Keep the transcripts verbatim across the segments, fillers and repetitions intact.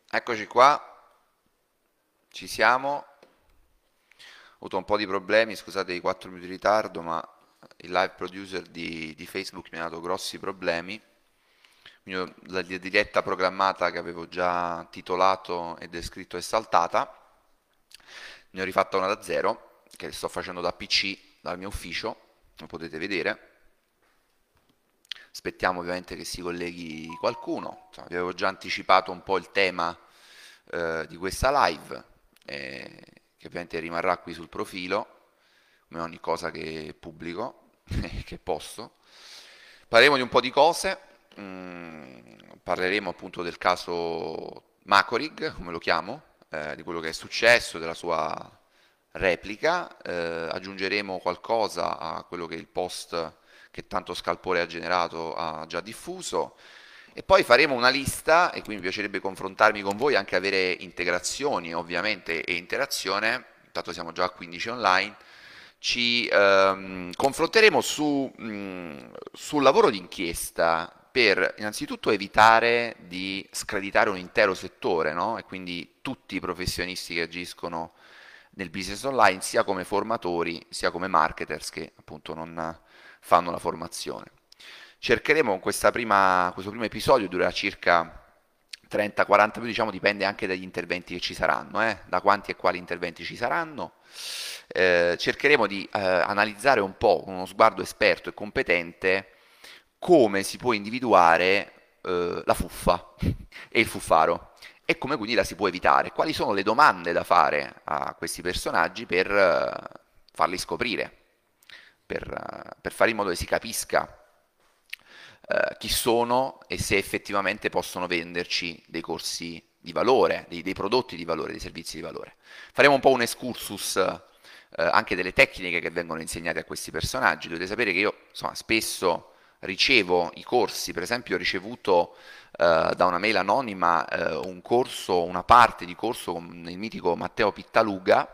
Eccoci qua, ci siamo. Ho avuto un po' di problemi, scusate i quattro minuti di ritardo, ma il live producer di, di Facebook mi ha dato grossi problemi. Quindi io la di- diretta programmata che avevo già titolato e descritto è saltata. Ne ho rifatta una da zero, che sto facendo da P C, dal mio ufficio, come potete vedere. Aspettiamo ovviamente che si colleghi qualcuno. Insomma, vi avevo già anticipato un po' il tema eh, di questa live, eh, che ovviamente rimarrà qui sul profilo, come ogni cosa che pubblico, che posto. Parleremo di un po' di cose, mm, parleremo appunto del caso Macorig, come lo chiamo, eh, di quello che è successo, della sua replica, eh, aggiungeremo qualcosa a quello che il post che tanto scalpore ha generato ha già diffuso e poi faremo una lista e qui mi piacerebbe confrontarmi con voi, anche avere integrazioni ovviamente e interazione, tanto siamo già a quindici online, ci ehm, confronteremo su, mh, sul lavoro d'inchiesta per innanzitutto evitare di screditare un intero settore, no? E quindi tutti i professionisti che agiscono nel business online, sia come formatori, sia come marketers che appunto non fanno la formazione. Cercheremo con questa prima, questo primo episodio, durerà circa trenta quaranta minuti, diciamo, dipende anche dagli interventi che ci saranno, eh, da quanti e quali interventi ci saranno. Eh, cercheremo di eh, analizzare un po' con uno sguardo esperto e competente come si può individuare eh, la fuffa e il fuffaro e come quindi la si può evitare. Quali sono le domande da fare a questi personaggi per eh, farli scoprire, per, eh, per fare in modo che si capisca eh, chi sono e se effettivamente possono venderci dei corsi di valore, dei, dei prodotti di valore, dei servizi di valore. Faremo un po' un excursus eh, anche delle tecniche che vengono insegnate a questi personaggi. Dovete sapere che io insomma, spesso ricevo i corsi, per esempio ho ricevuto eh, da una mail anonima eh, un corso, una parte di corso con il mitico Matteo Pittaluga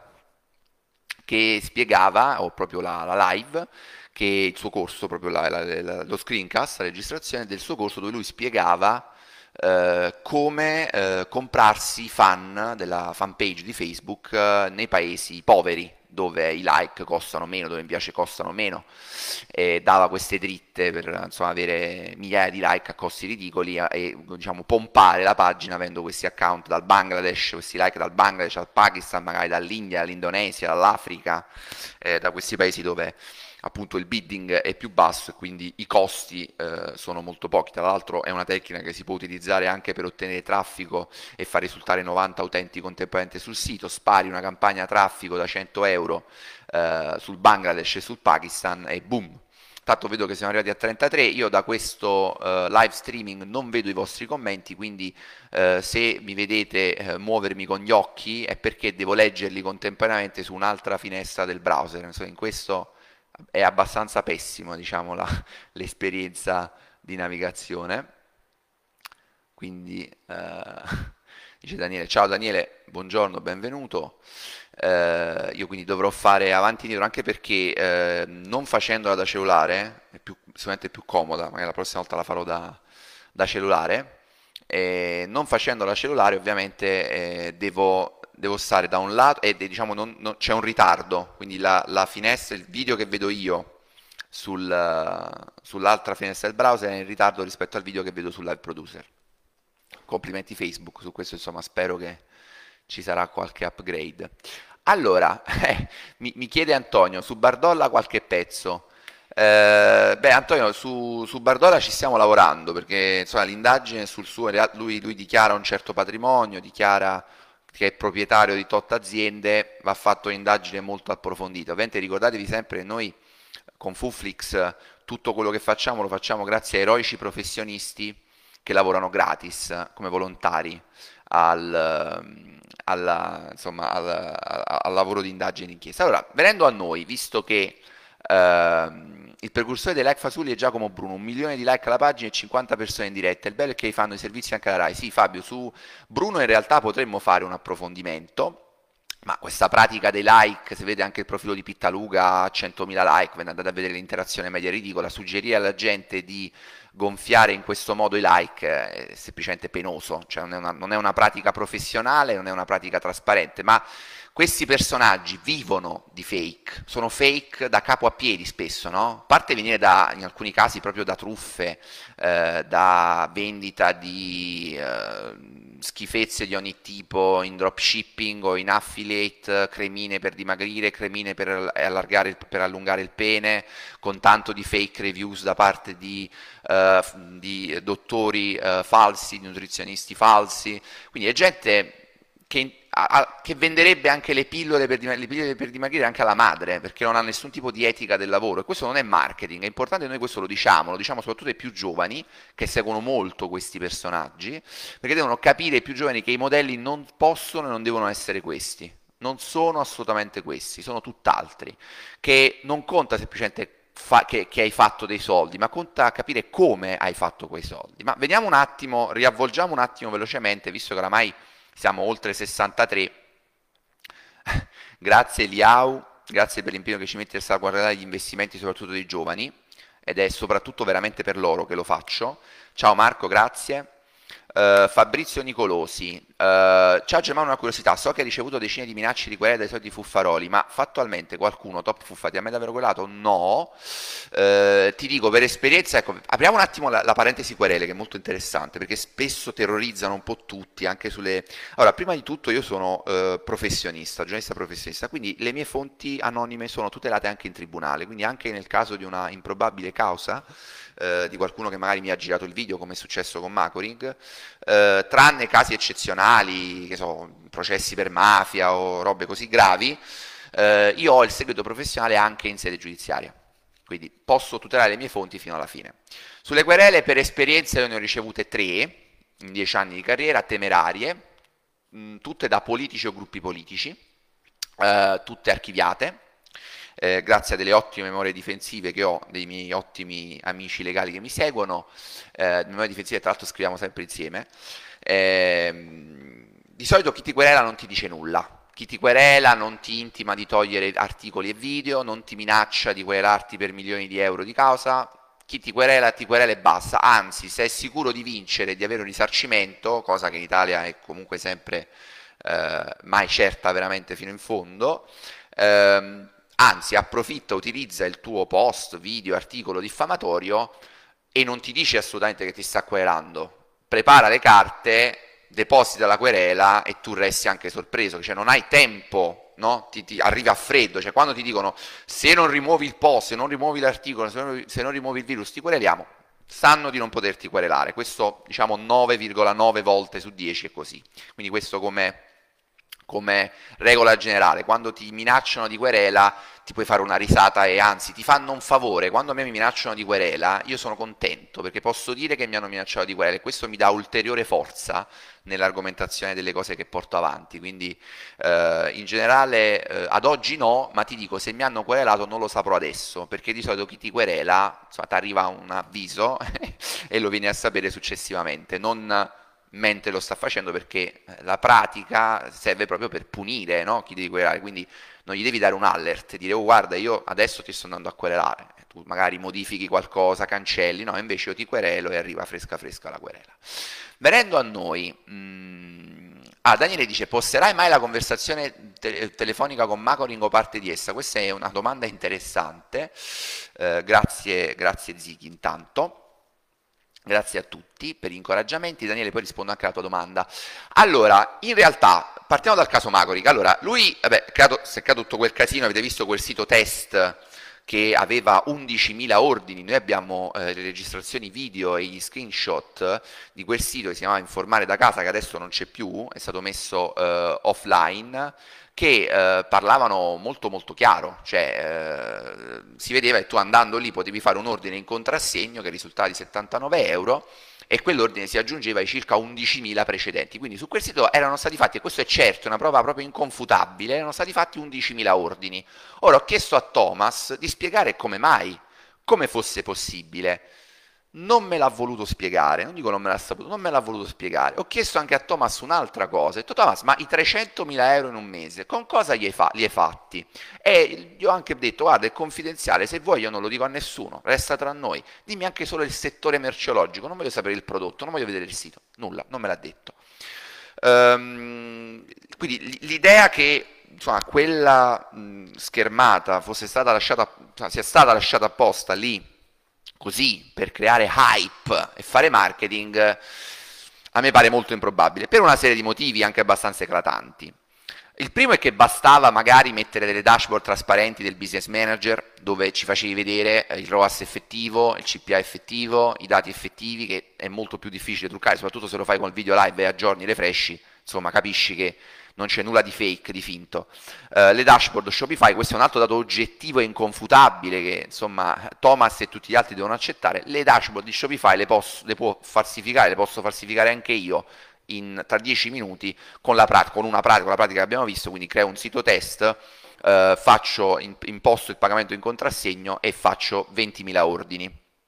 che spiegava, o proprio la, la live, che il suo corso, proprio la- la- la- lo screencast, la registrazione del suo corso dove lui spiegava eh, come eh, comprarsi fan della fanpage di Facebook eh, nei paesi poveri, dove i like costano meno, dove mi piace costano meno, e dava queste dritte per insomma, avere migliaia di like a costi ridicoli eh, e diciamo, pompare la pagina avendo questi account dal Bangladesh, questi like dal Bangladesh al Pakistan, magari dall'India, dall'Indonesia, dall'Africa, eh, da questi paesi dove appunto il bidding è più basso e quindi i costi eh, sono molto pochi. Tra l'altro è una tecnica che si può utilizzare anche per ottenere traffico e far risultare novanta utenti contemporaneamente sul sito. Spari una campagna traffico da cento euro eh, sul Bangladesh e sul Pakistan e boom. Tanto vedo che siamo arrivati a trentatré, io da questo eh, live streaming non vedo i vostri commenti, quindi eh, se mi vedete eh, muovermi con gli occhi è perché devo leggerli contemporaneamente su un'altra finestra del browser. Insomma, in questo è abbastanza pessimo, diciamo, la- l'esperienza di navigazione. Quindi, eh, dice Daniele, ciao Daniele, buongiorno, benvenuto. Eh, io quindi dovrò fare avanti e indietro anche perché eh, non facendola da cellulare, è più, sicuramente è più comoda, magari la prossima volta la farò da, da cellulare, e non facendola da cellulare ovviamente eh, devo, devo stare da un lato e diciamo non- non- c'è un ritardo, quindi la, la finestra, il video che vedo io sul- sull'altra finestra del browser è in ritardo rispetto al video che vedo sul live producer. Complimenti Facebook, su questo insomma spero che ci sarà qualche upgrade. Allora, eh, mi, mi chiede Antonio, su Bardolla qualche pezzo. Eh, beh, Antonio, su, su Bardolla ci stiamo lavorando perché insomma, l'indagine sul suo, lui, lui dichiara un certo patrimonio, dichiara che è proprietario di tot aziende, va fatto un'indagine molto approfondita. Ovviamente ricordatevi sempre che noi con Fuflix tutto quello che facciamo lo facciamo grazie a eroici professionisti che lavorano gratis come volontari al, alla- insomma, al, al lavoro di indagine e d'inchiesta. Allora, venendo a noi, visto che ehm, il precursore dei like fasulli è Giacomo Bruno, un milione di like alla pagina e cinquanta persone in diretta. Il bello è che fanno i servizi anche alla Rai. Sì, Fabio, su Bruno in realtà potremmo fare un approfondimento. Ma questa pratica dei like, se vede anche il profilo di Pittaluga a centomila like, ve ne andate a vedere l'interazione media ridicola, suggerire alla gente di gonfiare in questo modo i like è semplicemente penoso, cioè non è una, non è una pratica professionale, non è una pratica trasparente, ma questi personaggi vivono di fake, sono fake da capo a piedi spesso, no? A parte venire da, in alcuni casi proprio da truffe, eh, da vendita di eh, schifezze di ogni tipo in dropshipping o in affiliate, cremine per dimagrire, cremine per allargare, il- per allungare il pene, con tanto di fake reviews da parte di, eh, f- di dottori eh, falsi, di nutrizionisti falsi, quindi è gente che, a- a- che venderebbe anche le pillole, per dima- le pillole per dimagrire anche alla madre, perché non ha nessun tipo di etica del lavoro. E questo non è marketing, è importante che noi questo lo diciamo, lo diciamo soprattutto ai più giovani, che seguono molto questi personaggi, perché devono capire i più giovani che i modelli non possono e non devono essere questi. Non sono assolutamente questi, sono tutt'altri, che non conta semplicemente fa- che, che hai fatto dei soldi, ma conta capire come hai fatto quei soldi. Ma vediamo un attimo, riavvolgiamo un attimo velocemente, visto che oramai siamo oltre sessantatré. Grazie Liao, grazie per l'impegno che ci metti a salvaguardare gli investimenti soprattutto dei giovani, ed è soprattutto veramente per loro che lo faccio. Ciao Marco, grazie. Uh, Fabrizio Nicolosi, uh, ciao Germano, una curiosità, so che hai ricevuto decine di minacce di querela dai soliti fuffaroli, ma fattualmente qualcuno, top fuffa, ti ha mai davvero querelato? No. Uh, ti dico per esperienza, ecco, apriamo un attimo la, la parentesi querele che è molto interessante perché spesso terrorizzano un po' tutti anche sulle... Allora, prima di tutto io sono uh, professionista, giornalista professionista, quindi le mie fonti anonime sono tutelate anche in tribunale, quindi anche nel caso di una improbabile causa eh, di qualcuno che magari mi ha girato il video, come è successo con Macoring, eh, tranne casi eccezionali, che so, processi per mafia o robe così gravi, eh, io ho il segreto professionale anche in sede giudiziaria, quindi posso tutelare le mie fonti fino alla fine. Sulle querele, per esperienza, io ne ho ricevute tre in dieci anni di carriera, temerarie, mh, tutte da politici o gruppi politici, eh, tutte archiviate, eh, grazie a delle ottime memorie difensive che ho, dei miei ottimi amici legali che mi seguono, eh, memorie difensive tra l'altro scriviamo sempre insieme. Ehm, di solito chi ti querela non ti dice nulla, chi ti querela non ti intima di togliere articoli e video, non ti minaccia di querelarti per milioni di euro di causa, chi ti querela ti querela e basta, anzi se è sicuro di vincere e di avere un risarcimento, cosa che in Italia è comunque sempre eh, mai certa veramente fino in fondo, ehm, anzi approfitta, utilizza il tuo post, video, articolo diffamatorio e non ti dice assolutamente che ti sta querelando, prepara le carte, deposita la querela e tu resti anche sorpreso, cioè non hai tempo, no? Ti, ti arriva a freddo, cioè quando ti dicono se non rimuovi il post, se non rimuovi l'articolo, se non, se non rimuovi il virus ti quereliamo, sanno di non poterti querelare, questo diciamo nove virgola nove volte su dieci è così, quindi questo come come regola generale, quando ti minacciano di querela ti puoi fare una risata e anzi ti fanno un favore, quando a me mi minacciano di querela io sono contento perché posso dire che mi hanno minacciato di querela e questo mi dà ulteriore forza nell'argomentazione delle cose che porto avanti, quindi eh, in generale eh, ad oggi no, ma ti dico se mi hanno querelato non lo saprò adesso perché di solito chi ti querela, insomma ti arriva un avviso e lo vieni a sapere successivamente, non mentre lo sta facendo perché la pratica serve proprio per punire, no? Chi devi querelare, quindi non gli devi dare un alert, dire oh guarda io adesso ti sto andando a querelare, tu magari modifichi qualcosa, cancelli, no invece io ti querelo e arriva fresca fresca la querela. Venendo a noi, mh, ah Daniele dice posterai mai la conversazione te- telefonica con Macoring o parte di essa? Questa è una domanda interessante, eh, grazie, grazie Zighi intanto. Grazie a tutti per gli incoraggiamenti. Daniele, poi rispondo anche alla tua domanda. Allora, in realtà, partiamo dal caso Magoric. Allora, lui, vabbè, creato, si è creato tutto quel casino, avete visto quel sito test che aveva undicimila ordini, noi abbiamo eh, le registrazioni video e gli screenshot di quel sito che si chiamava Informare da casa, che adesso non c'è più, è stato messo eh, offline, che eh, parlavano molto molto chiaro, cioè eh, si vedeva che tu andando lì potevi fare un ordine in contrassegno che risultava di settantanove euro e quell'ordine si aggiungeva ai circa undicimila precedenti, quindi su quel sito erano stati fatti, e questo è certo, è una prova proprio inconfutabile, erano stati fatti undicimila ordini. Ora ho chiesto a Thomas di spiegare come mai, come fosse possibile. non me l'ha voluto spiegare, non dico non me l'ha saputo, non me l'ha voluto spiegare. Ho chiesto anche a Thomas un'altra cosa, ho detto Thomas, ma i trecentomila euro in un mese, con cosa li hai, fa- li hai fatti? E gli ho anche detto, guarda, è confidenziale, se vuoi io non lo dico a nessuno, resta tra noi, dimmi anche solo il settore merceologico, non voglio sapere il prodotto, non voglio vedere il sito, nulla, non me l'ha detto. Ehm, quindi l'idea che insomma, quella mh, schermata fosse stata lasciata, cioè, sia stata lasciata apposta lì così per creare hype e fare marketing, a me pare molto improbabile, per una serie di motivi anche abbastanza eclatanti. Il primo è che bastava magari mettere delle dashboard trasparenti del business manager dove ci facevi vedere il R O A S effettivo, il C P A effettivo, i dati effettivi, che è molto più difficile truccare, soprattutto se lo fai con il video live e aggiorni le refreshi, insomma capisci che non c'è nulla di fake, di finto. Uh, le dashboard Shopify, questo è un altro dato oggettivo e inconfutabile che insomma Thomas e tutti gli altri devono accettare, le dashboard di Shopify le, posso, le può falsificare, le posso falsificare anche io in, tra dieci minuti con, la pratica, con una pratica, con la pratica che abbiamo visto, quindi creo un sito test, uh, faccio, in, imposto il pagamento in contrassegno e faccio ventimila ordini.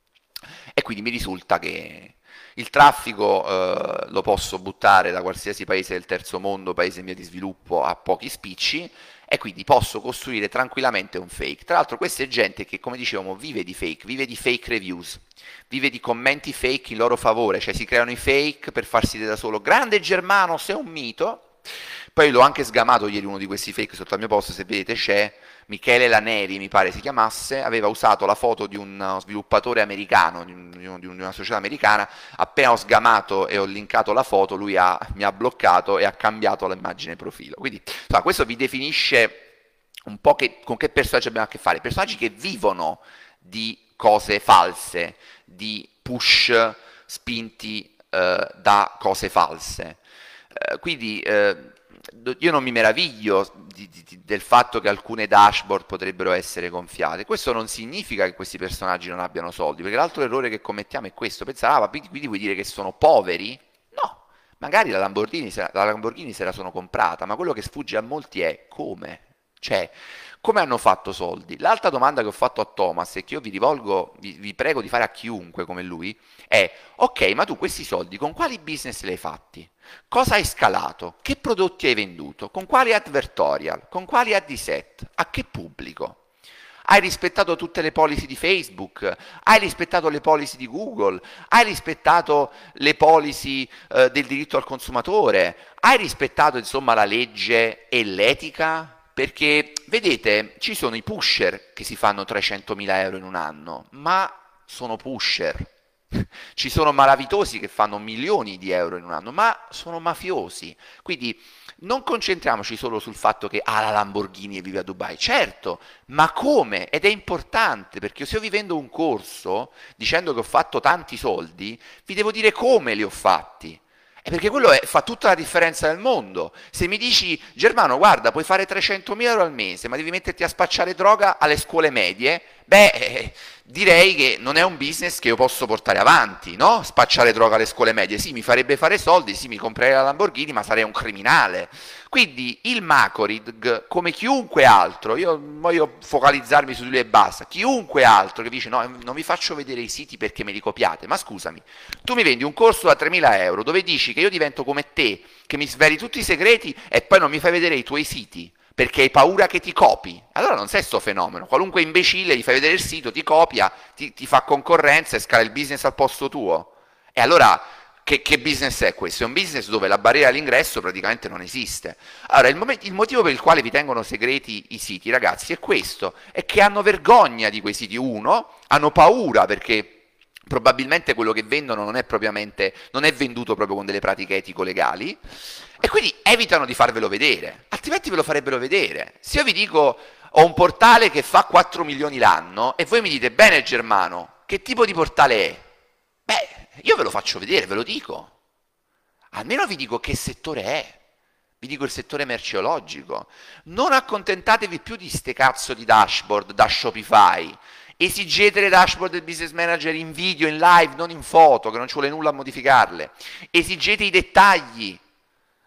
E quindi mi risulta che il traffico eh, lo posso buttare da qualsiasi paese del terzo mondo, paese in via di sviluppo, a pochi spicci, e quindi posso costruire tranquillamente un fake. Tra l'altro questa è gente che, come dicevamo, vive di fake, vive di fake reviews, vive di commenti fake in loro favore, cioè si creano i fake per farsi da solo. Grande Germano, sei un mito. Poi l'ho anche sgamato ieri uno di questi fake sotto al mio post, se vedete c'è Michele Laneri, mi pare si chiamasse, aveva usato la foto di un sviluppatore americano, di, un, di una società americana, appena ho sgamato e ho linkato la foto, lui ha, mi ha bloccato e ha cambiato l'immagine profilo. Quindi insomma, questo vi definisce un po' che, con che personaggi abbiamo a che fare, personaggi che vivono di cose false, di push spinti eh, da cose false. Eh, quindi eh, io non mi meraviglio di, di, del fatto che alcune dashboard potrebbero essere gonfiate. Questo non significa che questi personaggi non abbiano soldi, perché l'altro errore che commettiamo è questo: pensare, ah, ma quindi vuoi dire che sono poveri? No, magari la Lamborghini, se la, la Lamborghini se la sono comprata, ma quello che sfugge a molti è come. Cioè, come hanno fatto soldi? L'altra domanda che ho fatto a Thomas e che io vi rivolgo, vi, vi prego di fare a chiunque come lui, è: ok, ma tu questi soldi con quali business li hai fatti? Cosa hai scalato? Che prodotti hai venduto? Con quali advertorial? Con quali ad set? A che pubblico? Hai rispettato tutte le policy di Facebook? Hai rispettato le policy di Google? Hai rispettato le policy eh, del diritto al consumatore? Hai rispettato insomma la legge e l'etica? Perché vedete, ci sono i pusher che si fanno trecentomila euro in un anno, ma sono pusher. Ci sono malavitosi che fanno milioni di euro in un anno, ma sono mafiosi. Quindi non concentriamoci solo sul fatto che ha ah, la Lamborghini e vive a Dubai. Certo, ma come? Ed è importante, perché se io vi vendo un corso dicendo che ho fatto tanti soldi, vi devo dire come li ho fatti. È perché quello è, fa tutta la differenza del mondo. Se mi dici, Germano, guarda, puoi fare trecentomila euro al mese, ma devi metterti a spacciare droga alle scuole medie, beh, eh, direi che non è un business che io posso portare avanti, no? Spacciare droga alle scuole medie, sì, mi farebbe fare soldi, sì, mi comprerei la Lamborghini, ma sarei un criminale. Quindi il Macorid, come chiunque altro, io voglio focalizzarmi su di lui e basta, chiunque altro che dice, no, non vi faccio vedere i siti perché me li copiate, ma scusami, tu mi vendi un corso da tremila euro dove dici che io divento come te, che mi sveli tutti i segreti e poi non mi fai vedere i tuoi siti perché hai paura che ti copi. Allora non sei sto fenomeno. Qualunque imbecille gli fai vedere il sito, ti copia, ti, ti fa concorrenza e scala il business al posto tuo. E allora che, che business è questo? È un business dove la barriera all'ingresso praticamente non esiste. Allora il, moment- il motivo per il quale vi tengono segreti i siti, ragazzi, è questo: è che hanno vergogna di quei siti. Uno, hanno paura perché probabilmente quello che vendono non è propriamente, non è venduto proprio con delle pratiche etico-legali, e quindi evitano di farvelo vedere, altrimenti ve lo farebbero vedere. Se io vi dico ho un portale che fa quattro milioni l'anno e voi mi dite, bene Germano, che tipo di portale è? Beh, io ve lo faccio vedere, ve lo dico. Almeno vi dico che settore è. Vi dico il settore merceologico. Non accontentatevi più di ste cazzo di dashboard da Shopify. Esigete le dashboard del business manager in video, in live, non in foto, che non ci vuole nulla a modificarle. Esigete i dettagli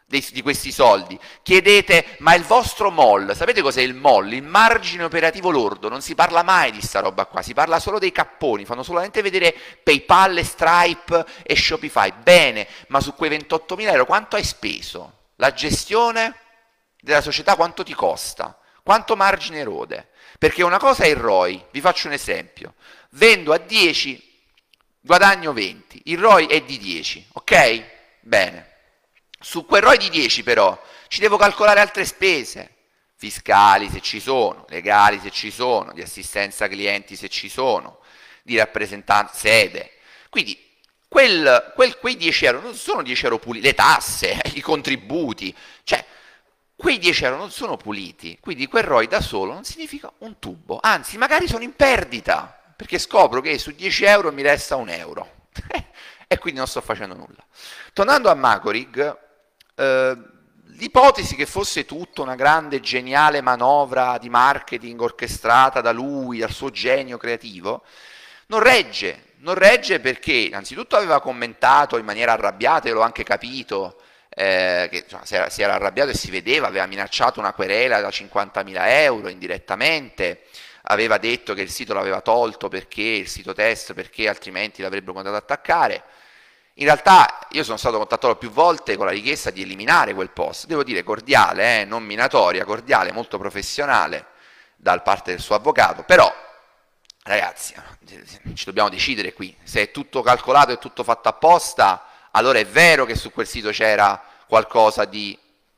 dei- di questi soldi. Chiedete, ma il vostro M O L, sapete cos'è il M O L? Il margine operativo lordo, non si parla mai di sta roba qua, si parla solo dei capponi, fanno solamente vedere PayPal, e Stripe e Shopify. Bene, ma su quei ventottomila euro quanto hai speso? La gestione della società quanto ti costa? Quanto margine erode? Perché una cosa è il R O I, vi faccio un esempio. Vendo a dieci, guadagno venti, il R O I è di dieci, ok? Bene. Su quel R O I di dieci però ci devo calcolare altre spese, fiscali se ci sono, legali se ci sono, di assistenza clienti se ci sono, di rappresentanza sede. Quindi quel, quel, quei dieci euro non sono dieci euro puliti, le tasse, i contributi, cioè quei dieci euro non sono puliti, quindi quel R O I da solo non significa un tubo, anzi magari sono in perdita, perché scopro che su dieci euro mi resta un euro e quindi non sto facendo nulla. Tornando a Macorig, eh, l'ipotesi che fosse tutto una grande geniale manovra di marketing orchestrata da lui, dal suo genio creativo, non regge, non regge perché innanzitutto aveva commentato in maniera arrabbiata, io l'ho anche capito, eh, che insomma, si, era, si era arrabbiato e si vedeva, aveva minacciato una querela da cinquantamila euro indirettamente, aveva detto che il sito l'aveva tolto perché il sito test, perché altrimenti l'avrebbero continuato ad attaccare. In realtà io sono stato contattato più volte con la richiesta di eliminare quel post, devo dire cordiale, eh, non minatoria, cordiale, molto professionale da parte del suo avvocato, però ragazzi, ci dobbiamo decidere qui, se è tutto calcolato e tutto fatto apposta, allora è vero che su quel sito c'era qualcosa di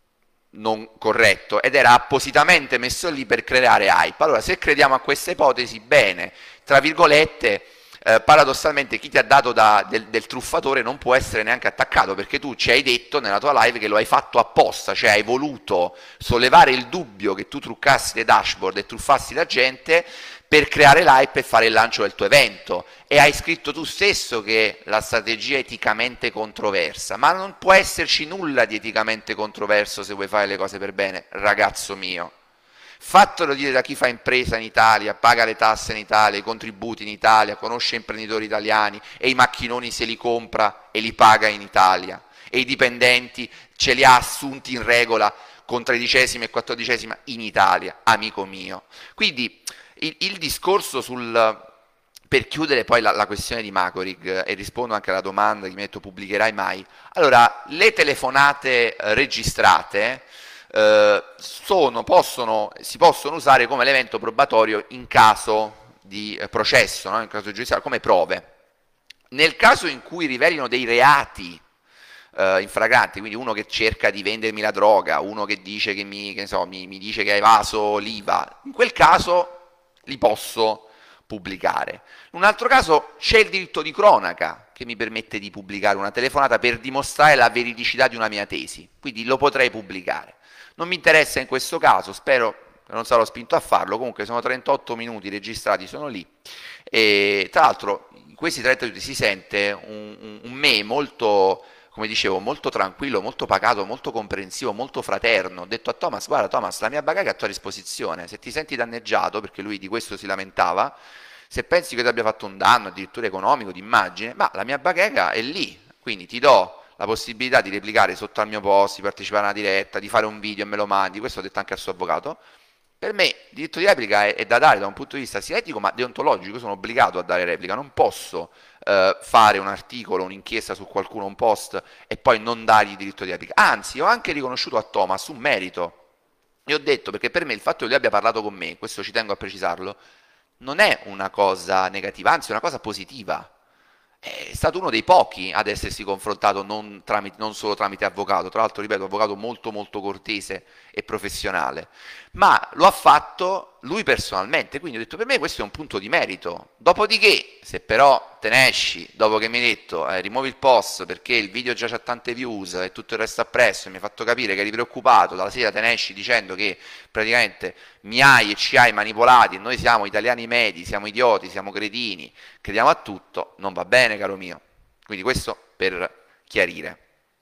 non corretto ed era appositamente messo lì per creare hype. Allora, se crediamo a questa ipotesi, bene, tra virgolette, eh, paradossalmente chi ti ha dato da, del, del truffatore non può essere neanche attaccato, perché tu ci hai detto nella tua live che lo hai fatto apposta, cioè hai voluto sollevare il dubbio che tu truccassi le dashboard e truffassi la gente per creare l'hype e fare il lancio del tuo evento, e hai scritto tu stesso che la strategia è eticamente controversa, ma non può esserci nulla di eticamente controverso se vuoi fare le cose per bene, ragazzo mio. Fatelo dire da chi fa impresa in Italia, paga le tasse in Italia, i contributi in Italia, conosce imprenditori italiani e i macchinoni se li compra e li paga in Italia, e i dipendenti ce li ha assunti in regola con tredicesima e quattordicesima in Italia, amico mio. Quindi il, il discorso sul... Per chiudere poi la, la questione di Macorig, e rispondo anche alla domanda che mi ha detto pubblicherai mai, allora le telefonate eh, registrate eh, sono, possono, si possono usare come elemento probatorio in caso di eh, processo, no? In caso giudiziario, come prove. Nel caso in cui rivelino dei reati Uh, infragranti, quindi uno che cerca di vendermi la droga, uno che dice che mi, che so, mi, mi dice che ha evaso l'I V A, in quel caso li posso pubblicare. In un altro caso c'è il diritto di cronaca che mi permette di pubblicare una telefonata per dimostrare la veridicità di una mia tesi, quindi lo potrei pubblicare. Non mi interessa in questo caso, spero che non sarò spinto a farlo, comunque sono trentotto minuti registrati, sono lì, e tra l'altro in questi trenta minuti si sente un, un, un me molto, come dicevo, molto tranquillo, molto pacato, molto comprensivo, molto fraterno. Ho detto a Thomas: guarda Thomas, la mia bacheca è a tua disposizione, se ti senti danneggiato, perché lui di questo si lamentava, se pensi che ti abbia fatto un danno addirittura economico, di immagine, ma la mia bacheca è lì, quindi ti do la possibilità di replicare sotto al mio post, di partecipare a una diretta, di fare un video e me lo mandi. Questo ho detto anche al suo avvocato. Per me il diritto di replica è, è da dare da un punto di vista sia etico ma deontologico. Io sono obbligato a dare replica, non posso eh, fare un articolo, un'inchiesta su qualcuno, un post, e poi non dargli diritto di replica. Anzi, ho anche riconosciuto a Thomas un merito. Io ho detto, perché per me il fatto che lui abbia parlato con me, questo ci tengo a precisarlo, non è una cosa negativa, anzi è una cosa positiva. È stato uno dei pochi ad essersi confrontato non, tramite, non solo tramite avvocato, tra l'altro, ripeto, avvocato molto molto cortese e professionale, ma lo ha fatto lui personalmente, quindi ho detto per me questo è un punto di merito. Dopodiché, se però te ne esci dopo che mi hai detto eh, rimuovi il post perché il video già c'ha tante views e tutto il resto appresso, e mi hai fatto capire che eri preoccupato, dalla sera te ne esci dicendo che praticamente mi hai e ci hai manipolati e noi siamo italiani medi, siamo idioti, siamo cretini, crediamo a tutto, non va bene, caro mio. Quindi questo per chiarire.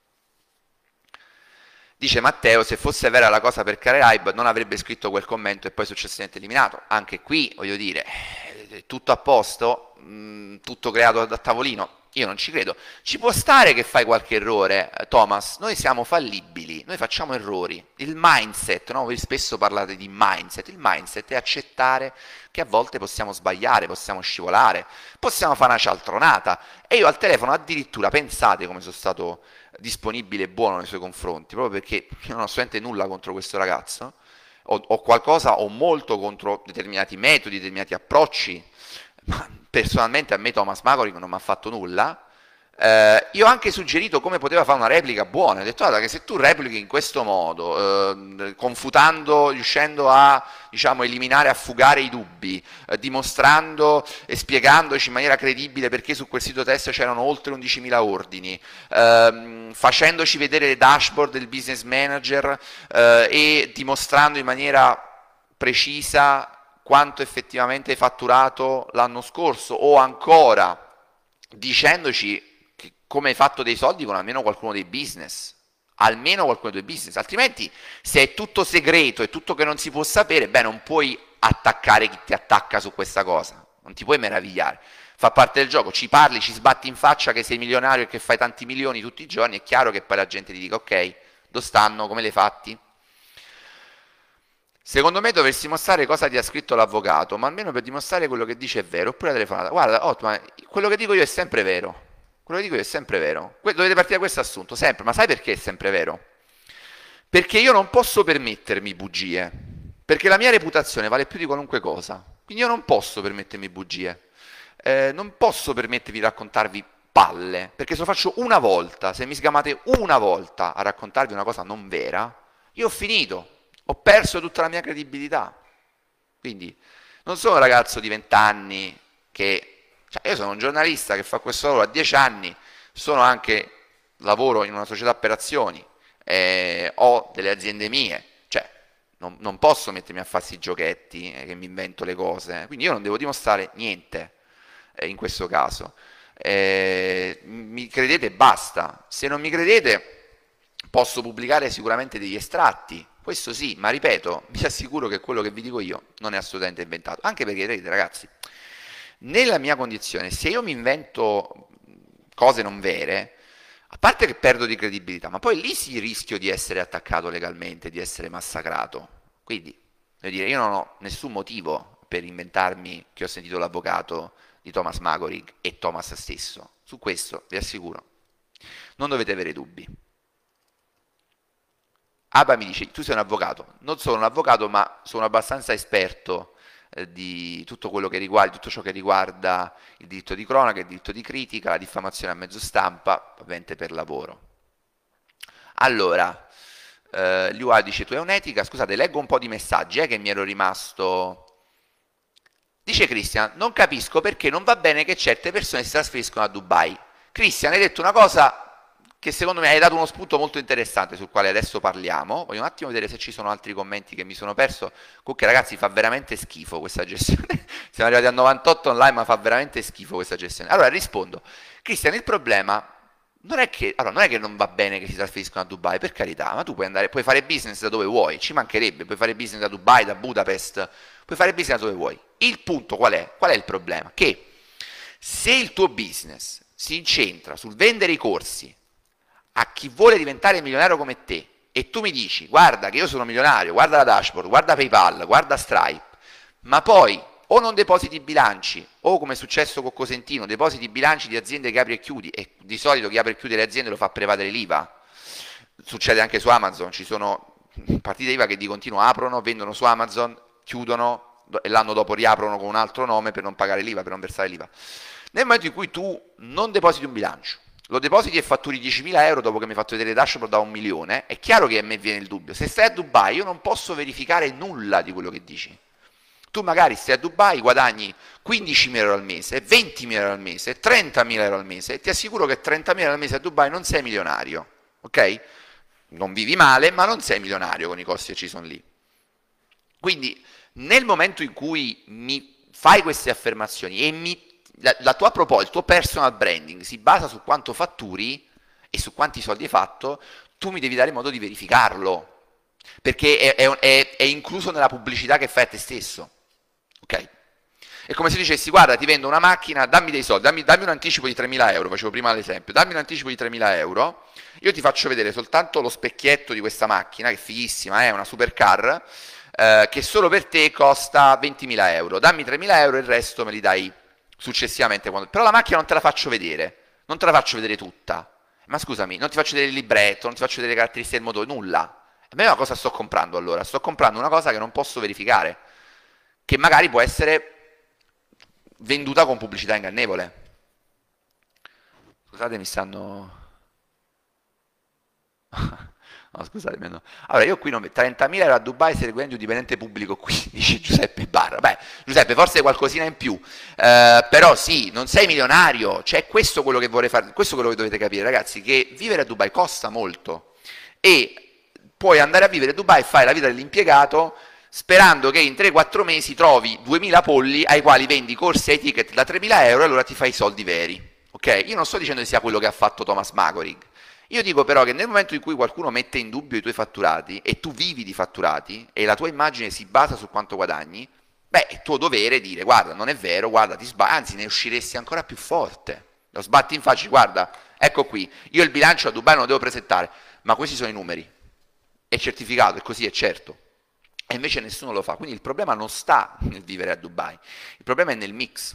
Dice Matteo: se fosse vera la cosa per creare hype non avrebbe scritto quel commento e poi successivamente eliminato. Anche qui, voglio dire, tutto a posto, mh, tutto creato da tavolino. io non ci credo. Ci può stare che fai qualche errore, eh, Thomas, noi siamo fallibili, noi facciamo errori. Il mindset, no? Voi spesso parlate di mindset, il mindset è accettare che a volte possiamo sbagliare, possiamo scivolare, possiamo fare una cialtronata. E io al telefono addirittura, pensate come sono stato disponibile e buono nei suoi confronti, proprio perché io non ho assolutamente nulla contro questo ragazzo, ho, ho qualcosa, ho molto contro determinati metodi, determinati approcci, ma personalmente a me Thomas Magoric non mi ha fatto nulla. Eh, io ho anche suggerito come poteva fare una replica buona. Ho detto, guarda, che se tu replichi in questo modo, eh, confutando, riuscendo a, diciamo, eliminare, a fugare i dubbi, eh, dimostrando e spiegandoci in maniera credibile perché su quel sito test c'erano oltre undicimila ordini, ehm, facendoci vedere le dashboard del business manager, eh, e dimostrando in maniera precisa quanto effettivamente hai fatturato l'anno scorso, o ancora dicendoci che come hai fatto dei soldi con almeno qualcuno dei business, almeno qualcuno dei business, altrimenti se è tutto segreto e tutto che non si può sapere, beh, non puoi attaccare chi ti attacca su questa cosa, non ti puoi meravigliare, fa parte del gioco, ci parli, ci sbatti in faccia che sei milionario e che fai tanti milioni tutti i giorni, è chiaro che poi la gente ti dica, ok, dove stanno, come le fatti? Secondo me dovresti mostrare cosa ti ha scritto l'avvocato, ma almeno per dimostrare quello che dice è vero, oppure la telefonata. Guarda, oh, ma quello che dico io è sempre vero. Quello che dico io è sempre vero. Que- dovete partire da questo assunto, sempre. Ma sai perché è sempre vero? Perché io non posso permettermi bugie. Perché la mia reputazione vale più di qualunque cosa. Quindi io non posso permettermi bugie. Eh, non posso permettermi di raccontarvi palle. Perché se lo faccio una volta, se mi sgamate una volta a raccontarvi una cosa non vera, io ho finito. Ho perso tutta la mia credibilità. Quindi non sono un ragazzo di venti anni che... Cioè, io sono un giornalista che fa questo lavoro a dieci anni, sono anche, lavoro in una società per azioni, eh, ho delle aziende mie, cioè non, non posso mettermi a fare questi giochetti, eh, che mi invento le cose, quindi io non devo dimostrare niente, eh, in questo caso. Eh, mi credete, basta. Se non mi credete, posso pubblicare sicuramente degli estratti, questo sì, ma ripeto, vi assicuro che quello che vi dico io non è assolutamente inventato, anche perché, vedete ragazzi, nella mia condizione, se io mi invento cose non vere, a parte che perdo di credibilità, ma poi lì si rischio di essere attaccato legalmente, di essere massacrato. Quindi, voglio dire, io non ho nessun motivo per inventarmi che ho sentito l'avvocato di Thomas Magoric e Thomas stesso. Su questo vi assicuro, non dovete avere dubbi. Abba mi dice, tu sei un avvocato. Non sono un avvocato, ma sono abbastanza esperto eh, di tutto quello che riguarda, tutto ciò che riguarda il diritto di cronaca, il diritto di critica, la diffamazione a mezzo stampa, ovviamente per lavoro. Allora, eh, Liua dice, tu hai un'etica? Scusate, leggo un po' di messaggi, eh, che mi ero rimasto... Dice Christian, non capisco perché non va bene che certe persone si trasferiscono a Dubai. Christian, hai detto una cosa che secondo me hai dato uno spunto molto interessante sul quale adesso parliamo. Voglio un attimo vedere se ci sono altri commenti che mi sono perso. Comunque ragazzi, fa veramente schifo questa gestione. Siamo arrivati a novantotto online, ma fa veramente schifo questa gestione. Allora rispondo, Cristian, il problema non è che, allora, non è che non va bene che si trasferiscono a Dubai, per carità, ma tu puoi andare, puoi fare business da dove vuoi, ci mancherebbe, puoi fare business da Dubai, da Budapest, puoi fare business da dove vuoi. Il punto qual è? Qual è il problema? Che se il tuo business si incentra sul vendere i corsi a chi vuole diventare milionario come te e tu mi dici guarda che io sono milionario, guarda la dashboard, guarda PayPal, guarda Stripe, ma poi o non depositi i bilanci o come è successo con Cosentino depositi i bilanci di aziende che apri e chiudi, e di solito chi apre e chiude le aziende lo fa prevalere l'I V A, succede anche su Amazon, ci sono partite I V A che di continuo aprono, vendono su Amazon, chiudono e l'anno dopo riaprono con un altro nome per non pagare l'I V A, per non versare l'I V A. Nel momento in cui tu non depositi un bilancio, lo depositi e fatturi diecimila euro dopo che mi hai fatto vedere le dashboard da un milione, è chiaro che a me viene il dubbio. Se stai a Dubai io non posso verificare nulla di quello che dici. Tu magari stai a Dubai, guadagni quindicimila euro al mese, ventimila euro al mese, trentamila euro al mese, e ti assicuro che trentamila euro al mese a Dubai non sei milionario, ok? Non vivi male, ma non sei milionario con i costi che ci sono lì. Quindi nel momento in cui mi fai queste affermazioni e mi La, la tua proposta, il tuo personal branding si basa su quanto fatturi e su quanti soldi hai fatto, tu mi devi dare modo di verificarlo, perché è, è, è, è incluso nella pubblicità che fai a te stesso, ok? È come se dicessi, guarda, ti vendo una macchina, dammi dei soldi, dammi, dammi un anticipo di tremila euro, facevo prima l'esempio, dammi un anticipo di tremila euro, io ti faccio vedere soltanto lo specchietto di questa macchina, che è fighissima, è una supercar, eh, che solo per te costa ventimila euro, dammi tremila euro e il resto me li dai successivamente. Quando... Però la macchina non te la faccio vedere, non te la faccio vedere tutta. Ma scusami, non ti faccio vedere il libretto, non ti faccio vedere le caratteristiche del motore, nulla. A me cosa sto comprando allora? Sto comprando una cosa che non posso verificare, che magari può essere venduta con pubblicità ingannevole. Scusate, mi stanno... No, scusatemi, no. Allora, io qui non... trentamila euro a Dubai seguendo un dipendente pubblico qui, dice Giuseppe Barra. Beh, Giuseppe, forse qualcosina in più. Eh, però sì, non sei milionario. Cioè, questo è quello che vorrei fare, questo è quello che dovete capire, ragazzi, che vivere a Dubai costa molto. E puoi andare a vivere a Dubai e fare la vita dell'impiegato sperando che in tre quattro mesi trovi duemila polli ai quali vendi corsi ai ticket da tremila euro e allora ti fai i soldi veri. Ok? Io non sto dicendo che sia quello che ha fatto Thomas Magorig. Io dico però che nel momento in cui qualcuno mette in dubbio i tuoi fatturati e tu vivi di fatturati e la tua immagine si basa su quanto guadagni, beh, è tuo dovere dire guarda, non è vero, guarda, ti sbagli, anzi ne usciresti ancora più forte. Lo sbatti in faccia, guarda, ecco qui, io il bilancio a Dubai non lo devo presentare, ma questi sono i numeri. È certificato, è così, è certo. E invece nessuno lo fa. Quindi il problema non sta nel vivere a Dubai, il problema è nel mix.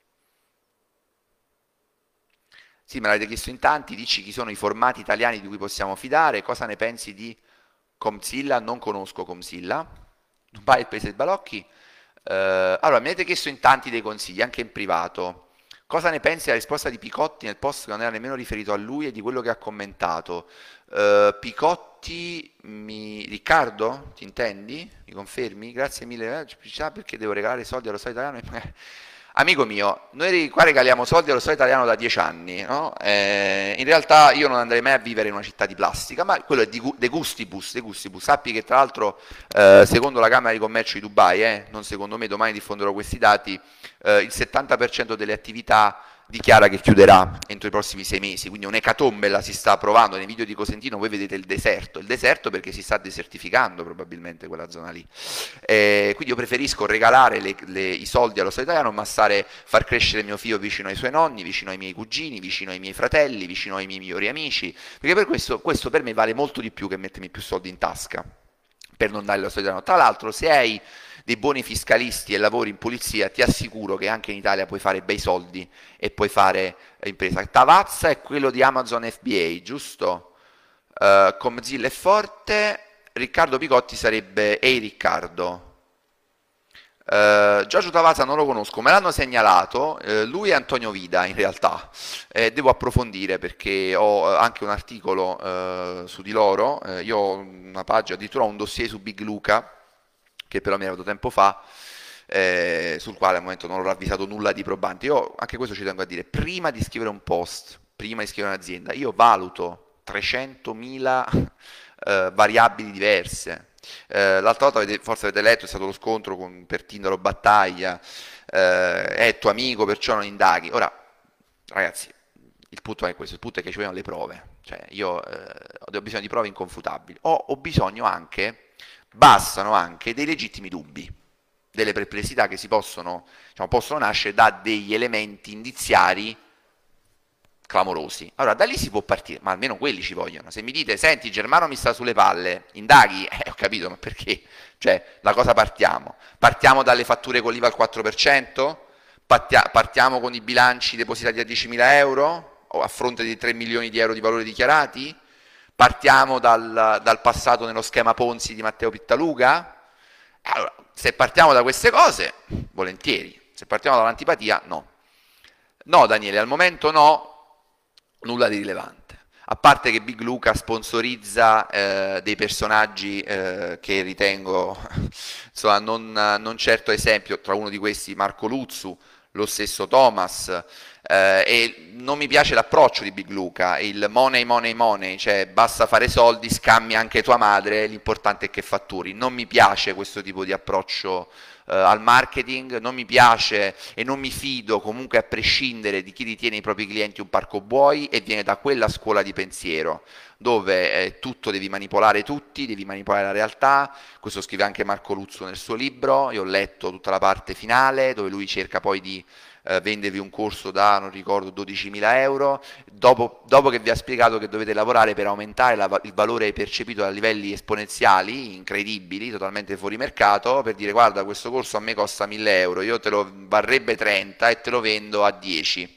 Sì, me l'avete chiesto in tanti, dici chi sono i formati italiani di cui possiamo fidare, cosa ne pensi di Comzilla? Non conosco Comzilla. Dubai è il paese dei balocchi. Eh, allora, mi avete chiesto in tanti dei consigli, anche in privato. Cosa ne pensi della risposta di Picotti nel post che non era nemmeno riferito a lui e di quello che ha commentato? Eh, Picotti, mi... Riccardo, ti intendi? Mi confermi? Grazie mille, eh, perché devo regalare soldi allo Stato italiano? Amico mio, noi qua regaliamo soldi allo Stato italiano da dieci anni, no? Eh, in realtà io non andrei mai a vivere in una città di plastica, ma quello è di gu- de gustibus, de gustibus. Sappi che tra l'altro, eh, secondo la Camera di Commercio di Dubai, eh, non secondo me, domani diffonderò questi dati, eh, il settanta per cento delle attività dichiara che chiuderà entro i prossimi sei mesi, quindi un'ecatombe la si sta provando. Nei video di Cosentino voi vedete il deserto, il deserto perché si sta desertificando probabilmente quella zona lì. Eh, quindi io preferisco regalare le, le, i soldi allo Stato italiano, ma stare, far crescere mio figlio vicino ai suoi nonni, vicino ai miei cugini, vicino ai miei fratelli, vicino ai miei migliori amici, perché per questo, questo per me vale molto di più che mettermi più soldi in tasca per non dare allo Stato italiano. Tra l'altro, se hai dei buoni fiscalisti e lavori in pulizia, ti assicuro che anche in Italia puoi fare bei soldi e puoi fare impresa. Tavazza è quello di Amazon F B A, giusto? Uh, Comzilla è forte, Riccardo Picotti sarebbe Ehi Riccardo. Uh, Giorgio Tavazza non lo conosco, me l'hanno segnalato, uh, lui è Antonio Vida in realtà, eh, devo approfondire perché ho uh, anche un articolo uh, su di loro, uh, io ho una pagina, addirittura ho un dossier su Big Luca, che però mi è arrivato tempo fa, eh, sul quale al momento non ho ravvisato nulla di probante. Io anche questo ci tengo a dire, prima di scrivere un post, prima di scrivere un'azienda, io valuto trecentomila eh, variabili diverse. Eh, l'altra volta, avete, forse avete letto, è stato lo scontro con, per Tindaro Battaglia, eh, è tuo amico, perciò non indaghi. Ora, ragazzi, il punto è questo, il punto è che ci vogliono le prove. Cioè, io eh, ho bisogno di prove inconfutabili. Ho, ho bisogno anche... Bastano anche dei legittimi dubbi, delle perplessità che si possono, diciamo, possono nascere da degli elementi indiziari clamorosi. Allora, da lì si può partire, ma almeno quelli ci vogliono. Se mi dite, senti, Germano mi sta sulle palle, indaghi, eh, ho capito, ma perché? Cioè, da cosa partiamo? Partiamo dalle fatture con l'I V A al quattro per cento? Partia- partiamo con i bilanci depositati a diecimila euro? O a fronte di tre milioni di euro di valori dichiarati? Partiamo dal, dal passato nello schema Ponzi di Matteo Pittaluga? Allora, se partiamo da queste cose, volentieri. Se partiamo dall'antipatia, no. No, Daniele, al momento no, nulla di rilevante. A parte che Big Luca sponsorizza eh, dei personaggi eh, che ritengo, insomma, non, non certo esempio, tra uno di questi Marco Luzzu, lo stesso Thomas, eh, e non mi piace l'approccio di Big Luca, il money, money, money, cioè basta fare soldi, scammi anche tua madre, l'importante è che fatturi. Non mi piace questo tipo di approccio eh, al marketing, non mi piace e non mi fido comunque a prescindere di chi ritiene i propri clienti un parco buoi e viene da quella scuola di pensiero dove eh, tutto devi manipolare tutti, devi manipolare la realtà. Questo scrive anche Marco Luzzo nel suo libro, io ho letto tutta la parte finale dove lui cerca poi di eh, vendervi un corso da, non ricordo, dodicimila euro, dopo, dopo che vi ha spiegato che dovete lavorare per aumentare la- il valore percepito a livelli esponenziali, incredibili, totalmente fuori mercato, per dire guarda questo corso a me costa mille euro, io te lo varrebbe trenta e te lo vendo a dieci.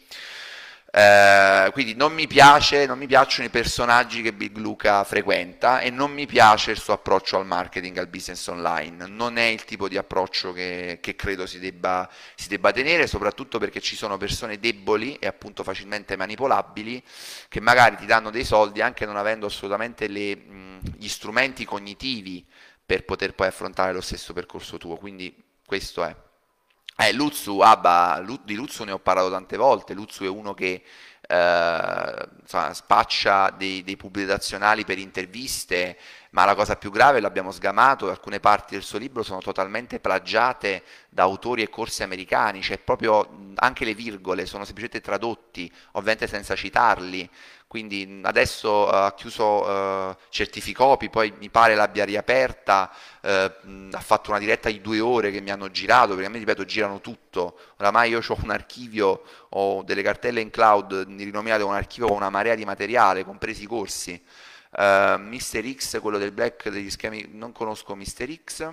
Eh, quindi non mi piace, non mi piacciono i personaggi che Big Luca frequenta e non mi piace il suo approccio al marketing, al business online. Non è il tipo di approccio che, che credo si debba, si debba tenere, soprattutto perché ci sono persone deboli e appunto facilmente manipolabili che magari ti danno dei soldi anche non avendo assolutamente le, mh, gli strumenti cognitivi per poter poi affrontare lo stesso percorso tuo. Quindi questo è. Eh, Lutzu, Abba, Lu- di Lutzu ne ho parlato tante volte. Lutzu è uno che eh, insomma, spaccia dei, dei pubblicazionali per interviste, ma la cosa più grave, l'abbiamo sgamato, alcune parti del suo libro sono totalmente plagiate da autori e corsi americani, cioè proprio mh, anche le virgole sono semplicemente tradotti, ovviamente senza citarli. Quindi mh, adesso eh, ha chiuso eh, Certificopi, poi mi pare l'abbia riaperta, eh, mh, ha fatto una diretta di due ore che mi hanno girato, perché a me, ripeto, girano tutto. Oramai io ho un archivio, ho delle cartelle in cloud rinominate un archivio con una marea di materiale, compresi i corsi. Eh, mister X, quello del black degli schemi, non conosco mister X.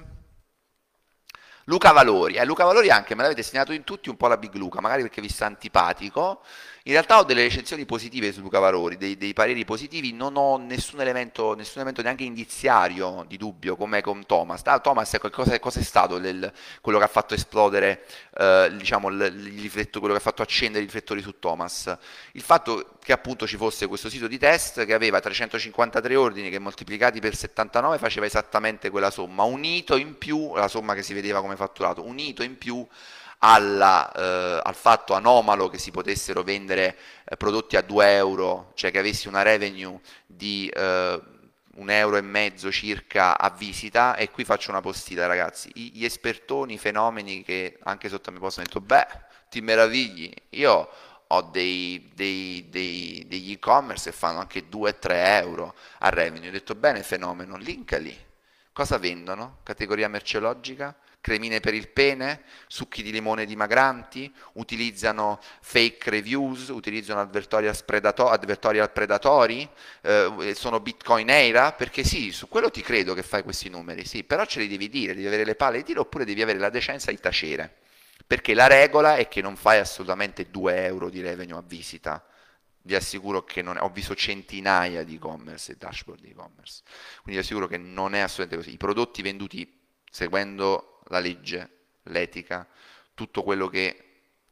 Luca Valori, eh, Luca Valori anche me l'avete segnato in tutti un po' la Big Luca, magari perché vi sta antipatico. In realtà ho delle recensioni positive su Luca Valori, dei, dei pareri positivi, non ho nessun elemento, nessun elemento neanche indiziario di dubbio come con Thomas. Ah, Thomas, ecco, cosa, cosa è stato del- quello che ha fatto esplodere, eh, diciamo, il, il rifletto- quello che ha fatto accendere i riflettori su Thomas? Il fatto che appunto ci fosse questo sito di test che aveva trecentocinquantatré ordini che moltiplicati per settantanove faceva esattamente quella somma, unito in più, la somma che si vedeva come fatturato, unito in più alla, eh, al fatto anomalo che si potessero vendere eh, prodotti a due euro, cioè che avessi una revenue di eh, un euro e mezzo circa a visita. E qui faccio una postilla, ragazzi, gli espertoni, i fenomeni che anche sotto mi possono detto, beh, ti meravigli, io ho dei, dei, dei, degli e-commerce che fanno anche due tre euro a revenue. Ho detto bene, fenomeno, linkali. Cosa vendono? Categoria merceologica? Cremine per il pene? Succhi di limone dimagranti? Utilizzano fake reviews? Utilizzano advertorial, predato- advertorial predatori? Eh, sono Bitcoin era? Perché sì, su quello ti credo che fai questi numeri, sì, però ce li devi dire, devi avere le palle di dire oppure devi avere la decenza di tacere. Perché la regola è che non fai assolutamente due euro di revenue a visita. Vi assicuro che non è, ho visto centinaia di e-commerce e dashboard di e-commerce. Quindi vi assicuro che non è assolutamente così. I prodotti venduti seguendo la legge, l'etica, tutto quello che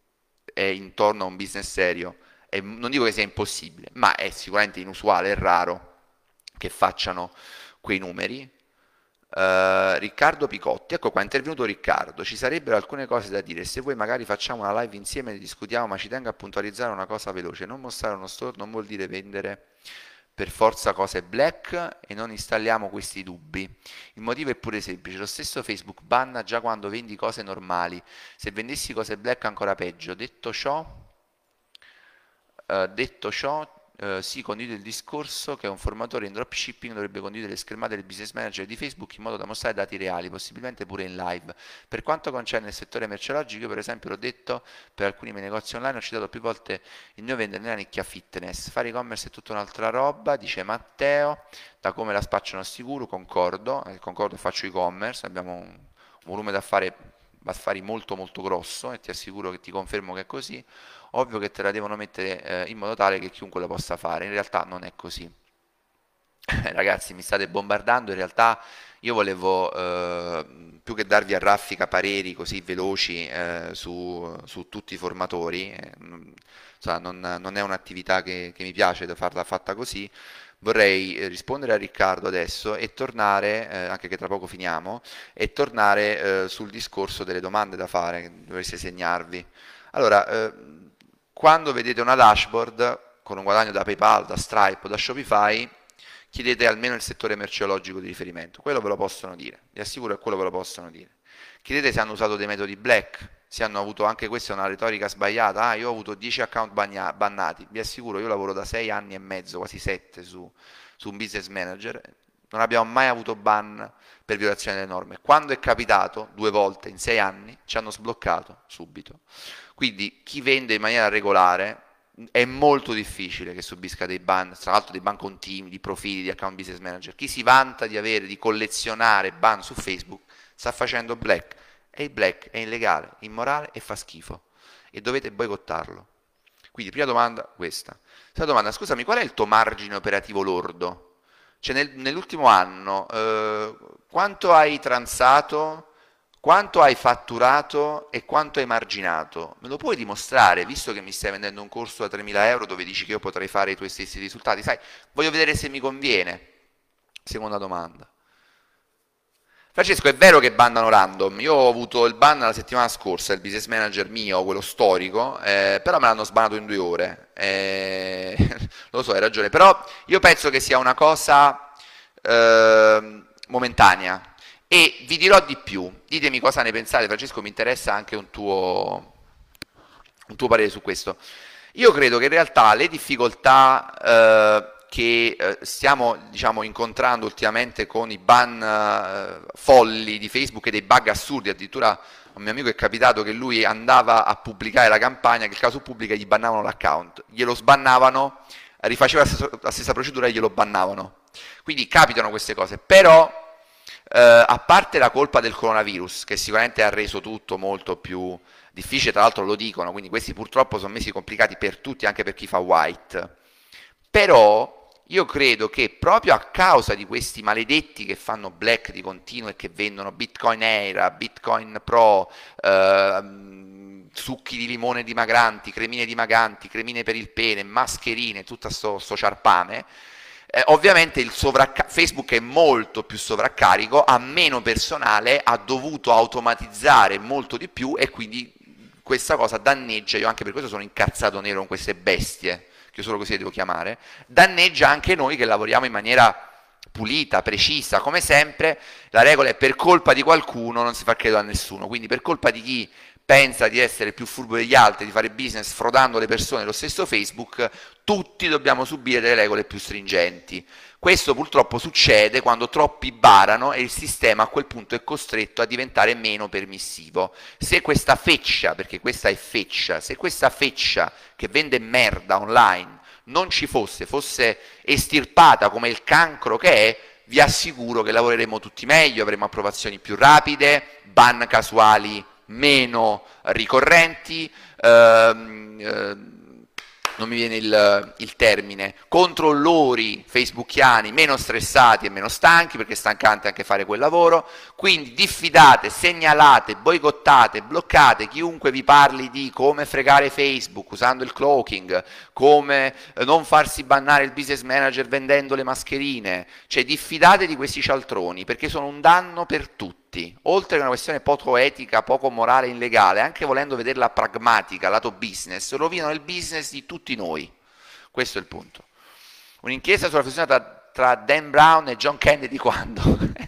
è intorno a un business serio, e non dico che sia impossibile, ma è sicuramente inusuale e raro che facciano quei numeri. Uh, Riccardo Picotti, ecco qua è intervenuto Riccardo, ci sarebbero alcune cose da dire, se vuoi magari facciamo una live insieme e discutiamo, ma ci tengo a puntualizzare una cosa veloce, non mostrare uno store non vuol dire vendere per forza cose black e non installiamo questi dubbi. Il motivo è pure semplice, lo stesso Facebook banna già quando vendi cose normali, se vendessi cose black ancora peggio. Detto ciò, eh, detto ciò, eh, sì, condivido il discorso che un formatore in dropshipping dovrebbe condividere le schermate del business manager di Facebook in modo da mostrare dati reali, possibilmente pure in live. Per quanto concerne il settore merceologico, io per esempio l'ho detto, per alcuni miei negozi online ho citato più volte il mio vendere nella nicchia fitness. Fare e-commerce è tutta un'altra roba, dice Matteo, da come la spacciano sicuro, concordo, eh, concordo, faccio e-commerce, abbiamo un volume d'affari affari molto molto grosso e ti assicuro che ti confermo che è così. Ovvio che te la devono mettere eh, in modo tale che chiunque lo possa fare, in realtà non è così. Ragazzi, mi state bombardando, in realtà io volevo eh, più che darvi a raffica pareri così veloci eh, su, su tutti i formatori, eh, non, insomma, non- non è un'attività che, che mi piace da farla fatta così. Vorrei eh, rispondere a Riccardo adesso e tornare, eh, anche che tra poco finiamo, e tornare eh, sul discorso delle domande da fare, che dovreste segnarvi. Allora, eh, quando vedete una dashboard con un guadagno da PayPal, da Stripe o da Shopify, chiedete almeno il settore merceologico di riferimento, quello ve lo possono dire, vi assicuro che quello ve lo possono dire. Chiedete se hanno usato dei metodi black, se hanno avuto, anche questa è una retorica sbagliata, ah io ho avuto dieci account bagna- bannati, vi assicuro, io lavoro da sei anni e mezzo, quasi sette su, su un business manager, non abbiamo mai avuto ban per violazione delle norme. Quando è capitato, due volte in sei anni, ci hanno sbloccato subito. Quindi chi vende in maniera regolare è molto difficile che subisca dei ban, tra l'altro dei ban continui, di profili, di account business manager. Chi si vanta di avere, di collezionare ban su Facebook, sta facendo black. E il black è illegale, immorale e fa schifo. E dovete boicottarlo. Quindi, prima domanda, questa. Seconda domanda, scusami, qual è il tuo margine operativo lordo? Cioè, nel, nell'ultimo anno, eh, quanto hai transato, quanto hai fatturato e quanto hai marginato? Me lo puoi dimostrare, visto che mi stai vendendo un corso da tremila euro dove dici che io potrei fare i tuoi stessi risultati? Sai, voglio vedere se mi conviene. Seconda domanda. Francesco, è vero che bannano random? Io ho avuto il ban la settimana scorsa, il business manager mio, quello storico, eh, però me l'hanno sbannato in due ore. Eh, lo so, hai ragione, però io penso che sia una cosa eh, momentanea. E vi dirò di più, ditemi cosa ne pensate, Francesco, mi interessa anche un tuo, un tuo parere su questo. Io credo che in realtà le difficoltà eh, che eh, stiamo diciamo, incontrando ultimamente con i ban eh, folli di Facebook e dei bug assurdi, addirittura a un mio amico è capitato che lui andava a pubblicare la campagna, che il caso pubblica gli bannavano l'account, glielo sbannavano, rifaceva la stessa, la stessa procedura e glielo bannavano. Quindi capitano queste cose, però eh, a parte la colpa del coronavirus, che sicuramente ha reso tutto molto più difficile, tra l'altro lo dicono, quindi questi purtroppo sono mesi complicati per tutti, anche per chi fa white, però io credo che proprio a causa di questi maledetti che fanno black di continuo e che vendono Bitcoin Era, Bitcoin Pro, eh, succhi di limone dimagranti, cremine dimagranti, cremine per il pene, mascherine, tutto sto, sto ciarpame, eh, ovviamente il sovracca- Facebook è molto più sovraccarico, ha meno personale, ha dovuto automatizzare molto di più e quindi questa cosa danneggia, io anche per questo sono incazzato nero con queste bestie, che io solo così le devo chiamare, danneggia anche noi che lavoriamo in maniera pulita, precisa, come sempre la regola è per colpa di qualcuno non si fa credito a nessuno, quindi per colpa di chi pensa di essere più furbo degli altri, di fare business sfrodando le persone lo stesso Facebook, tutti dobbiamo subire delle regole più stringenti. Questo purtroppo succede quando troppi barano e il sistema a quel punto è costretto a diventare meno permissivo. Se questa feccia, perché questa è feccia, se questa feccia che vende merda online non ci fosse, fosse estirpata come il cancro che è, vi assicuro che lavoreremo tutti meglio, avremo approvazioni più rapide, ban casuali meno ricorrenti, ehm, ehm, non mi viene il, il termine, controllori facebookiani meno stressati e meno stanchi, perché è stancante anche fare quel lavoro, quindi diffidate, segnalate, boicottate, bloccate chiunque vi parli di come fregare Facebook usando il cloaking, come non farsi bannare il business manager vendendo le mascherine, cioè diffidate di questi cialtroni, perché sono un danno per tutti. Oltre che una questione poco etica, poco morale, illegale, anche volendo vederla pragmatica, lato business, rovinano il business di tutti noi. Questo è il punto. Un'inchiesta sulla fusione tra, tra Dan Brown e John Kennedy quando?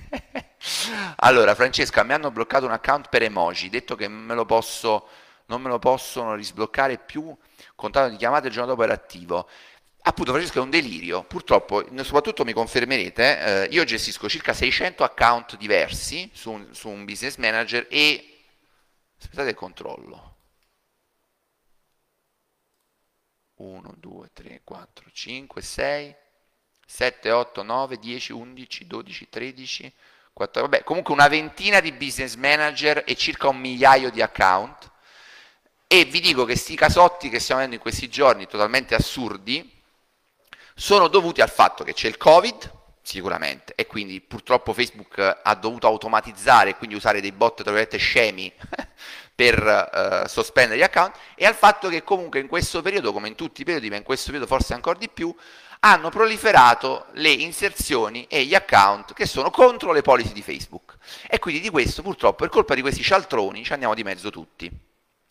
Allora, Francesca, mi hanno bloccato un account per emoji, detto che me lo posso, non me lo possono risbloccare più, contato di chiamate il giorno dopo era attivo. Appunto, Francesco, è un delirio, purtroppo, soprattutto mi confermerete, eh, io gestisco circa seicento account diversi su un, su un business manager e, aspettate il controllo, uno, due, tre, quattro, cinque, sei, sette, otto, nove, dieci, undici, dodici, tredici, quattordici, vabbè, comunque una ventina di business manager e circa un migliaio di account, e vi dico che sti casotti che stiamo avendo in questi giorni, totalmente assurdi, sono dovuti al fatto che c'è il Covid, sicuramente, e quindi purtroppo Facebook ha dovuto automatizzare e quindi usare dei bot, tra virgolette, scemi per eh, sospendere gli account, e al fatto che comunque in questo periodo, come in tutti i periodi, ma in questo periodo forse ancora di più, hanno proliferato le inserzioni e gli account che sono contro le policy di Facebook. E quindi di questo, purtroppo, per colpa di questi cialtroni, ci andiamo di mezzo tutti.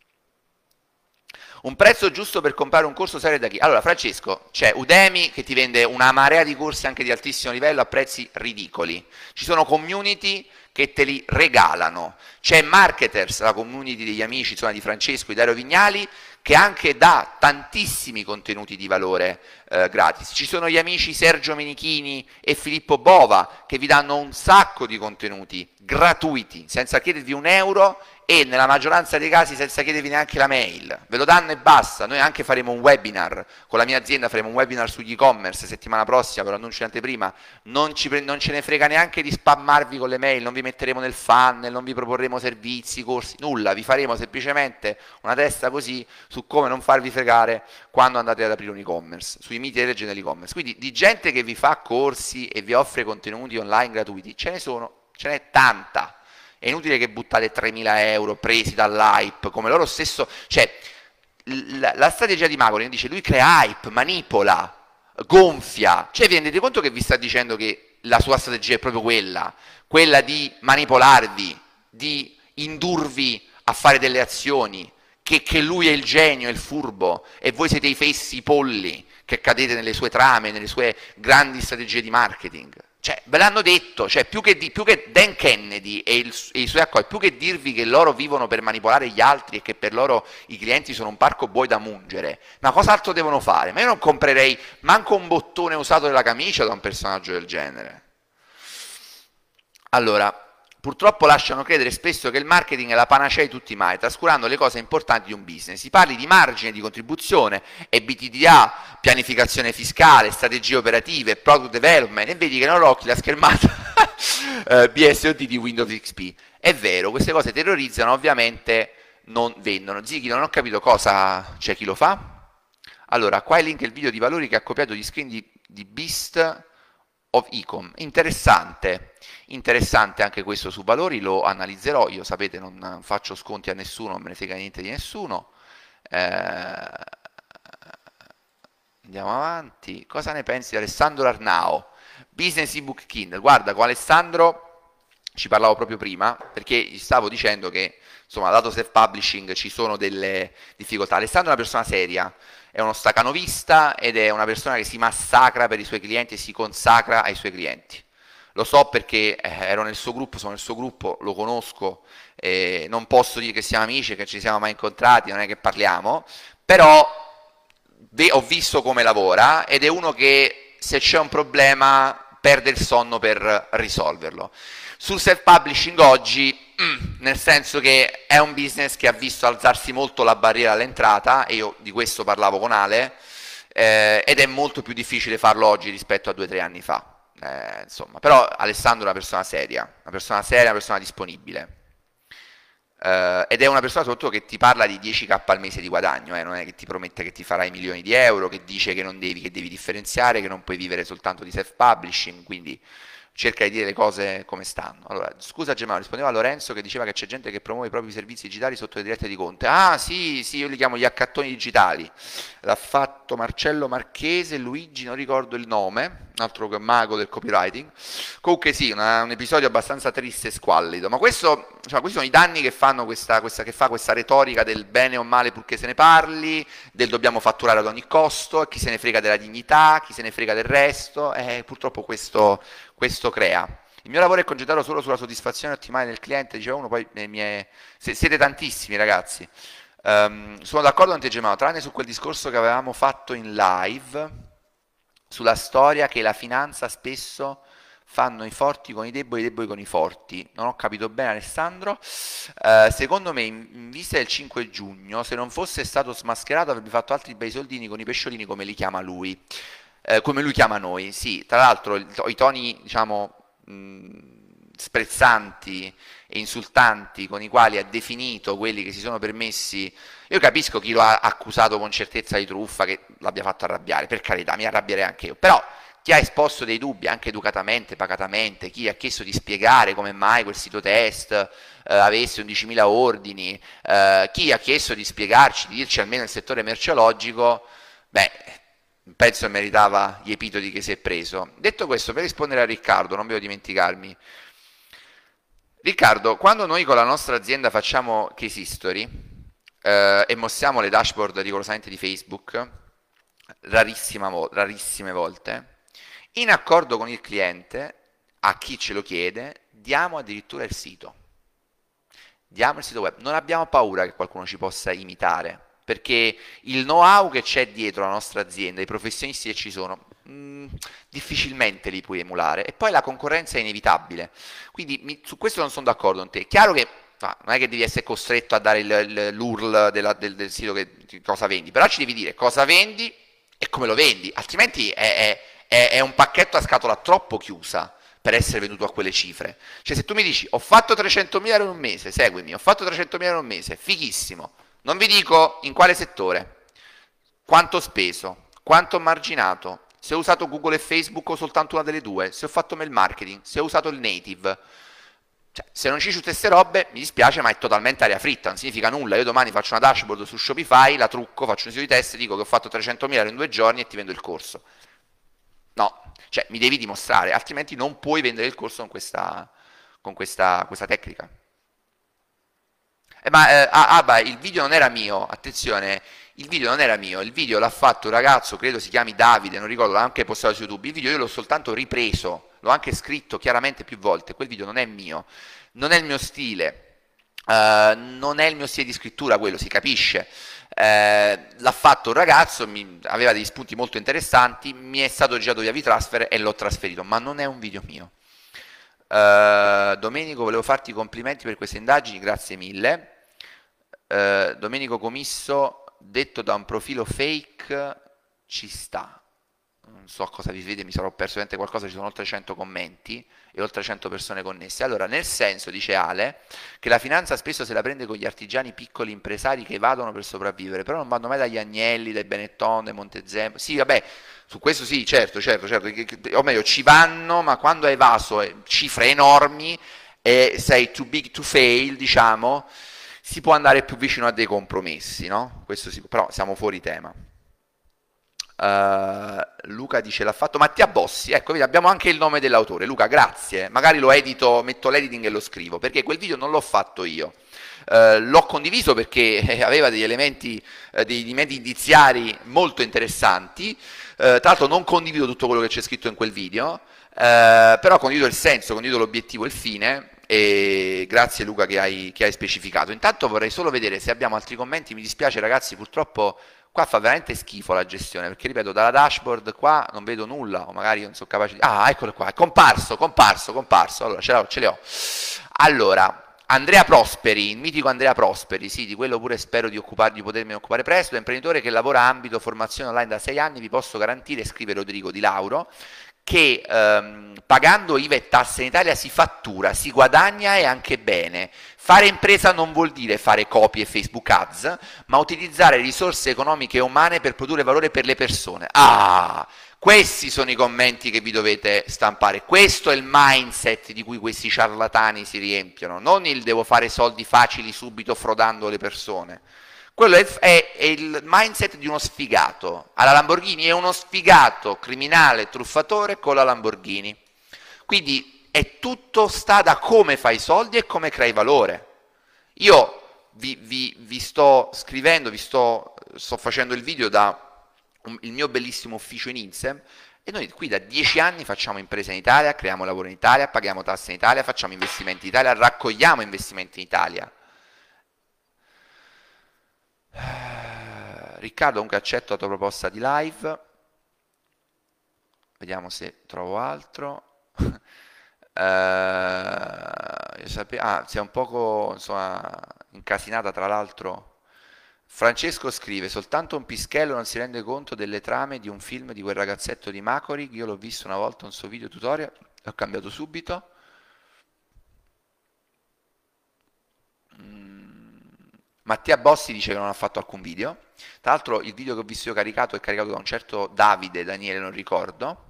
Un prezzo giusto per comprare un corso serio da chi? Allora, Francesco, c'è Udemy che ti vende una marea di corsi anche di altissimo livello a prezzi ridicoli. Ci sono community che te li regalano. C'è Marketers, la community degli amici insomma, di Francesco, di Dario Vignali, che anche dà tantissimi contenuti di valore eh, gratis. Ci sono gli amici Sergio Menichini e Filippo Bova che vi danno un sacco di contenuti gratuiti, senza chiedervi un euro e nella maggioranza dei casi senza chiedervi neanche la mail. Ve lo danno e basta. Noi anche faremo un webinar, con la mia azienda faremo un webinar sugli e-commerce settimana prossima, ve lo annuncio in anteprima. Non, ci, non ce ne frega neanche di spammarvi con le mail, non vi metteremo nel funnel, non vi proporremo servizi, corsi, nulla. Vi faremo semplicemente una testa così su come non farvi fregare quando andate ad aprire un e-commerce, sui miti e leggende dell'e-commerce. Quindi di gente che vi fa corsi e vi offre contenuti online gratuiti, ce ne sono, ce n'è tanta. È inutile che buttate tremila euro presi dall'hype, come loro stesso, cioè la, la strategia di Magolin dice lui crea hype, manipola, gonfia, cioè vi rendete conto che vi sta dicendo che la sua strategia è proprio quella, quella di manipolarvi, di indurvi a fare delle azioni, che, che lui è il genio, è il furbo e voi siete i fessi polli che cadete nelle sue trame, nelle sue grandi strategie di marketing. Cioè, ve l'hanno detto, cioè più che, di, più che Dan Kennedy e, il, e i suoi accordi, più che dirvi che loro vivono per manipolare gli altri e che per loro i clienti sono un parco buoi da mungere, ma cos'altro devono fare? Ma io non comprerei manco un bottone usato della camicia da un personaggio del genere. Allora, purtroppo lasciano credere spesso che il marketing è la panacea di tutti i mali, trascurando le cose importanti di un business. Si parli di margine di contribuzione, E B T D A, pianificazione fiscale, strategie operative, product development, e vedi che non occhi la schermata eh, B S O D di Windows X P. È vero, queste cose terrorizzano, ovviamente non vendono. Zighi, non ho capito cosa c'è chi lo fa. Allora, qua è il link il video di valori che ha copiato gli screen di, di Beast of Ecom. Interessante. Interessante anche questo su valori, lo analizzerò, io sapete non faccio sconti a nessuno, non me ne frega niente di nessuno. Eh, andiamo avanti, cosa ne pensi di Alessandro Arnao? Business ebook Kindle, guarda con Alessandro ci parlavo proprio prima perché gli stavo dicendo che insomma lato self publishing ci sono delle difficoltà. Alessandro è una persona seria, è uno stacanovista ed è una persona che si massacra per i suoi clienti e si consacra ai suoi clienti. Lo so perché ero nel suo gruppo, sono nel suo gruppo, lo conosco, eh, non posso dire che siamo amici, che ci siamo mai incontrati, non è che parliamo, però ho visto come lavora ed è uno che se c'è un problema perde il sonno per risolverlo. Sul self-publishing oggi, nel senso che è un business che ha visto alzarsi molto la barriera all'entrata, e io di questo parlavo con Ale, eh, ed è molto più difficile farlo oggi rispetto a due o tre anni fa. Eh, insomma, però Alessandro è una persona seria, una persona seria, una persona disponibile. Uh, ed è una persona soprattutto che ti parla di dieci k al mese di guadagno, eh? Non è che ti promette che ti farai milioni di euro, che dice che non devi, che devi differenziare, che non puoi vivere soltanto di self-publishing, quindi cerca di dire le cose come stanno. Allora, scusa Gemma, rispondeva a Lorenzo che diceva che c'è gente che promuove i propri servizi digitali sotto le dirette di Conte. Ah sì, sì, io li chiamo gli accattoni digitali. L'ha fatto Marcello Marchese, Luigi, non ricordo il nome, un altro mago del copywriting. Comunque sì, una, un episodio abbastanza triste e squallido, ma questo, cioè, questi sono i danni che, fanno questa, questa, che fa questa retorica del bene o male purché se ne parli, del dobbiamo fatturare ad ogni costo, chi se ne frega della dignità, chi se ne frega del resto, e purtroppo questo, questo crea. Il mio lavoro è concentrato solo sulla soddisfazione ottimale del cliente, diceva uno, poi eh, mie... siete tantissimi ragazzi. Um, sono d'accordo con te Gemma, tranne su quel discorso che avevamo fatto in live, sulla storia che la finanza spesso fanno i forti con i deboli, i deboli con i forti. Non ho capito bene Alessandro. Uh, secondo me in, in vista del cinque giugno, se non fosse stato smascherato avrebbe fatto altri bei soldini con i pesciolini come li chiama lui. Uh, come lui chiama noi, sì, tra l'altro i toni diciamo mh, sprezzanti e insultanti con i quali ha definito quelli che si sono permessi, io capisco chi lo ha accusato con certezza di truffa, che l'abbia fatto arrabbiare, per carità, mi arrabbierei anche io, però chi ha esposto dei dubbi anche educatamente, pacatamente, chi ha chiesto di spiegare come mai quel sito test eh, avesse undicimila ordini, eh, chi ha chiesto di spiegarci, di dirci almeno il settore merceologico, beh, penso meritava gli epitodi che si è preso. Detto questo, per rispondere a Riccardo, non devo dimenticarmi, Riccardo, quando noi con la nostra azienda facciamo case history eh, e mostriamo le dashboard rigorosamente di Facebook, rarissima vo- rarissime volte, in accordo con il cliente, a chi ce lo chiede, diamo addirittura il sito. Diamo il sito web. Non abbiamo paura che qualcuno ci possa imitare, perché il know-how che c'è dietro la nostra azienda, i professionisti che ci sono, mh, difficilmente li puoi emulare. E poi la concorrenza è inevitabile. Quindi mi, su questo non sono d'accordo con te. È chiaro che ah, non è che devi essere costretto a dare l'U R L della, del, del sito che cosa vendi, però ci devi dire cosa vendi e come lo vendi, altrimenti è, è, è, è un pacchetto a scatola troppo chiusa per essere venuto a quelle cifre. Cioè se tu mi dici ho fatto trecentomila euro in un mese, seguimi, ho fatto trecentomila euro in un mese, fighissimo, non vi dico in quale settore, quanto ho speso, quanto ho marginato, se ho usato Google e Facebook o soltanto una delle due, se ho fatto mail marketing, se ho usato il native. Cioè, se non ci su queste robe, mi dispiace, ma è totalmente aria fritta, non significa nulla. Io domani faccio una dashboard su Shopify, la trucco, faccio un sito di test, dico che ho fatto trecentomila euro in due giorni e ti vendo il corso. No, cioè mi devi dimostrare, altrimenti non puoi vendere il corso con questa, con questa, questa tecnica. Eh, ma eh, ah, ah, beh, il video non era mio, attenzione, il video non era mio, il video l'ha fatto un ragazzo, credo si chiami Davide, non ricordo, l'ha anche postato su YouTube, il video io l'ho soltanto ripreso, l'ho anche scritto chiaramente più volte, quel video non è mio, non è il mio stile, eh, non è il mio stile di scrittura, quello si capisce. Eh, l'ha fatto un ragazzo, mi, aveva degli spunti molto interessanti, mi è stato girato via WeTransfer e l'ho trasferito, ma non è un video mio. Uh, Domenico, volevo farti i complimenti per queste indagini, grazie mille. Uh, Domenico Comisso, detto da un profilo fake, ci sta. Non so cosa vi vede, mi sarò perso veramente qualcosa, ci sono oltre cento commenti e oltre cento persone connesse. Allora, nel senso, dice Ale, che la finanza spesso se la prende con gli artigiani piccoli impresari che evadono per sopravvivere, però non vanno mai dagli Agnelli, dai Benetton, dai Montezemolo. Sì, vabbè, su questo sì, certo, certo, certo, o meglio, ci vanno, ma quando hai evaso eh, cifre enormi e sei too big to fail, diciamo, si può andare più vicino a dei compromessi, no? Questo sì, però siamo fuori tema. Uh, Luca dice l'ha fatto Mattia Bossi, ecco, vedi, abbiamo anche il nome dell'autore. Luca, grazie, magari lo edito, metto l'editing e lo scrivo, perché quel video non l'ho fatto io. Uh, l'ho condiviso perché aveva degli elementi, uh, dei elementi indiziari molto interessanti. Uh, tra l'altro non condivido tutto quello che c'è scritto in quel video, uh, però condivido il senso, condivido l'obiettivo, il fine. E grazie Luca che hai, che hai specificato. Intanto vorrei solo vedere se abbiamo altri commenti. Mi dispiace ragazzi, purtroppo qua fa veramente schifo la gestione, perché ripeto, dalla dashboard qua non vedo nulla, o magari non sono capace di... Ah, eccolo qua, è comparso, comparso, comparso. Allora, ce, ce le ho. Allora, Andrea Prosperi, il mitico Andrea Prosperi, sì, di quello pure spero di, occupar, di potermi occupare presto, è un imprenditore che lavora a ambito formazione online da sei anni, vi posso garantire, scrive Rodrigo Di Lauro, che ehm, pagando I V A e tasse in Italia si fattura, si guadagna e anche bene. Fare impresa non vuol dire fare copie Facebook Ads, ma utilizzare risorse economiche e umane per produrre valore per le persone. Ah, questi sono i commenti che vi dovete stampare. Questo è il mindset di cui questi ciarlatani si riempiono, non il devo fare soldi facili subito frodando le persone. Quello è, è, è il mindset di uno sfigato. Alla Lamborghini è uno sfigato, criminale, truffatore con la Lamborghini. Quindi è tutto sta da come fai i soldi e come crei valore. Io vi, vi, vi sto scrivendo, vi sto, sto facendo il video da un, il mio bellissimo ufficio in Insem e noi qui da dieci anni facciamo imprese in Italia, creiamo lavoro in Italia, paghiamo tasse in Italia, facciamo investimenti in Italia, raccogliamo investimenti in Italia. Riccardo, comunque accetto la tua proposta di live. Vediamo se trovo altro. eh, sape- ah, si è un poco insomma incasinata tra l'altro. Francesco scrive: soltanto un pischello non si rende conto delle trame di un film di quel ragazzetto di Macori. Io l'ho visto una volta un suo video tutorial, l'ho cambiato subito. Mattia Bossi dice che non ha fatto alcun video. Tra l'altro il video che ho visto io caricato è caricato da un certo Davide, Daniele non ricordo.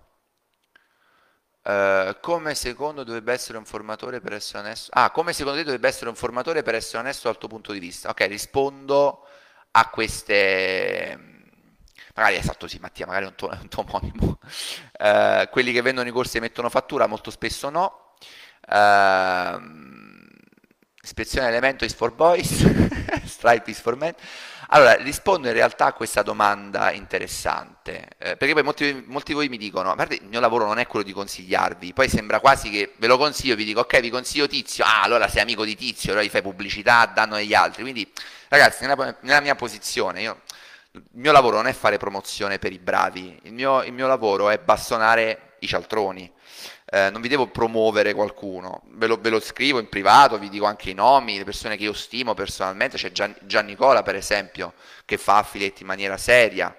Uh, come secondo dovrebbe essere un formatore per essere onesto? Ah, come secondo te dovrebbe essere un formatore per essere onesto dal tuo punto di vista? Ok, rispondo a queste... Magari esatto sì, Mattia, magari è un tuo, un tuo omonimo. Uh, quelli che vendono i corsi e mettono fattura molto spesso no. Uh, Ispezione elemento is for boys, Stripe is for men. Allora, rispondo in realtà a questa domanda interessante, eh, perché poi molti, molti di voi mi dicono, guarda, il mio lavoro non è quello di consigliarvi, poi sembra quasi che ve lo consiglio, vi dico, ok, vi consiglio Tizio, ah, allora sei amico di Tizio, allora gli fai pubblicità a danno degli altri, quindi ragazzi, nella, nella mia posizione, io, il mio lavoro non è fare promozione per i bravi, il mio, il mio lavoro è bastonare i cialtroni. Eh, non vi devo promuovere qualcuno, ve lo, ve lo scrivo in privato, vi dico anche i nomi, le persone che io stimo personalmente, c'è Gian, Gian Nicola per esempio che fa affiliate in maniera seria,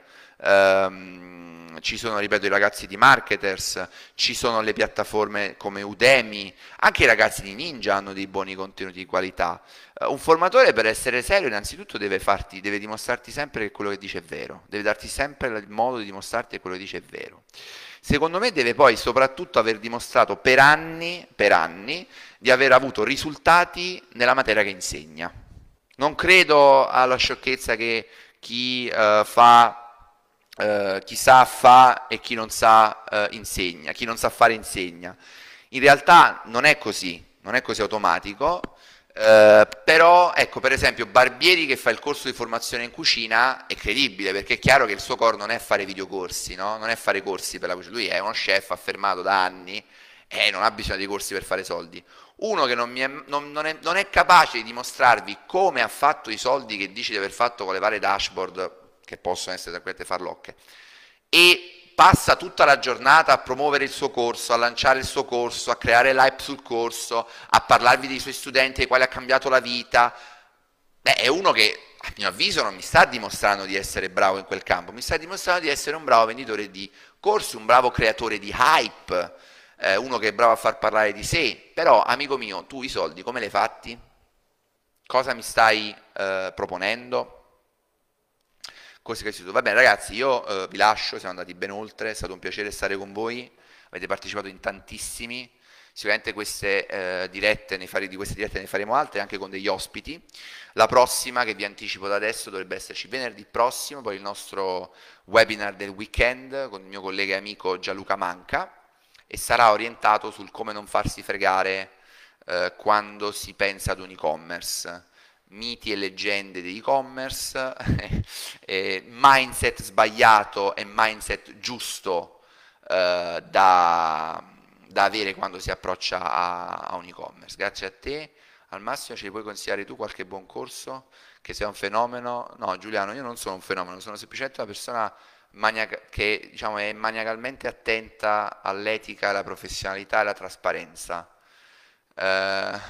ehm, ci sono, ripeto, i ragazzi di Marketers, ci sono le piattaforme come Udemy, anche i ragazzi di Ninja hanno dei buoni contenuti di qualità. Eh, un formatore per essere serio innanzitutto deve farti, deve dimostrarti sempre che quello che dice è vero, deve darti sempre il modo di dimostrarti che quello che dice è vero. Secondo me deve poi soprattutto aver dimostrato per anni, per anni di aver avuto risultati nella materia che insegna. Non credo alla sciocchezza che chi eh, fa, eh, chi sa fa e chi non sa eh, insegna, chi non sa fare insegna. In realtà non è così, non è così automatico. Eh, però ecco, per esempio Barbieri che fa il corso di formazione in cucina è credibile, perché è chiaro che il suo core non è fare videocorsi, no? Non è fare corsi per la cucina, lui è uno chef affermato da anni e non ha bisogno di corsi per fare soldi. Uno che non, mi è, non, non, è, non è capace di dimostrarvi come ha fatto i soldi che dice di aver fatto con le varie dashboard, che possono essere tranquillamente farlocche, e passa tutta la giornata a promuovere il suo corso, a lanciare il suo corso, a creare l'hype sul corso, a parlarvi dei suoi studenti ai quali ha cambiato la vita. Beh, è uno che, a mio avviso, non mi sta dimostrando di essere bravo in quel campo, mi sta dimostrando di essere un bravo venditore di corsi, un bravo creatore di hype, eh, uno che è bravo a far parlare di sé. Però, amico mio, tu i soldi come li hai fatti? Cosa mi stai eh, proponendo? Cose che si va bene ragazzi, io eh, vi lascio, siamo andati ben oltre, è stato un piacere stare con voi, avete partecipato in tantissimi, sicuramente queste, eh, dirette ne fare, di queste dirette ne faremo altre anche con degli ospiti. La prossima, che vi anticipo da adesso, dovrebbe esserci venerdì prossimo, poi il nostro webinar del weekend con il mio collega e amico Gianluca Manca, e sarà orientato sul come non farsi fregare eh, quando si pensa ad un e-commerce, miti e leggende di e-commerce, eh, mindset sbagliato e mindset giusto eh, da, da avere quando si approccia a, a un e-commerce. Grazie a te, al massimo ci puoi consigliare tu qualche buon corso, che sia un fenomeno? No, Giuliano, io non sono un fenomeno, sono semplicemente una persona maniaca- che diciamo, è maniacalmente attenta all'etica, alla professionalità e alla trasparenza. Eh,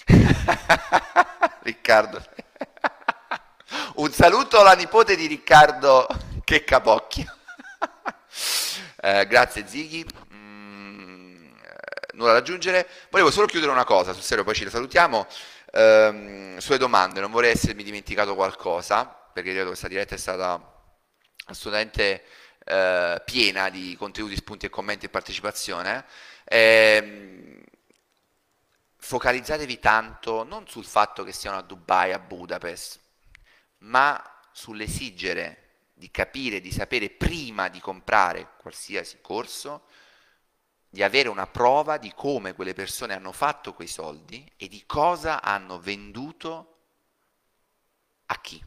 Riccardo. Un saluto alla nipote di Riccardo che capocchio. Eh, grazie Zighi. Mm, eh, nulla da aggiungere. Volevo solo chiudere una cosa, sul serio, poi ci salutiamo. Ehm, sulle domande, non vorrei essermi dimenticato qualcosa, perché ripeto, questa diretta è stata assolutamente eh, piena di contenuti, spunti e commenti e partecipazione. Ehm, focalizzatevi tanto non sul fatto che siano a Dubai, a Budapest, ma sull'esigere di capire, di sapere prima di comprare qualsiasi corso, di avere una prova di come quelle persone hanno fatto quei soldi e di cosa hanno venduto a chi.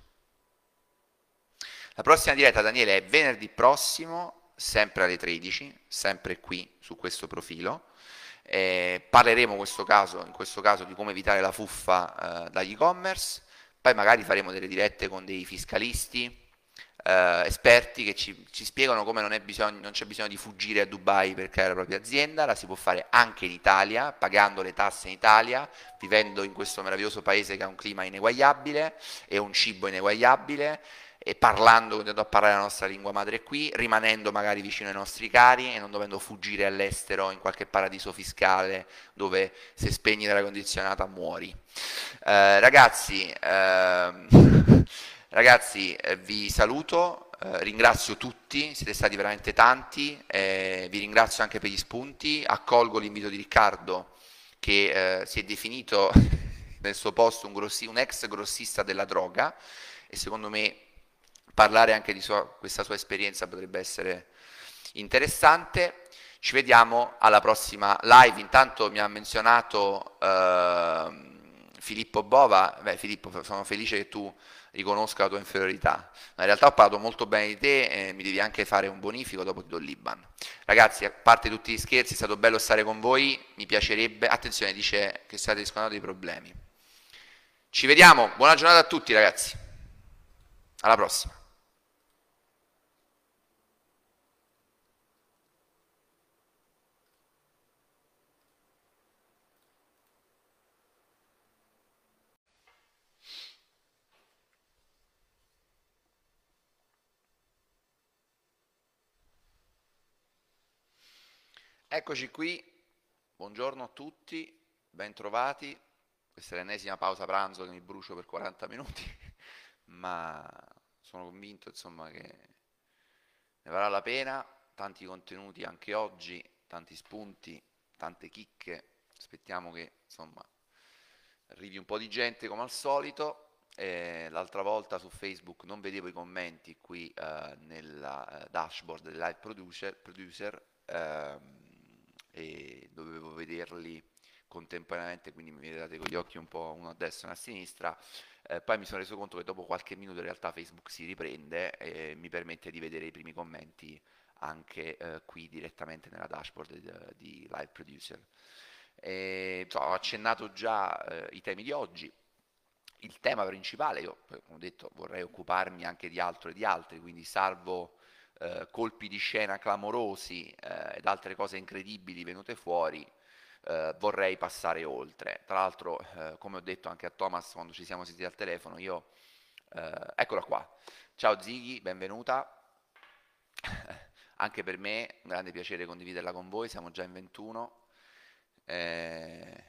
La prossima diretta, Daniele, è venerdì prossimo, sempre alle tredici, sempre qui su questo profilo. Eh, parleremo in questo caso, in questo caso di come evitare la fuffa eh, dagli e-commerce, poi magari faremo delle dirette con dei fiscalisti, eh, esperti che ci, ci spiegano come non, è bisogno, non c'è bisogno di fuggire a Dubai per creare la propria azienda, la si può fare anche in Italia, pagando le tasse in Italia, vivendo in questo meraviglioso paese che ha un clima ineguagliabile e un cibo ineguagliabile, e parlando, continuando a parlare la nostra lingua madre qui, rimanendo magari vicino ai nostri cari e non dovendo fuggire all'estero in qualche paradiso fiscale dove se spegni l'aria condizionata muori. Eh, ragazzi, ehm, ragazzi, eh, vi saluto, eh, ringrazio tutti, siete stati veramente tanti, eh, vi ringrazio anche per gli spunti, accolgo l'invito di Riccardo che eh, si è definito nel suo posto un, grossi, un ex grossista della droga, e secondo me parlare anche di sua, questa sua esperienza potrebbe essere interessante. Ci vediamo alla prossima live. Intanto mi ha menzionato eh, Filippo Bova, beh Filippo, sono felice che tu riconosca la tua inferiorità, ma in realtà ho parlato molto bene di te e mi devi anche fare un bonifico, dopo ti do l'Iban. Ragazzi, a parte tutti gli scherzi, è stato bello stare con voi, mi piacerebbe, attenzione, dice che state riscontrando dei problemi. Ci vediamo, buona giornata a tutti ragazzi, alla prossima. Eccoci qui, buongiorno a tutti, bentrovati. Questa è l'ennesima pausa pranzo che mi brucio per quaranta minuti, ma sono convinto insomma che ne varrà la pena. Tanti contenuti anche oggi, tanti spunti, tante chicche. Aspettiamo che insomma arrivi un po' di gente come al solito. Eh, l'altra volta su Facebook non vedevo i commenti qui eh, nella eh, dashboard del live producer, producer ehm, e dovevo vederli contemporaneamente, quindi mi vedete con gli occhi un po' uno a destra e uno a sinistra. Eh, poi mi sono reso conto che dopo qualche minuto in realtà Facebook si riprende e mi permette di vedere i primi commenti anche eh, qui direttamente nella dashboard di, di Live Producer. E, insomma, ho accennato già eh, i temi di oggi. Il tema principale, io come ho detto vorrei occuparmi anche di altro e di altri, quindi salvo eh, colpi di scena clamorosi eh, ed altre cose incredibili venute fuori, eh, vorrei passare oltre. Tra l'altro, eh, come ho detto anche a Thomas quando ci siamo sentiti al telefono, io, eh, eccola qua. Ciao Zighi, benvenuta. Anche per me un grande piacere condividerla con voi, siamo già in ventuno. Eh,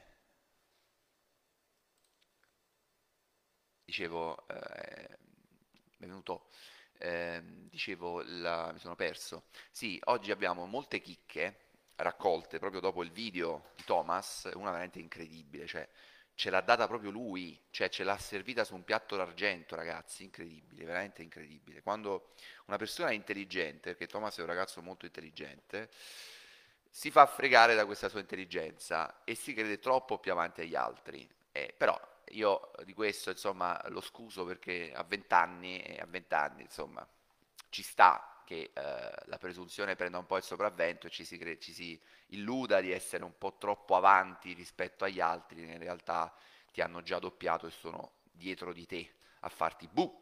dicevo, eh, benvenuto, eh, dicevo, la- mi sono perso. Sì, oggi abbiamo molte chicche raccolte proprio dopo il video di Thomas, una veramente incredibile, cioè ce l'ha data proprio lui, cioè ce l'ha servita su un piatto d'argento, ragazzi, incredibile, veramente incredibile. Quando una persona è intelligente, perché Thomas è un ragazzo molto intelligente, si fa fregare da questa sua intelligenza e si crede troppo più avanti agli altri. Eh, però io di questo, insomma, lo scuso perché a venti anni, e a venti anni, insomma, ci sta che eh, la presunzione prenda un po' il sopravvento e ci si, cre- ci si illuda di essere un po' troppo avanti rispetto agli altri, che in realtà ti hanno già doppiato e sono dietro di te a farti bu.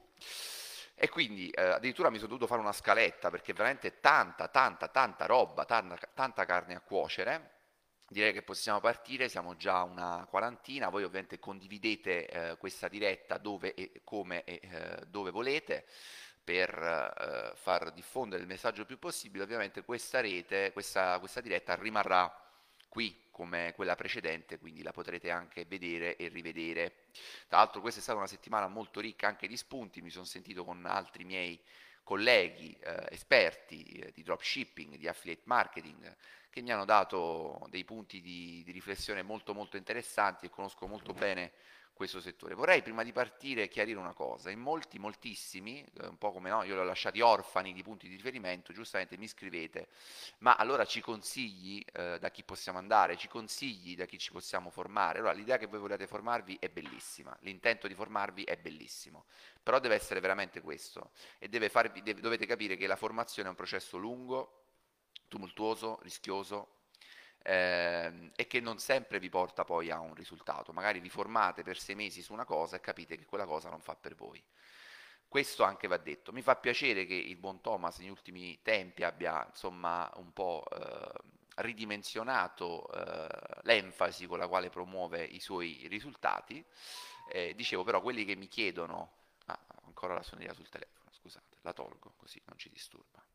E quindi eh, addirittura mi sono dovuto fare una scaletta perché veramente tanta, tanta, tanta roba, tanta, tanta carne a cuocere. Direi che possiamo partire, siamo già una quarantina, voi ovviamente condividete eh, questa diretta dove e come e eh, dove volete per eh, far diffondere il messaggio il più possibile. Ovviamente questa rete, questa, questa diretta rimarrà qui come quella precedente, quindi la potrete anche vedere e rivedere. Tra l'altro questa è stata una settimana molto ricca anche di spunti, mi sono sentito con altri miei colleghi eh, esperti eh, di dropshipping, di affiliate marketing, che mi hanno dato dei punti di, di riflessione molto molto interessanti e conosco molto bene questo settore. Vorrei prima di partire chiarire una cosa, in molti, moltissimi, eh, un po' come no, io li ho lasciati orfani di punti di riferimento, giustamente mi scrivete, ma allora ci consigli eh, da chi possiamo andare, ci consigli da chi ci possiamo formare. Allora l'idea che voi volete formarvi è bellissima, l'intento di formarvi è bellissimo, però deve essere veramente questo e deve farvi, deve- dovete capire che la formazione è un processo lungo, tumultuoso, rischioso, ehm, e che non sempre vi porta poi a un risultato. Magari vi formate per sei mesi su una cosa e capite che quella cosa non fa per voi. Questo anche va detto. Mi fa piacere che il buon Thomas negli ultimi tempi abbia insomma un po' eh, ridimensionato eh, l'enfasi con la quale promuove i suoi risultati. Eh, dicevo però quelli che mi chiedono... Ah, ancora la suoneria sul telefono, scusate, la tolgo così non ci disturba.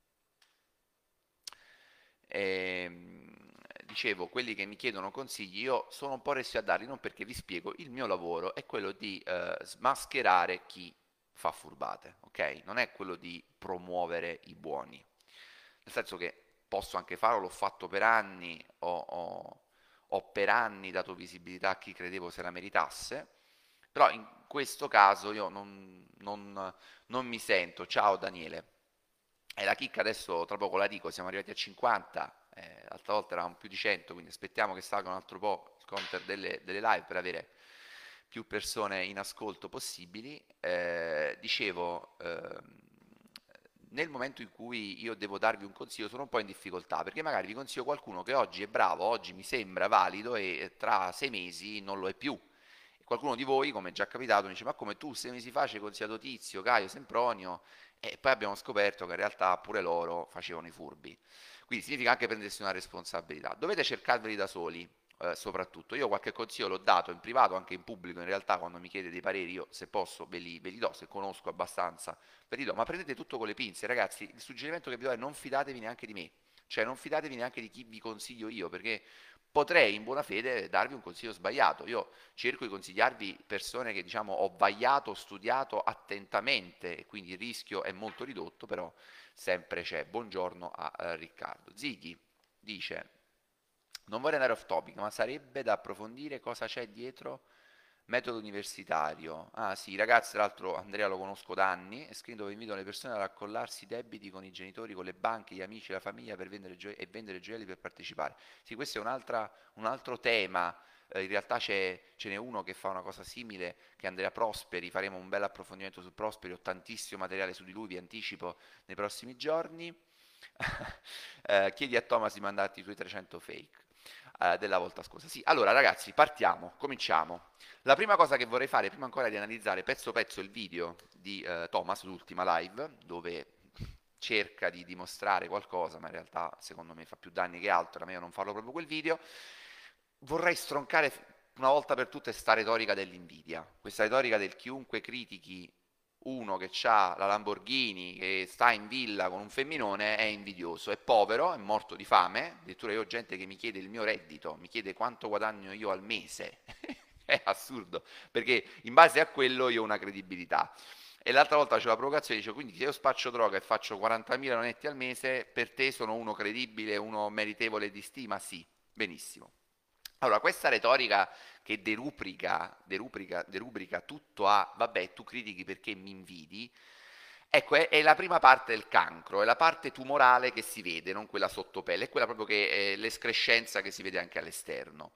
Ehm, dicevo, quelli che mi chiedono consigli, io sono un po' restio a darli, non perché vi spiego, il mio lavoro è quello di eh, smascherare chi fa furbate, ok? Non è quello di promuovere i buoni, nel senso che posso anche farlo, l'ho fatto per anni, ho, ho- ho per anni dato visibilità a chi credevo se la meritasse, però in questo caso io non, non- non mi sento, ciao Daniele, e la chicca adesso tra poco la dico, siamo arrivati a cinquanta, eh, l'altra volta eravamo più di cento, quindi aspettiamo che salga un altro po' il counter delle, delle live per avere, più persone in ascolto possibili. Eh, dicevo, ehm, nel momento in cui io devo darvi un consiglio sono un po' in difficoltà, perché magari vi consiglio qualcuno che oggi è bravo, oggi mi sembra valido e tra sei mesi non lo è più. E qualcuno di voi, come è già capitato, mi dice: ma come tu sei mesi fa ci hai consigliato Tizio, Caio, Sempronio, e poi abbiamo scoperto che in realtà pure loro facevano i furbi. Quindi significa anche prendersi una responsabilità. Dovete cercarveli da soli, eh, soprattutto. Io qualche consiglio l'ho dato in privato, anche in pubblico, in realtà quando mi chiede dei pareri io se posso ve li, ve li do, se conosco abbastanza ve li do, ma prendete tutto con le pinze, ragazzi. Il suggerimento che vi do è: non fidatevi neanche di me, cioè non fidatevi neanche di chi vi consiglio io, perché potrei in buona fede darvi un consiglio sbagliato. Io cerco di consigliarvi persone che diciamo ho vagliato, ho studiato attentamente e quindi il rischio è molto ridotto, però sempre c'è. Buongiorno a eh, Riccardo. Zighi dice: non vorrei andare off topic, ma sarebbe da approfondire cosa c'è dietro metodo universitario. Ah sì, ragazzi, tra l'altro Andrea lo conosco da anni, è scritto dove invitano le persone ad accollarsi i debiti con i genitori, con le banche, gli amici, la famiglia per vendere gio- e vendere gioielli per partecipare. Sì, questo è un'altra- un altro tema. Eh, in realtà c'è, ce n'è uno che fa una cosa simile, che è Andrea Prosperi, faremo un bel approfondimento su Prosperi, ho tantissimo materiale su di lui, vi anticipo nei prossimi giorni. Eh, chiedi a Thomas di mandarti i tuoi trecento fake eh, della volta scorsa. Sì, allora ragazzi, partiamo, cominciamo. La prima cosa che vorrei fare, prima ancora di analizzare pezzo pezzo il video di eh, Thomas, l'ultima live, dove cerca di dimostrare qualcosa, ma in realtà secondo me fa più danni che altro, era meglio non farlo proprio quel video, vorrei stroncare una volta per tutte sta retorica dell'invidia, questa retorica del chiunque critichi uno che ha la Lamborghini, che sta in villa con un femminone, è invidioso, è povero, è morto di fame. Addirittura io ho gente che mi chiede il mio reddito, mi chiede quanto guadagno io al mese. È assurdo, perché in base a quello io ho una credibilità. E l'altra volta c'è la provocazione, dice: quindi se io spaccio droga e faccio quarantamila netti al mese, per te sono uno credibile, uno meritevole di stima? Sì, benissimo. Allora, questa retorica che derubrica, derubrica, derubrica tutto a vabbè, tu critichi perché mi invidi, ecco, è, è la prima parte del cancro, è la parte tumorale che si vede, non quella sottopelle, è quella proprio che è l'escrescenza che si vede anche all'esterno.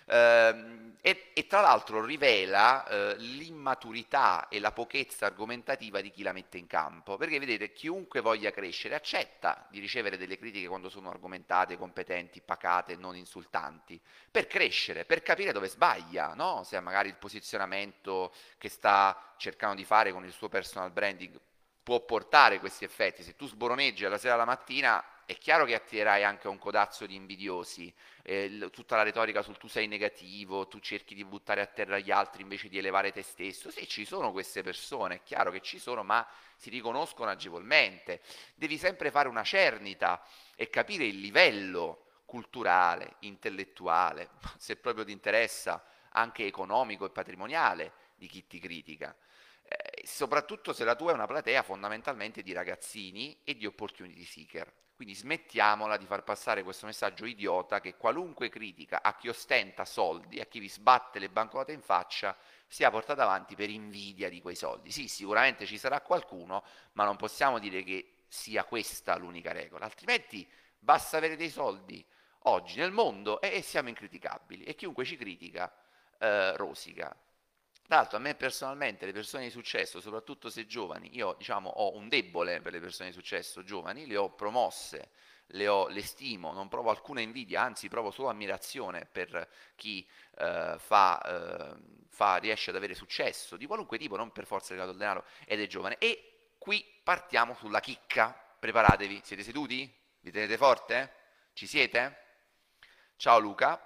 Ehm, e, e tra l'altro rivela eh, l'immaturità e la pochezza argomentativa di chi la mette in campo, perché vedete, chiunque voglia crescere accetta di ricevere delle critiche quando sono argomentate, competenti, pacate, non insultanti, per crescere, per capire dove sbaglia, no? Se magari il posizionamento che sta cercando di fare con il suo personal branding può portare questi effetti. Se tu sboroneggi alla sera alla mattina, è chiaro che attirerai anche un codazzo di invidiosi, eh, l- tutta la retorica sul tu sei negativo, tu cerchi di buttare a terra gli altri invece di elevare te stesso. Sì, ci sono queste persone, è chiaro che ci sono, ma si riconoscono agevolmente. Devi sempre fare una cernita e capire il livello culturale, intellettuale, se proprio ti interessa, anche economico e patrimoniale di chi ti critica. Eh, soprattutto se la tua è una platea fondamentalmente di ragazzini e di opportunity seeker. Quindi smettiamola di far passare questo messaggio idiota che qualunque critica a chi ostenta soldi, a chi vi sbatte le banconote in faccia, sia portata avanti per invidia di quei soldi. Sì, sicuramente ci sarà qualcuno, ma non possiamo dire che sia questa l'unica regola, altrimenti basta avere dei soldi oggi nel mondo e, e siamo incriticabili e chiunque ci critica eh, rosica. Tra l'altro a me personalmente le persone di successo, soprattutto se giovani, io diciamo ho un debole per le persone di successo giovani, le ho promosse, le, ho, le stimo, non provo alcuna invidia, anzi provo solo ammirazione per chi eh, fa, eh, fa, riesce ad avere successo di qualunque tipo, non per forza legato al denaro, ed è giovane. E qui partiamo sulla chicca, preparatevi, siete seduti? Vi tenete forte? Ci siete? Ciao Luca.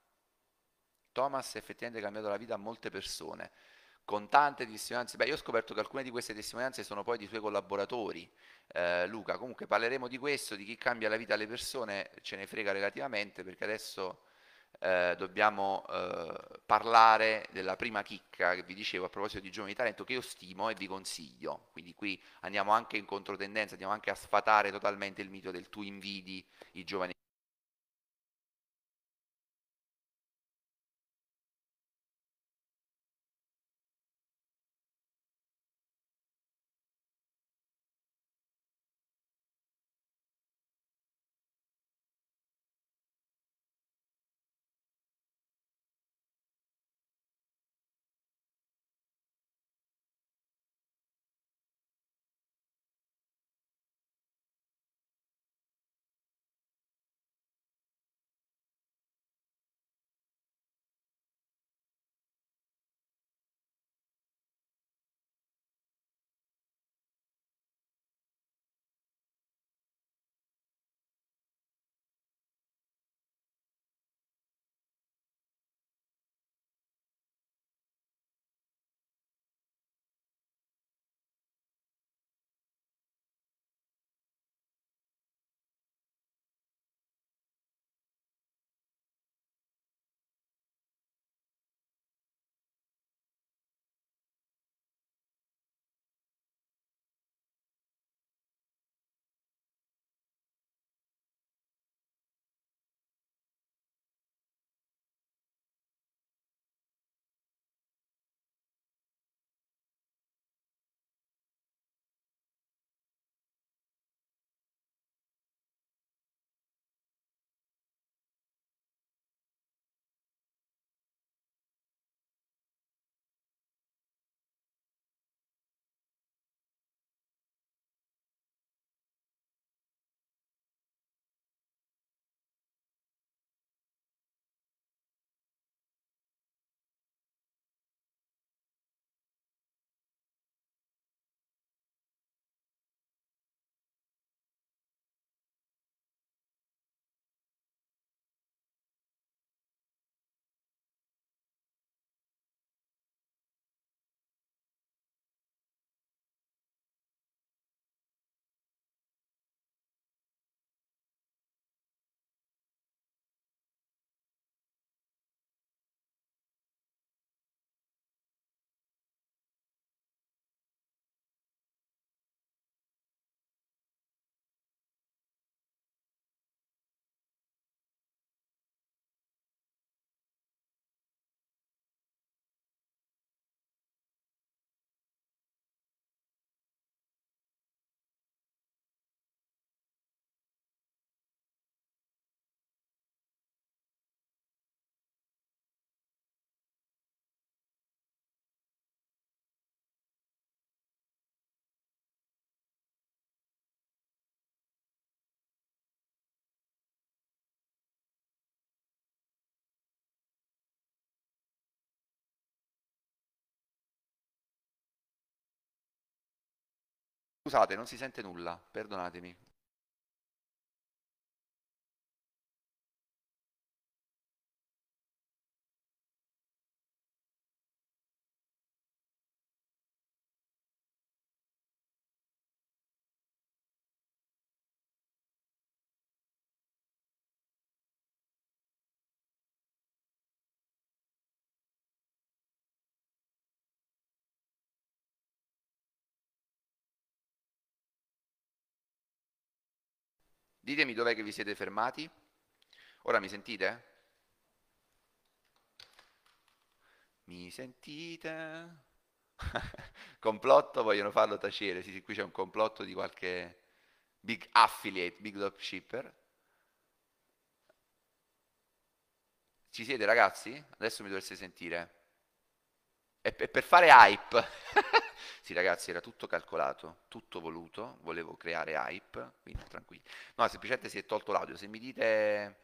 Thomas ha effettivamente cambiato la vita a molte persone, con tante testimonianze. Beh, io ho scoperto che alcune di queste testimonianze sono poi di suoi collaboratori. Eh, Luca, comunque parleremo di questo, di chi cambia la vita alle persone, ce ne frega relativamente, perché adesso eh, dobbiamo eh, parlare della prima chicca che vi dicevo a proposito di giovani di talento, che io stimo e vi consiglio. Quindi qui andiamo anche in controtendenza, andiamo anche a sfatare totalmente il mito del tu invidi i giovani. Scusate, non si sente nulla, perdonatemi. Ditemi dov'è che vi siete fermati. Ora mi sentite? Mi sentite? Complotto, vogliono farlo tacere. Sì, sì, qui c'è un complotto di qualche big affiliate, big dropshipper. Ci siete ragazzi? Adesso mi dovreste sentire. E e per fare hype. Sì, ragazzi, era tutto calcolato, tutto voluto. Volevo creare hype, quindi tranquilli. No, semplicemente si è tolto l'audio. Se mi dite.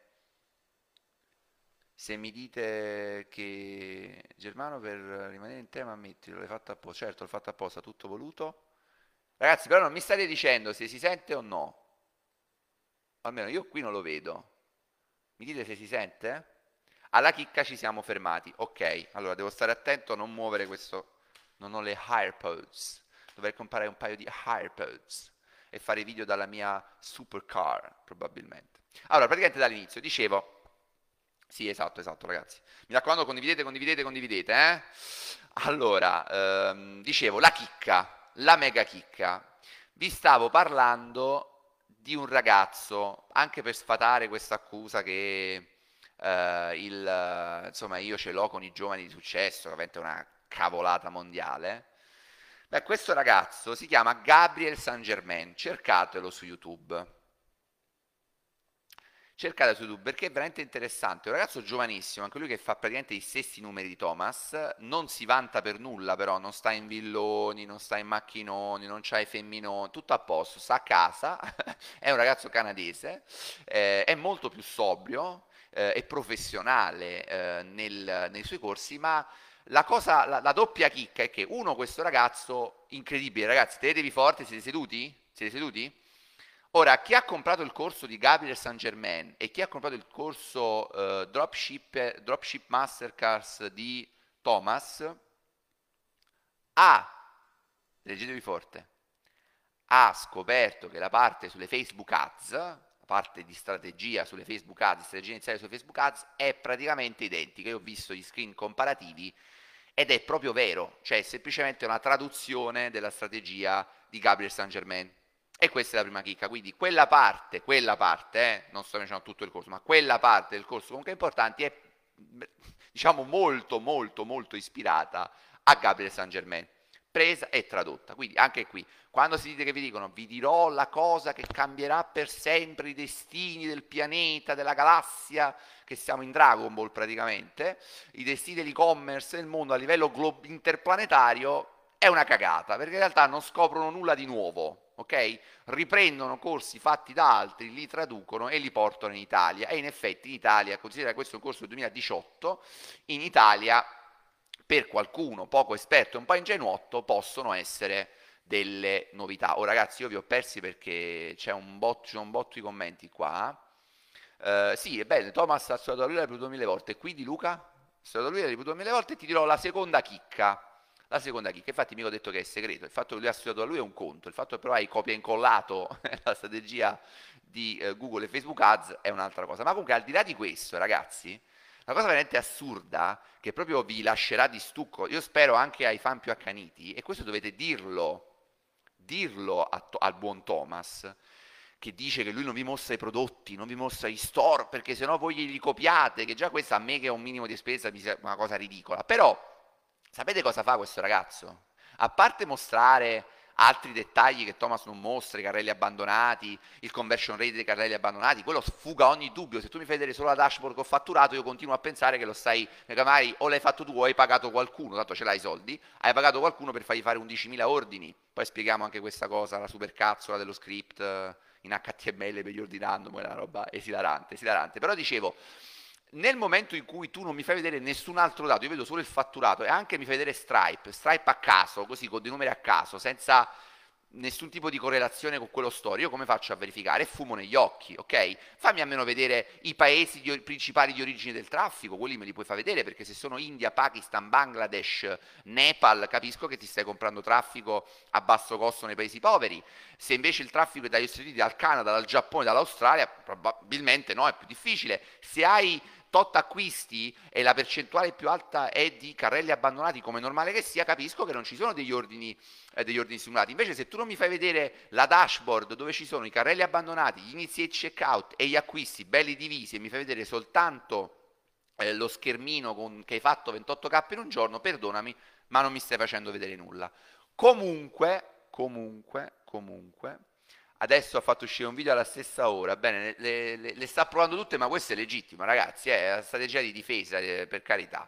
Se mi dite che Germano per rimanere in tema ammettilo, l'hai fatto apposta, certo l'ho fatto apposta, tutto voluto. Ragazzi, però non mi state dicendo se si sente o no. Almeno io qui non lo vedo. Mi dite se si sente? Alla chicca ci siamo fermati. Ok, allora devo stare attento a non muovere questo. Non ho le AirPods. Dovrei comprare un paio di AirPods e fare video dalla mia supercar, probabilmente. Allora, praticamente dall'inizio dicevo. Sì, esatto, esatto, ragazzi. Mi raccomando, condividete, condividete, condividete, eh? Allora, ehm, dicevo, la chicca, la mega chicca. Vi stavo parlando di un ragazzo, anche per sfatare questa accusa che eh, il, eh, insomma, io ce l'ho con i giovani di successo, che ovviamente è una cavolata mondiale. Beh, questo ragazzo si chiama Gabriel Saint Germain, cercatelo su YouTube. Cercate su YouTube perché è veramente interessante. È un ragazzo giovanissimo, anche lui che fa praticamente i stessi numeri di Thomas. Non si vanta per nulla, però non sta in villoni, non sta in macchinoni, non c'ha i femminoni, tutto a posto, sta a casa. È un ragazzo canadese, eh, è molto più sobrio eh, e professionale eh, nel- nei suoi corsi, ma la cosa, la, la doppia chicca è che uno, questo ragazzo incredibile, ragazzi, tenetevi forti, siete seduti? Siete seduti? Ora, chi ha comprato il corso di Gabriel Saint Germain e chi ha comprato il corso eh, Dropship, Dropship Masterclass di Thomas ha, leggetevi forte, ha scoperto che la parte sulle Facebook Ads, la parte di strategia sulle Facebook Ads, strategia iniziale sulle Facebook Ads, è praticamente identica. Io ho visto gli screen comparativi ed è proprio vero, cioè è semplicemente una traduzione della strategia di Gabriel Saint Germain. E questa è la prima chicca, quindi quella parte, quella parte, eh, non sto dicendo tutto il corso, ma quella parte del corso comunque importante è, diciamo, molto, molto, molto ispirata a Gabriel Saint Germain, presa e tradotta. Quindi anche qui, quando si dite che vi dicono vi dirò la cosa che cambierà per sempre i destini del pianeta, della galassia, che siamo in Dragon Ball praticamente, i destini dell'e-commerce nel mondo a livello glo- interplanetario, è una cagata, perché in realtà non scoprono nulla di nuovo, ok? Riprendono corsi fatti da altri, li traducono e li portano in Italia. E in effetti in Italia, considera questo è un corso del duemiladiciotto, in Italia per qualcuno poco esperto e un po' ingenuotto possono essere delle novità. Oh ragazzi, io vi ho persi perché c'è un botto, c'è un botto di commenti qua. Eh, sì, è bene, Thomas ha studiato a lui l'hai ripetuto mille volte. Quindi Luca, ha studiato a lui l'hai ripetuto mille volte e ti dirò la seconda chicca. La seconda chicca, infatti mica ho detto che è segreto, il fatto che lui ha studiato da lui è un conto, il fatto che però hai copia e incollato la strategia di eh, Google e Facebook Ads è un'altra cosa. Ma comunque al di là di questo, ragazzi, la cosa veramente assurda che proprio vi lascerà di stucco, io spero anche ai fan più accaniti, e questo dovete dirlo, dirlo a To- al buon Thomas, che dice che lui non vi mostra i prodotti, non vi mostra i store, perché sennò voi glieli copiate, che già questa a me che ho un minimo di esperienza mi sembra una cosa ridicola. Però, sapete cosa fa questo ragazzo? A parte mostrare altri dettagli che Thomas non mostra, i carrelli abbandonati, il conversion rate dei carrelli abbandonati, quello sfuga ogni dubbio. Se tu mi fai vedere solo la dashboard che ho fatturato, io continuo a pensare che lo stai, che magari o l'hai fatto tu o hai pagato qualcuno, tanto ce l'hai i soldi, hai pagato qualcuno per fargli fare undicimila ordini. Poi spieghiamo anche questa cosa, la supercazzola dello script eh, in H T M L per gli ordini random, è una roba esilarante, esilarante. Però dicevo, nel momento in cui tu non mi fai vedere nessun altro dato, io vedo solo il fatturato e anche mi fai vedere Stripe, Stripe a caso, così con dei numeri a caso, senza nessun tipo di correlazione con quello store, io come faccio a verificare? Fumo negli occhi, ok? Fammi almeno vedere i paesi di, principali di origine del traffico, quelli me li puoi far vedere, perché se sono India, Pakistan, Bangladesh, Nepal, capisco che ti stai comprando traffico a basso costo nei paesi poveri. Se invece il traffico è dagli Stati Uniti, dal Canada, dal Giappone, dall'Australia, probabilmente no, è più difficile. Se hai tot acquisti e la percentuale più alta è di carrelli abbandonati, come normale che sia, capisco che non ci sono degli ordini, eh, degli ordini simulati. Invece se tu non mi fai vedere la dashboard dove ci sono i carrelli abbandonati, gli inizi e checkout e gli acquisti belli divisi, e mi fai vedere soltanto eh, lo schermino con, che hai fatto ventotto K in un giorno, perdonami, ma non mi stai facendo vedere nulla. Comunque, comunque, comunque, adesso ha fatto uscire un video alla stessa ora, bene, le, le- le sta provando tutte, ma questo è legittimo, ragazzi, è una strategia di difesa, eh, per carità.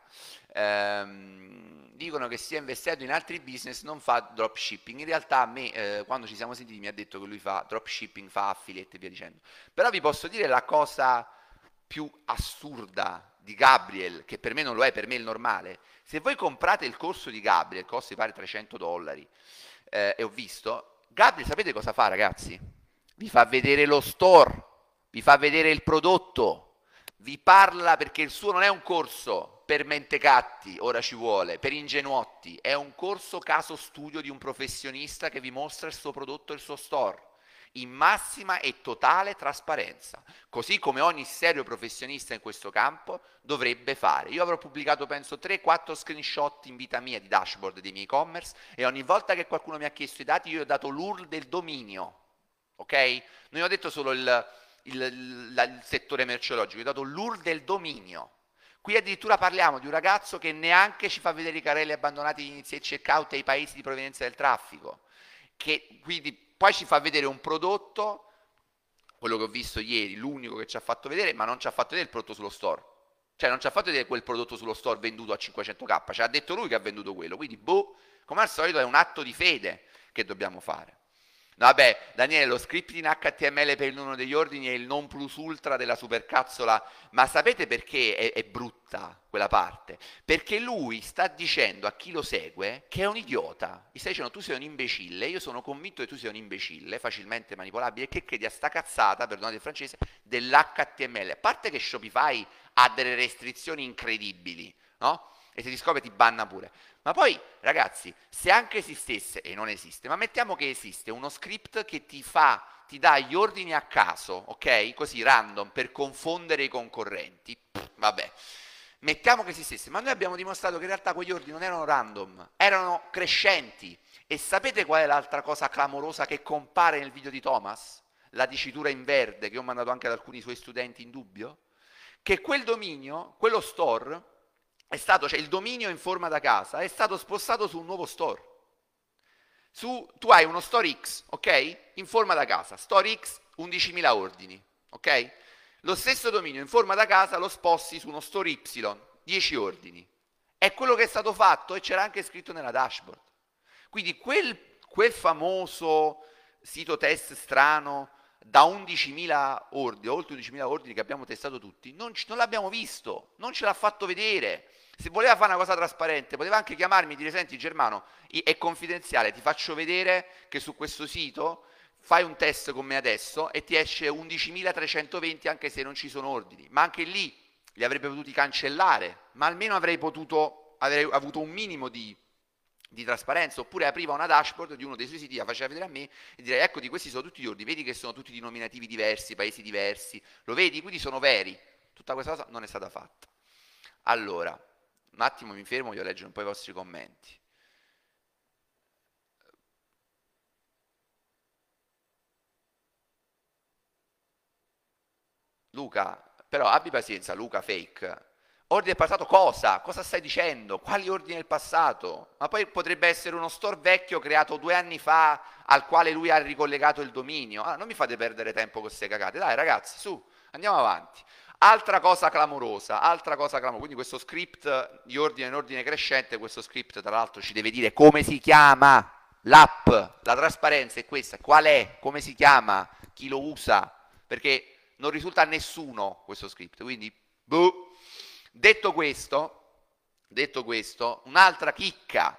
Ehm, dicono che sia investito in altri business, non fa dropshipping. In realtà a me, eh, quando ci siamo sentiti, mi ha detto che lui fa dropshipping, fa affiliate e via dicendo. Però vi posso dire la cosa più assurda di Gabriel, che per me non lo è, per me è il normale. Se voi comprate il corso di Gabriel, costa mi pare trecento dollari, eh, e ho visto, Gabriel sapete cosa fa, ragazzi? Vi fa vedere lo store, vi fa vedere il prodotto, vi parla, perché il suo non è un corso per mentecatti, ora ci vuole, per ingenuotti, è un corso caso studio di un professionista che vi mostra il suo prodotto e il suo store in massima e totale trasparenza, così come ogni serio professionista in questo campo dovrebbe fare. Io avrò pubblicato penso tre quattro screenshot in vita mia di dashboard dei miei e-commerce, e ogni volta che qualcuno mi ha chiesto i dati io gli ho dato l'U R L del dominio, ok? Non ho detto solo il, il, il, il settore merceologico, gli ho dato l'U R L del dominio. Qui addirittura parliamo di un ragazzo che neanche ci fa vedere i carrelli abbandonati di inizi e checkout ai paesi di provenienza del traffico, che quindi poi ci fa vedere un prodotto, quello che ho visto ieri, l'unico che ci ha fatto vedere, ma non ci ha fatto vedere il prodotto sullo store. Cioè non ci ha fatto vedere quel prodotto sullo store venduto a cinquecento K, ci ha detto lui che ha venduto quello. Quindi, boh, come al solito è un atto di fede che dobbiamo fare. No, vabbè, Daniele, lo script in H T M L per il numero degli ordini è il non plus ultra della supercazzola, ma sapete perché è, è brutta quella parte? Perché lui sta dicendo a chi lo segue che è un idiota, gli sta dicendo tu sei un imbecille, io sono convinto che tu sei un imbecille, facilmente manipolabile, che credi a sta cazzata, perdonate il francese, dell'H T M L. A parte che Shopify ha delle restrizioni incredibili, no? E se ti scopre ti banna pure. Ma poi, ragazzi, se anche esistesse, e non esiste, ma mettiamo che esiste uno script che ti fa, ti dà gli ordini a caso, ok? Così, random, per confondere i concorrenti. Pff, vabbè. Mettiamo che esistesse, ma noi abbiamo dimostrato che in realtà quegli ordini non erano random, erano crescenti. E sapete qual è l'altra cosa clamorosa che compare nel video di Thomas? La dicitura in verde che ho mandato anche ad alcuni suoi studenti in dubbio? Che quel dominio, quello store, è stato, cioè il dominio in forma da casa è stato spostato su un nuovo store. Su, tu hai uno store X, ok? In forma da casa, store X undicimila ordini, ok? Lo stesso dominio in forma da casa lo sposti su uno store Y, dieci ordini. È quello che è stato fatto e c'era anche scritto nella dashboard. Quindi quel, quel famoso sito test strano da undicimila ordini, oltre undicimila ordini che abbiamo testato tutti, non, non l'abbiamo visto, non ce l'ha fatto vedere. Se voleva fare una cosa trasparente, poteva anche chiamarmi e dire: senti Germano, è confidenziale, ti faccio vedere che su questo sito fai un test con me adesso e ti esce undicimilatrecentoventi anche se non ci sono ordini. Ma anche lì li avrebbe potuti cancellare, ma almeno avrei potuto, avrei avuto un minimo di, di trasparenza. Oppure apriva una dashboard di uno dei suoi siti, la faceva vedere a me e direi: eccoti, questi sono tutti gli ordini, vedi che sono tutti di nominativi diversi, paesi diversi, lo vedi? Quindi sono veri. Tutta questa cosa non è stata fatta. Allora, un attimo mi fermo, voglio leggere un po' i vostri commenti. Luca, però abbi pazienza, Luca fake. Ordine del passato cosa? Cosa stai dicendo? Quali ordini del passato? Ma poi potrebbe essere uno store vecchio creato due anni fa al quale lui ha ricollegato il dominio. Ah, non mi fate perdere tempo con queste cagate. Dai ragazzi, su, andiamo avanti. Altra cosa clamorosa, altra cosa clamorosa, quindi questo script di ordine in ordine crescente, questo script tra l'altro ci deve dire come si chiama l'app, la trasparenza è questa, qual è, come si chiama, chi lo usa, perché non risulta a nessuno questo script, quindi boh. Detto questo, detto questo, un'altra chicca,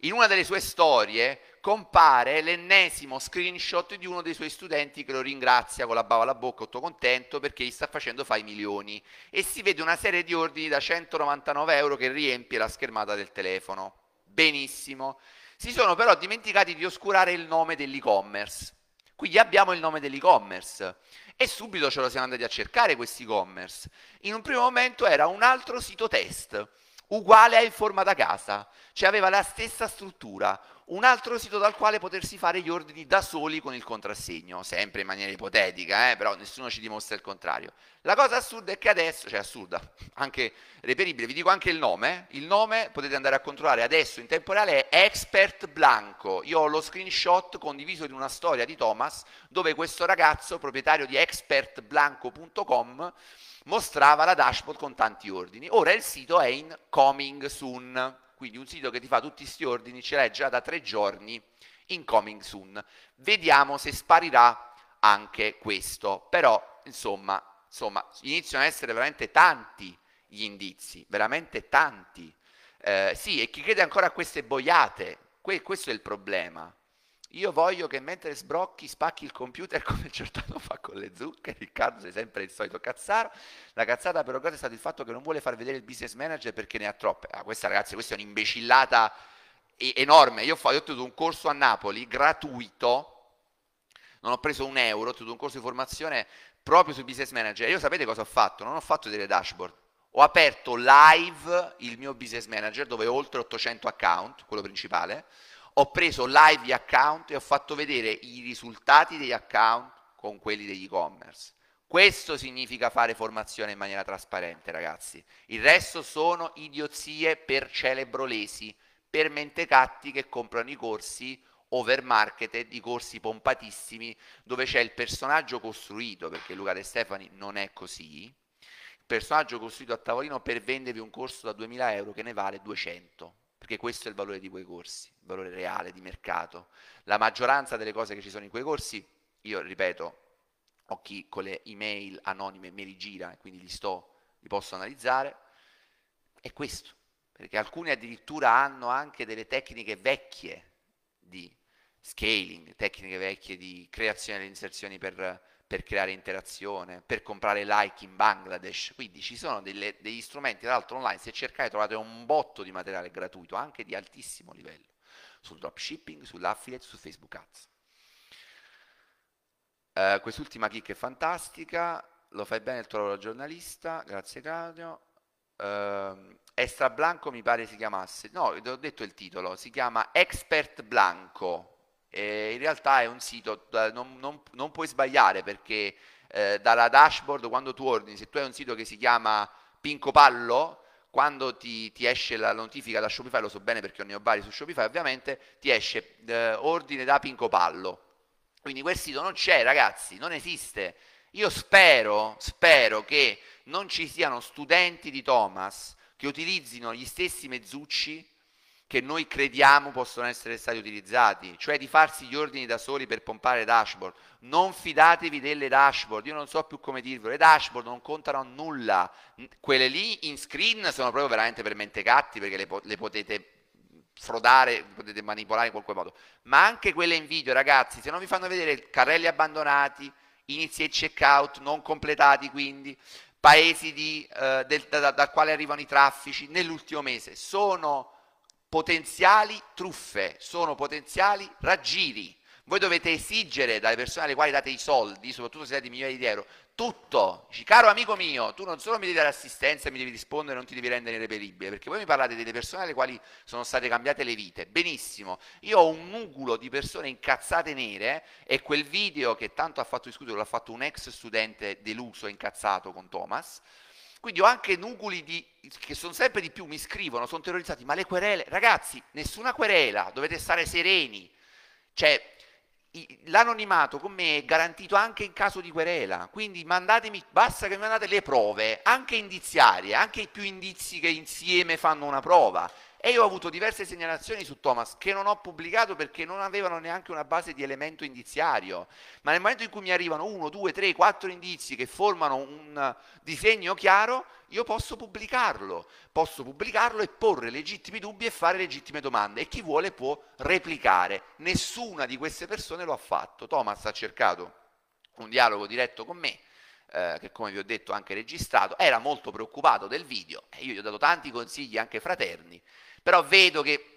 In una delle sue storie compare l'ennesimo screenshot di uno dei suoi studenti che lo ringrazia con la bava alla bocca, tutto contento perché gli sta facendo fare i milioni, e si vede una serie di ordini da centonovantanove euro che riempie la schermata del telefono. Benissimo. Si sono però dimenticati di oscurare il nome dell'e-commerce. Quindi abbiamo il nome dell'e-commerce e subito ce lo siamo andati a cercare questo e-commerce. In un primo momento era un altro sito test, uguale a Informa da casa, cioè aveva la stessa struttura, un altro sito dal quale potersi fare gli ordini da soli con il contrassegno, sempre in maniera ipotetica, eh, però nessuno ci dimostra il contrario. La cosa assurda è che adesso, cioè assurda, anche reperibile, vi dico anche il nome, il nome potete andare a controllare adesso in tempo reale, è Expert Blanco. Io ho lo screenshot condiviso di una storia di Thomas dove questo ragazzo, proprietario di expert blanco punto com, mostrava la dashboard con tanti ordini. Ora il sito è in coming soon, quindi un sito che ti fa tutti questi ordini ce l'hai già da tre giorni in coming soon. Vediamo se sparirà anche questo, però insomma, insomma iniziano ad essere veramente tanti gli indizi, veramente tanti. Eh, sì, e chi crede ancora a queste boiate, que- questo è il problema. Io voglio che mentre sbrocchi spacchi il computer come Giordano fa con le zucche. Riccardo sei sempre il solito cazzaro. La cazzata però è stato il fatto che non vuole far vedere il business manager perché ne ha troppe. Ah, questa ragazzi, questa è un'imbecillata e- enorme. Io ho fatto, io ho tenuto un corso a Napoli gratuito, non ho preso un euro, ho tenuto un corso di formazione proprio sul business manager. E io sapete cosa ho fatto? Non ho fatto delle dashboard. Ho aperto live il mio business manager dove ho oltre ottocento account, quello principale. Ho preso live gli account e ho fatto vedere i risultati degli account con quelli degli e-commerce. Questo significa fare formazione in maniera trasparente, ragazzi. Il resto sono idiozie per celebrolesi, per mentecatti che comprano i corsi overmarketed, i corsi pompatissimi, dove c'è il personaggio costruito, perché Luca De Stefani non è così, il personaggio costruito a tavolino per vendervi un corso da duemila euro che ne vale duecento. Perché questo è il valore di quei corsi, il valore reale di mercato. La maggioranza delle cose che ci sono in quei corsi, io ripeto, ho chi con le email anonime me li gira e quindi li sto, li posso analizzare, è questo. Perché alcuni addirittura hanno anche delle tecniche vecchie di scaling, tecniche vecchie di creazione delle inserzioni per, per creare interazione, per comprare like in Bangladesh. Quindi ci sono delle, degli strumenti, tra l'altro online, se cercate trovate un botto di materiale gratuito, anche di altissimo livello, sul dropshipping, sull'affiliate, su Facebook Ads. Uh, quest'ultima kick è fantastica, lo fai bene il tuo lavoro da giornalista, grazie Claudio. Uh, Extra Blanco mi pare si chiamasse, no, ti ho detto il titolo, si chiama Expert Blanco. E in realtà è un sito, non, non, non puoi sbagliare perché eh, dalla dashboard quando tu ordini, se tu hai un sito che si chiama Pinco Pallo, quando ti, ti esce la notifica da Shopify, lo so bene perché ne ho vari su Shopify ovviamente, ti esce eh, ordine da Pinco Pallo. Quindi quel sito non c'è, ragazzi, non esiste. Io spero, spero che non ci siano studenti di Thomas che utilizzino gli stessi mezzucci che noi crediamo possono essere stati utilizzati, cioè di farsi gli ordini da soli per pompare dashboard. Non fidatevi delle dashboard, io non so più come dirvelo, le dashboard non contano nulla, quelle lì in screen sono proprio veramente per mentecatti perché le, po- le potete frodare, potete manipolare in qualche modo, ma anche quelle in video, ragazzi, se non vi fanno vedere carrelli abbandonati, inizi e checkout non completati, quindi paesi di, eh, del, da, da, dal quale arrivano i traffici nell'ultimo mese, sono potenziali truffe, sono potenziali raggiri. Voi dovete esigere dalle persone alle quali date i soldi, soprattutto se date milioni di euro, tutto. Dici, caro amico mio, tu non solo mi devi dare assistenza e mi devi rispondere, non ti devi rendere irreperibile, perché voi mi parlate delle persone alle quali sono state cambiate le vite. Benissimo, io ho un nucleo di persone incazzate nere e quel video che tanto ha fatto discutere l'ha fatto un ex studente deluso e incazzato con Thomas. Quindi ho anche nuclei di, che sono sempre di più, mi scrivono, sono terrorizzati, ma le querele, ragazzi, nessuna querela, dovete stare sereni. Cioè, l'anonimato con me è garantito anche in caso di querela, quindi mandatemi, basta che mi mandate le prove, anche indiziarie, anche i più indizi che insieme fanno una prova. E io ho avuto diverse segnalazioni su Thomas che non ho pubblicato perché non avevano neanche una base di elemento indiziario. Ma nel momento in cui mi arrivano uno, due, tre, quattro indizi che formano un disegno chiaro, io posso pubblicarlo. Posso pubblicarlo e porre legittimi dubbi e fare legittime domande. E chi vuole può replicare. Nessuna di queste persone lo ha fatto. Thomas ha cercato un dialogo diretto con me. Eh, che come vi ho detto anche registrato, era molto preoccupato del video e io gli ho dato tanti consigli anche fraterni, però vedo che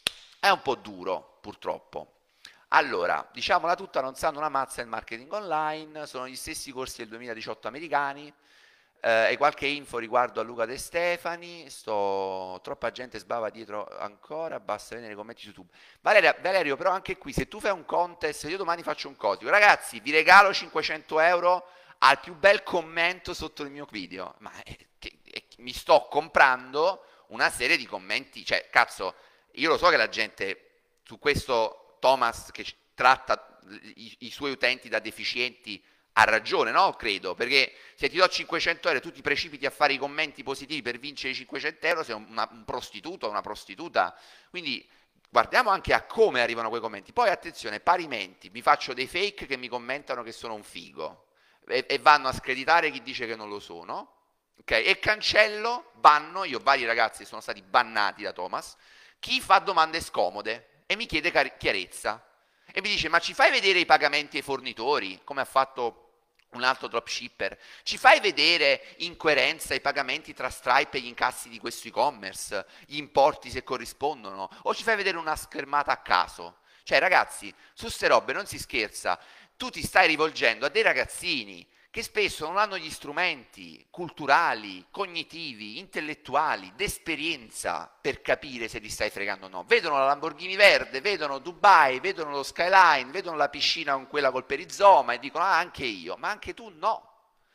è un po' duro purtroppo. Allora, diciamola tutta, non sanno una mazza il marketing online, sono gli stessi corsi del duemiladiciotto americani. Eh, e qualche info riguardo a Luca De Stefani, sto, troppa gente sbava dietro ancora, basta vedere i commenti su YouTube. Valeria, Valerio, però anche qui, se tu fai un contest, io domani faccio un codice, ragazzi, vi regalo cinquecento euro al più bel commento sotto il mio video, ma è, che, è, mi sto comprando una serie di commenti, cioè, cazzo, io lo so che la gente su questo Thomas che tratta i, i suoi utenti da deficienti ha ragione, no? Credo, perché se ti do cinquecento euro e tu ti precipiti a fare i commenti positivi per vincere i cinquecento euro, sei una, un prostituto o una prostituta. Quindi guardiamo anche a come arrivano quei commenti. Poi attenzione, parimenti, mi faccio dei fake che mi commentano che sono un figo e, e vanno a screditare chi dice che non lo sono. Ok? E cancello, banno, io vari ragazzi sono stati bannati da Thomas, chi fa domande scomode e mi chiede chiarezza. E mi dice, ma ci fai vedere i pagamenti ai fornitori, come ha fatto un altro dropshipper? Ci fai vedere in coerenza i pagamenti tra Stripe e gli incassi di questo e-commerce, gli importi se corrispondono? O ci fai vedere una schermata a caso? Cioè, ragazzi, su ste robe non si scherza. Tu ti stai rivolgendo a dei ragazzini che spesso non hanno gli strumenti culturali, cognitivi, intellettuali, d'esperienza per capire se li stai fregando o no. Vedono la Lamborghini verde, vedono Dubai, vedono lo skyline, vedono la piscina con quella col perizoma e dicono ah, anche io, ma anche tu no.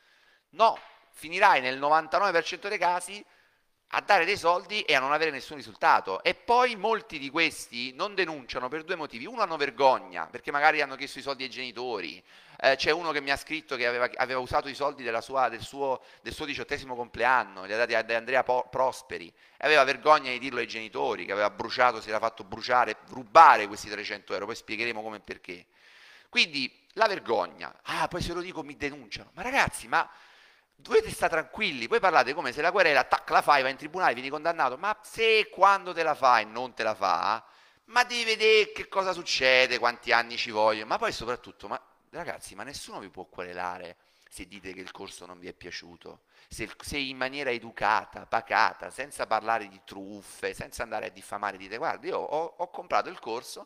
No, finirai nel novantanove per cento dei casi a dare dei soldi e a non avere nessun risultato. E poi molti di questi non denunciano per due motivi. Uno, hanno vergogna, perché magari hanno chiesto i soldi ai genitori. Eh, c'è uno che mi ha scritto che aveva, aveva usato i soldi della sua, del, suo, del suo diciottesimo compleanno, li ha dati ad Andrea Prosperi, e aveva vergogna di dirlo ai genitori, che aveva bruciato, si era fatto bruciare, rubare questi trecento euro. Poi spiegheremo come e perché. Quindi la vergogna. Ah, poi se lo dico mi denunciano. Ma ragazzi, ma dovete stare tranquilli, voi parlate come se la querela, tac, la fai, vai in tribunale, vieni condannato, ma se quando te la fai non te la fa, ma devi vedere che cosa succede, quanti anni ci vogliono, ma poi soprattutto, ma ragazzi, ma nessuno vi può querelare se dite che il corso non vi è piaciuto, se, se in maniera educata, pacata, senza parlare di truffe, senza andare a diffamare, dite guarda, io ho, ho comprato il corso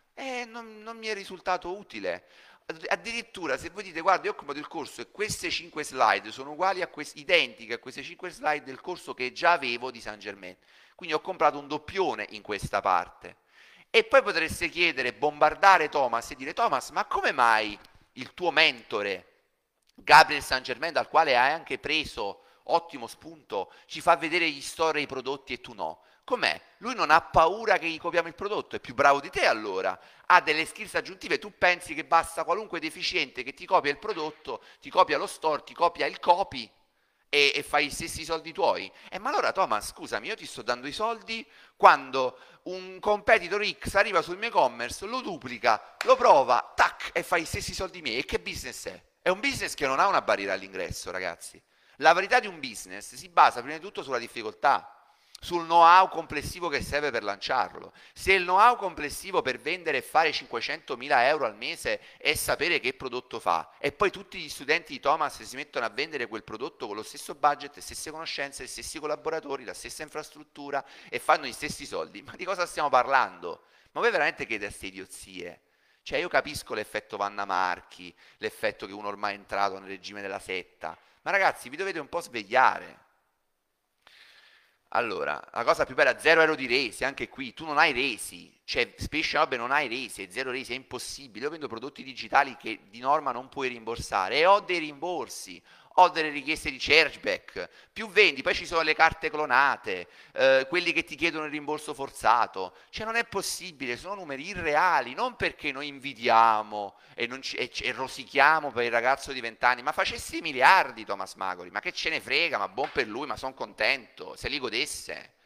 e non, non mi è risultato utile. Addirittura se voi dite guarda io ho comprato il corso e queste cinque slide sono uguali a queste, identiche a queste cinque slide del corso che già avevo di Saint Germain, quindi ho comprato un doppione in questa parte. E poi potreste chiedere, bombardare Thomas e dire Thomas, ma come mai il tuo mentore Gabriel Saint Germain, dal quale hai anche preso ottimo spunto, ci fa vedere gli store e i prodotti e tu no? Com'è? Lui non ha paura che gli copiamo il prodotto, è più bravo di te allora, ha delle skills aggiuntive, tu pensi che basta qualunque deficiente che ti copia il prodotto, ti copia lo store, ti copia il copy e, e fai gli stessi soldi tuoi? Eh ma allora Thomas, scusami, io ti sto dando i soldi quando un competitor X arriva sul mio e-commerce, lo duplica, lo prova, tac, e fa gli stessi soldi miei. E che business è? È un business che non ha una barriera all'ingresso, ragazzi. La varietà di un business si basa prima di tutto sulla difficoltà, sul know-how complessivo che serve per lanciarlo. Se il know-how complessivo per vendere e fare cinquecentomila euro al mese è sapere che prodotto fa, e poi tutti gli studenti di Thomas si mettono a vendere quel prodotto con lo stesso budget, le stesse conoscenze, gli stessi collaboratori, la stessa infrastruttura e fanno gli stessi soldi, ma di cosa stiamo parlando? Ma voi veramente chiedete a queste idiozie? Cioè io capisco l'effetto Vanna Marchi, l'effetto che uno ormai è entrato nel regime della setta, ma ragazzi vi dovete un po' svegliare. Allora, la cosa più bella, zero euro di resi, anche qui, tu non hai resi, cioè Special Hub non hai resi, è zero resi, è impossibile, io vendo prodotti digitali che di norma non puoi rimborsare e ho dei rimborsi, ho delle richieste di chargeback, più vendi, poi ci sono le carte clonate, eh, quelli che ti chiedono il rimborso forzato, cioè non è possibile, sono numeri irreali, non perché noi invidiamo e, non ci, e, e rosichiamo per il ragazzo di venti anni, ma facessi miliardi Thomas Magori, ma che ce ne frega, ma buon per lui, ma sono contento, se li godesse.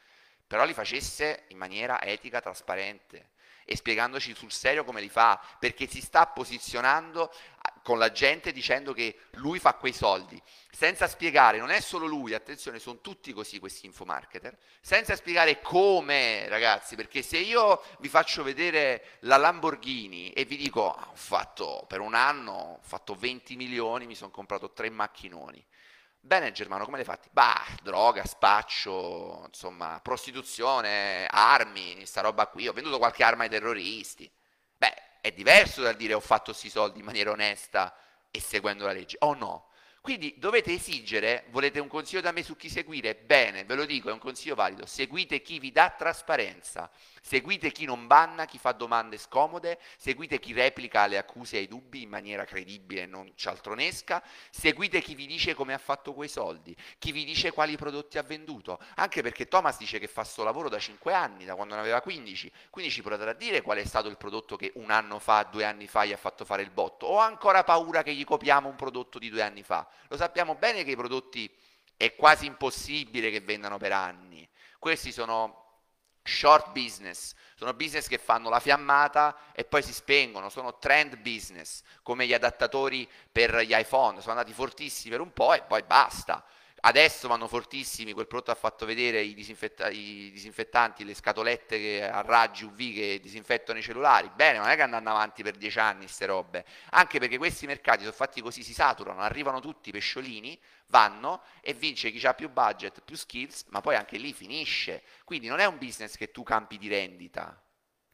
però li facesse in maniera etica, trasparente e spiegandoci sul serio come li fa, perché si sta posizionando con la gente dicendo che lui fa quei soldi, senza spiegare, non è solo lui, attenzione, sono tutti così questi infomarketer, senza spiegare come, ragazzi, perché se io vi faccio vedere la Lamborghini e vi dico, ah, ho fatto per un anno, ho fatto venti milioni, mi sono comprato tre macchinoni. Bene, Germano, come le fatti? Bah, droga, spaccio, insomma, prostituzione, armi, sta roba qui. Ho venduto qualche arma ai terroristi. Beh, è diverso dal dire ho fatto questi soldi in maniera onesta e seguendo la legge. O no? Quindi dovete esigere, volete un consiglio da me su chi seguire? Bene, ve lo dico, è un consiglio valido. Seguite chi vi dà trasparenza. Seguite chi non banna, chi fa domande scomode, seguite chi replica le accuse e i dubbi in maniera credibile e non cialtronesca, seguite chi vi dice come ha fatto quei soldi, chi vi dice quali prodotti ha venduto, anche perché Thomas dice che fa sto lavoro da cinque anni, da quando ne aveva quindici, quindi ci potrà dire qual è stato il prodotto che un anno fa, due anni fa gli ha fatto fare il botto, o ha ancora paura che gli copiamo un prodotto di due anni fa. Lo sappiamo bene che i prodotti è quasi impossibile che vendano per anni. Questi sono short business, sono business che fanno la fiammata e poi si spengono, sono trend business, come gli adattatori per gli iPhone, sono andati fortissimi per un po' e poi basta. Adesso vanno fortissimi, quel prodotto ha fatto vedere i, disinfetta- i disinfettanti, le scatolette che, a raggi U V che disinfettano i cellulari. Bene, non è che andranno avanti per dieci anni queste robe, anche perché questi mercati sono fatti così, si saturano, arrivano tutti i pesciolini, vanno e vince chi ha più budget, più skills, ma poi anche lì finisce. Quindi non è un business che tu campi di rendita.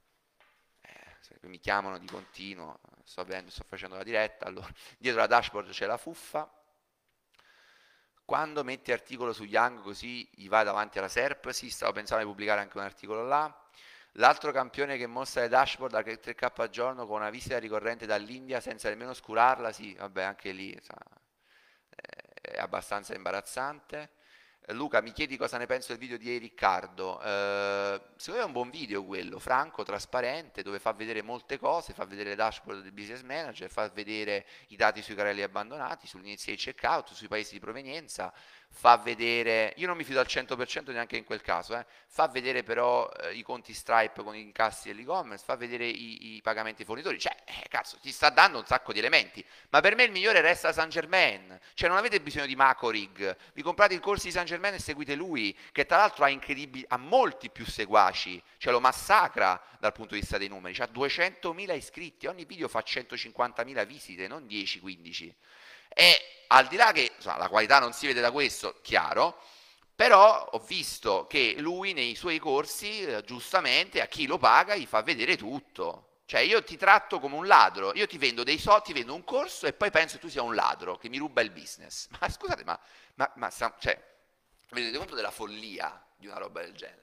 Eh, se mi chiamano di continuo, sto, vedendo, sto facendo la diretta, allora dietro la dashboard c'è la fuffa. Quando metti articolo su Young così gli vai davanti alla SERP, sì, stavo pensando di pubblicare anche un articolo là. L'altro campione che mostra le dashboard a tre K al giorno con una visita ricorrente dall'India senza nemmeno scurarla, sì, vabbè, anche lì sa, è abbastanza imbarazzante. Eh, Luca, mi chiedi cosa ne penso del video di Riccardo. Eh, secondo me è un buon video quello, franco, trasparente, dove fa vedere molte cose, fa vedere le dashboard del business manager, fa vedere i dati sui carrelli abbandonati, sull'inizio di checkout, sui paesi di provenienza, fa vedere, io non mi fido al cento per cento neanche in quel caso, eh, fa vedere però eh, i conti Stripe con i incassi dell'e-commerce, fa vedere i, i pagamenti ai fornitori, cioè, eh, cazzo, ti sta dando un sacco di elementi, ma per me il migliore resta Saint Germain, cioè non avete bisogno di Macorig, vi comprate il corso di Saint Germain e seguite lui, che tra l'altro ha incredibili, ha molti più seguaci, cioè lo massacra dal punto di vista dei numeri, ha duecentomila iscritti, ogni video fa centocinquantamila visite, non dieci quindici. E al di là che insomma, la qualità non si vede da questo, chiaro, però ho visto che lui nei suoi corsi, eh, giustamente, a chi lo paga gli fa vedere tutto. Cioè io ti tratto come un ladro, io ti vendo dei soldi, ti vendo un corso e poi penso che tu sia un ladro che mi ruba il business. Ma scusate, ma, ma, ma cioè, vi rendete conto della follia di una roba del genere?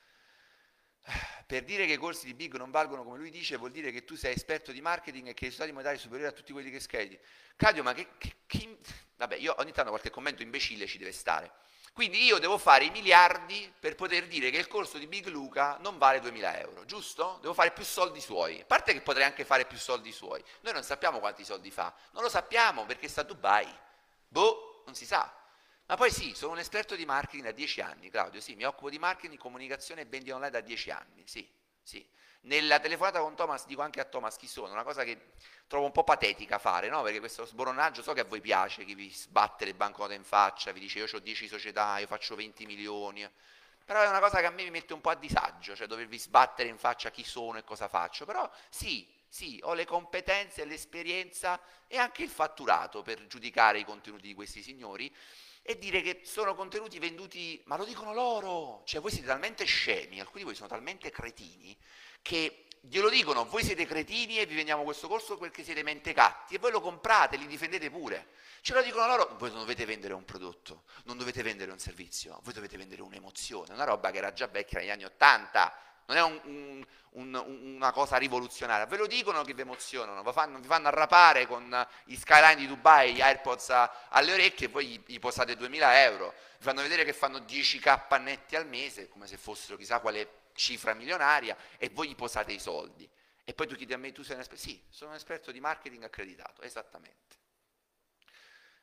Per dire che i corsi di Big non valgono come lui dice, vuol dire che tu sei esperto di marketing e che i risultati monetari superiori a tutti quelli che scredi. Cadio, ma che, che, che... Vabbè, io ogni tanto qualche commento imbecille ci deve stare. Quindi io devo fare i miliardi per poter dire che il corso di Big Luca non vale duemila euro, giusto? Devo fare più soldi suoi. A parte che potrei anche fare più soldi suoi. Noi non sappiamo quanti soldi fa. Non lo sappiamo perché sta a Dubai. Boh, non si sa. Ma poi sì, sono un esperto di marketing da dieci anni, Claudio, sì, mi occupo di marketing, comunicazione e vendita online da dieci anni, sì, sì. Nella telefonata con Thomas dico anche a Thomas chi sono, una cosa che trovo un po' patetica fare, no? Perché questo sboronaggio, so che a voi piace, che vi sbatte le banconote in faccia, vi dice io ho dieci società, io faccio venti milioni, però è una cosa che a me mi mette un po' a disagio, cioè dovervi sbattere in faccia chi sono e cosa faccio, però sì, sì, ho le competenze, l'esperienza e anche il fatturato per giudicare i contenuti di questi signori e dire che sono contenuti venduti, ma lo dicono loro, cioè voi siete talmente scemi, alcuni di voi sono talmente cretini, che glielo dicono, voi siete cretini e vi vendiamo questo corso perché siete mentecatti e voi lo comprate, li difendete pure. Ce lo dicono loro, voi non dovete vendere un prodotto, non dovete vendere un servizio, voi dovete vendere un'emozione, una roba che era già vecchia negli anni ottanta, non è un, un, un, una cosa rivoluzionaria, ve lo dicono che vi emozionano, vi fanno, vi fanno arrapare con gli skyline di Dubai, gli AirPods a, alle orecchie e voi gli, gli posate duemila euro, vi fanno vedere che fanno dieci k netti al mese, come se fossero chissà quale cifra milionaria, e voi gli posate i soldi. E poi tu chiedi a me, tu sei un esperto? Sì, sono un esperto di marketing accreditato, esattamente.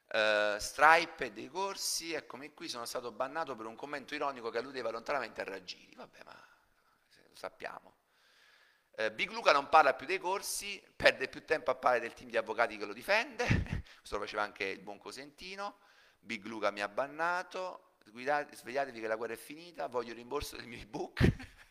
Uh, Stripe e dei corsi, eccomi qui, sono stato bannato per un commento ironico che alludeva lontanamente a Raggiri. Vabbè, ma lo sappiamo. Uh, Big Luca non parla più dei corsi, perde più tempo a parlare del team di avvocati che lo difende. Questo lo faceva anche il buon Cosentino. Big Luca mi ha bannato. Guidate, svegliatevi che la guerra è finita. Voglio il rimborso del mio ebook.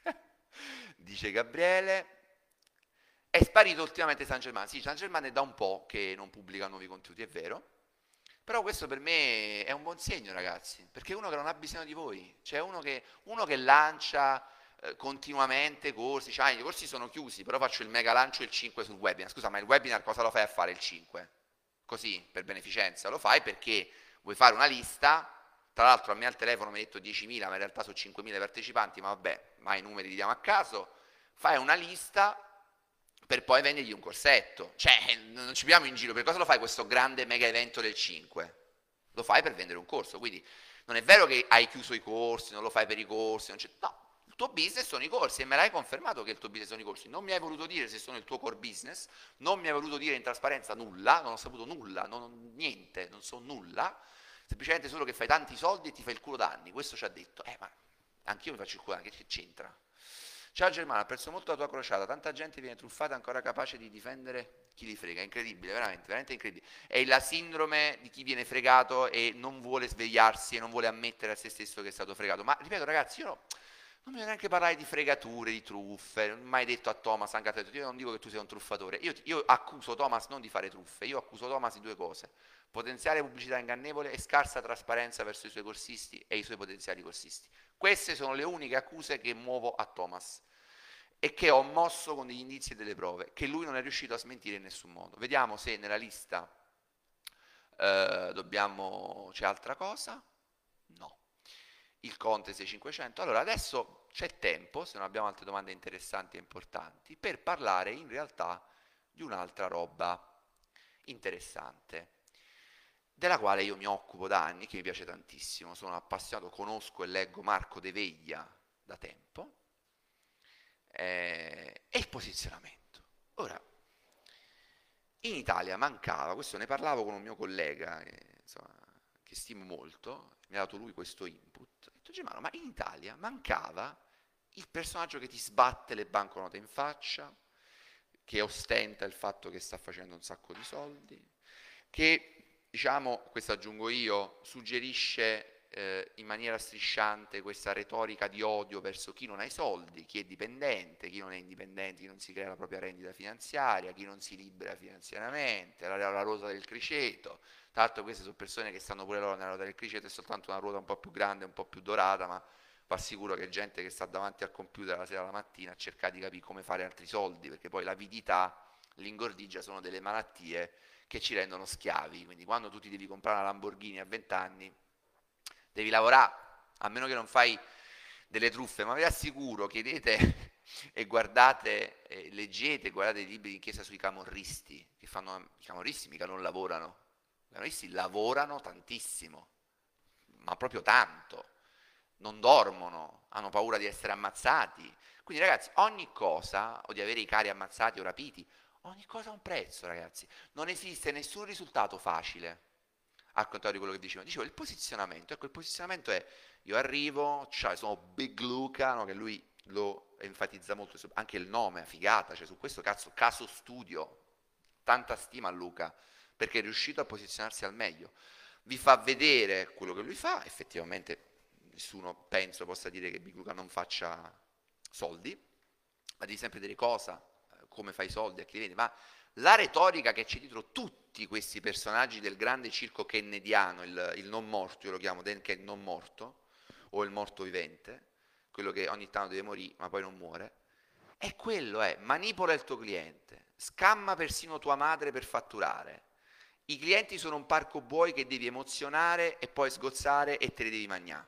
Dice Gabriele. È sparito ultimamente San Germano. Sì, San Germano è da un po' che non pubblica nuovi contenuti, è vero. Però questo per me è un buon segno, ragazzi, perché è uno che non ha bisogno di voi, cioè uno che, uno che lancia eh, continuamente corsi, cioè i corsi sono chiusi, però faccio il mega lancio il cinque sul webinar. Scusa, ma il webinar cosa lo fai a fare il cinque? Così, per beneficenza, lo fai perché vuoi fare una lista, tra l'altro a me al telefono mi ha detto diecimila, ma in realtà sono cinquemila partecipanti, ma vabbè, ma i numeri li diamo a caso, fai una lista per poi vendergli un corsetto. Cioè, non ci piamo in giro. Per cosa lo fai questo grande mega evento del cinque? Lo fai per vendere un corso. Quindi non è vero che hai chiuso i corsi, non lo fai per i corsi. Non c'è... No, il tuo business sono i corsi e me l'hai confermato che il tuo business sono i corsi. Non mi hai voluto dire se sono il tuo core business, non mi hai voluto dire in trasparenza nulla, non ho saputo nulla, non, niente, non so nulla. Semplicemente solo che fai tanti soldi e ti fai il culo da anni. Questo ci ha detto. Eh, ma anch'io mi faccio il culo da anni, che c'entra? Ciao Germano, apprezzo molto la tua crociata, tanta gente viene truffata ancora capace di difendere chi li frega, incredibile, veramente, veramente incredibile. È la sindrome di chi viene fregato e non vuole svegliarsi e non vuole ammettere a se stesso che è stato fregato. Ma ripeto ragazzi, io no, non bisogna neanche parlare di fregature, di truffe, non ho mai detto a Thomas, anche a te, io non dico che tu sei un truffatore, io, io accuso Thomas non di fare truffe, io accuso Thomas di due cose, potenziale pubblicità ingannevole e scarsa trasparenza verso i suoi corsisti e i suoi potenziali corsisti. Queste sono le uniche accuse che muovo a Thomas e che ho mosso con degli indizi e delle prove, che lui non è riuscito a smentire in nessun modo. Vediamo se nella lista eh, dobbiamo... c'è altra cosa. No. Il Conte seicentocinquecento. Allora, adesso c'è tempo, se non abbiamo altre domande interessanti e importanti, per parlare in realtà di un'altra roba interessante, della quale io mi occupo da anni, che mi piace tantissimo. Sono appassionato, conosco e leggo Marco De Veglia da tempo, eh, e il posizionamento. Ora, in Italia mancava, questo ne parlavo con un mio collega, eh, insomma, che stimo molto, mi ha dato lui questo input, ho detto Germano, ma in Italia mancava il personaggio che ti sbatte le banconote in faccia, che ostenta il fatto che sta facendo un sacco di soldi, che, diciamo, questo aggiungo io, suggerisce eh, in maniera strisciante questa retorica di odio verso chi non ha i soldi, chi è dipendente, chi non è indipendente, chi non si crea la propria rendita finanziaria, chi non si libera finanziariamente, la, la ruota del criceto. Tra l'altro queste sono persone che stanno pure loro nella ruota del criceto, è soltanto una ruota un po' più grande, un po' più dorata, ma vi assicuro che è gente che sta davanti al computer la sera alla mattina a cercare di capire come fare altri soldi, perché poi l'avidità, l'ingordigia sono delle malattie che ci rendono schiavi. Quindi quando tu ti devi comprare una Lamborghini a venti anni, devi lavorare, a meno che non fai delle truffe, ma vi assicuro, chiedete e guardate, eh, leggete, guardate i libri d'inchiesta sui camorristi, che fanno, i camorristi mica non lavorano, i camorristi lavorano tantissimo, ma proprio tanto, non dormono, hanno paura di essere ammazzati. Quindi ragazzi, ogni cosa, o di avere i cari ammazzati o rapiti, ogni cosa ha un prezzo, ragazzi. Non esiste nessun risultato facile, al contrario di quello che dicevo. Dicevo, il posizionamento, ecco, il posizionamento è, io arrivo, cioè sono Big Luca, no, che lui lo enfatizza molto, anche il nome, è figata, cioè su questo cazzo, caso studio, tanta stima a Luca, perché è riuscito a posizionarsi al meglio. Vi fa vedere quello che lui fa, effettivamente nessuno penso possa dire che Big Luca non faccia soldi, ma devi sempre vedere cosa, come fai i soldi, a chi li vendi, ma la retorica che c'è dietro tutti questi personaggi del grande circo kennediano, il, il non morto, io lo chiamo Dan Ken non morto, o il morto vivente, quello che ogni tanto deve morire ma poi non muore, è quello, è manipola il tuo cliente, scamma persino tua madre per fatturare. I clienti sono un parco buoi che devi emozionare e poi sgozzare e te li devi mangiare.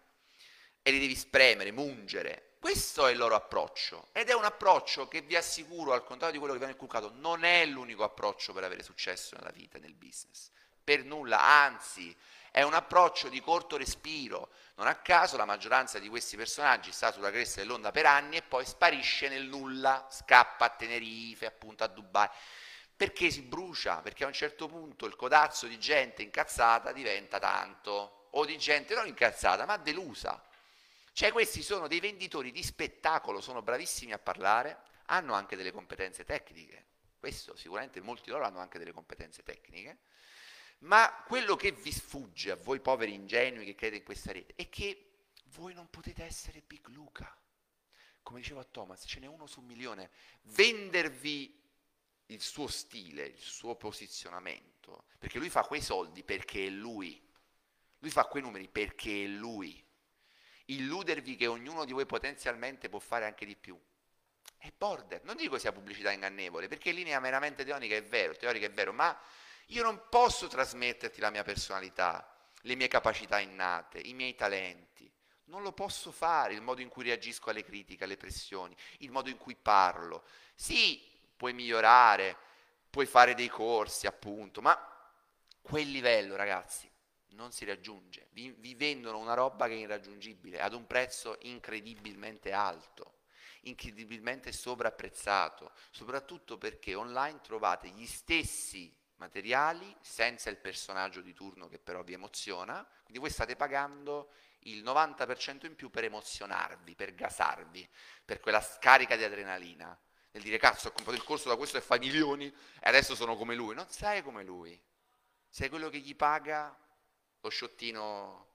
E li devi spremere, mungere. Questo è il loro approccio. Ed è un approccio che vi assicuro, al contrario di quello che vi hanno inculcato, non è l'unico approccio per avere successo nella vita e nel business. Per nulla, anzi, è un approccio di corto respiro. Non a caso la maggioranza di questi personaggi sta sulla cresta dell'onda per anni e poi sparisce nel nulla, scappa a Tenerife, appunto a Dubai. Perché si brucia? Perché a un certo punto il codazzo di gente incazzata diventa tanto, o di gente non incazzata, ma delusa. Cioè questi sono dei venditori di spettacolo, sono bravissimi a parlare, hanno anche delle competenze tecniche, questo sicuramente molti di loro hanno anche delle competenze tecniche, ma quello che vi sfugge a voi poveri ingenui che credete in questa rete è che voi non potete essere Big Luca. Come dicevo a Thomas, ce n'è uno su un milione. Vendervi il suo stile, il suo posizionamento, perché lui fa quei soldi perché è lui, lui fa quei numeri perché è lui. Illudervi che ognuno di voi potenzialmente può fare anche di più è border. Non dico sia pubblicità ingannevole, perché in linea meramente teorica è vero, teorica è vero, ma io non posso trasmetterti la mia personalità, le mie capacità innate, i miei talenti. Non lo posso fare, il modo in cui reagisco alle critiche, alle pressioni, il modo in cui parlo. Sì, puoi migliorare, puoi fare dei corsi, appunto, ma quel livello, ragazzi, non si raggiunge. Vi, vi vendono una roba che è irraggiungibile ad un prezzo incredibilmente alto, incredibilmente sovrapprezzato, soprattutto perché online trovate gli stessi materiali senza il personaggio di turno che però vi emoziona, quindi voi state pagando il novanta per cento in più per emozionarvi, per gasarvi, per quella scarica di adrenalina, nel dire cazzo ho comprato il corso da questo e fa milioni e adesso sono come lui. Non sei come lui, sei quello che gli paga lo sciottino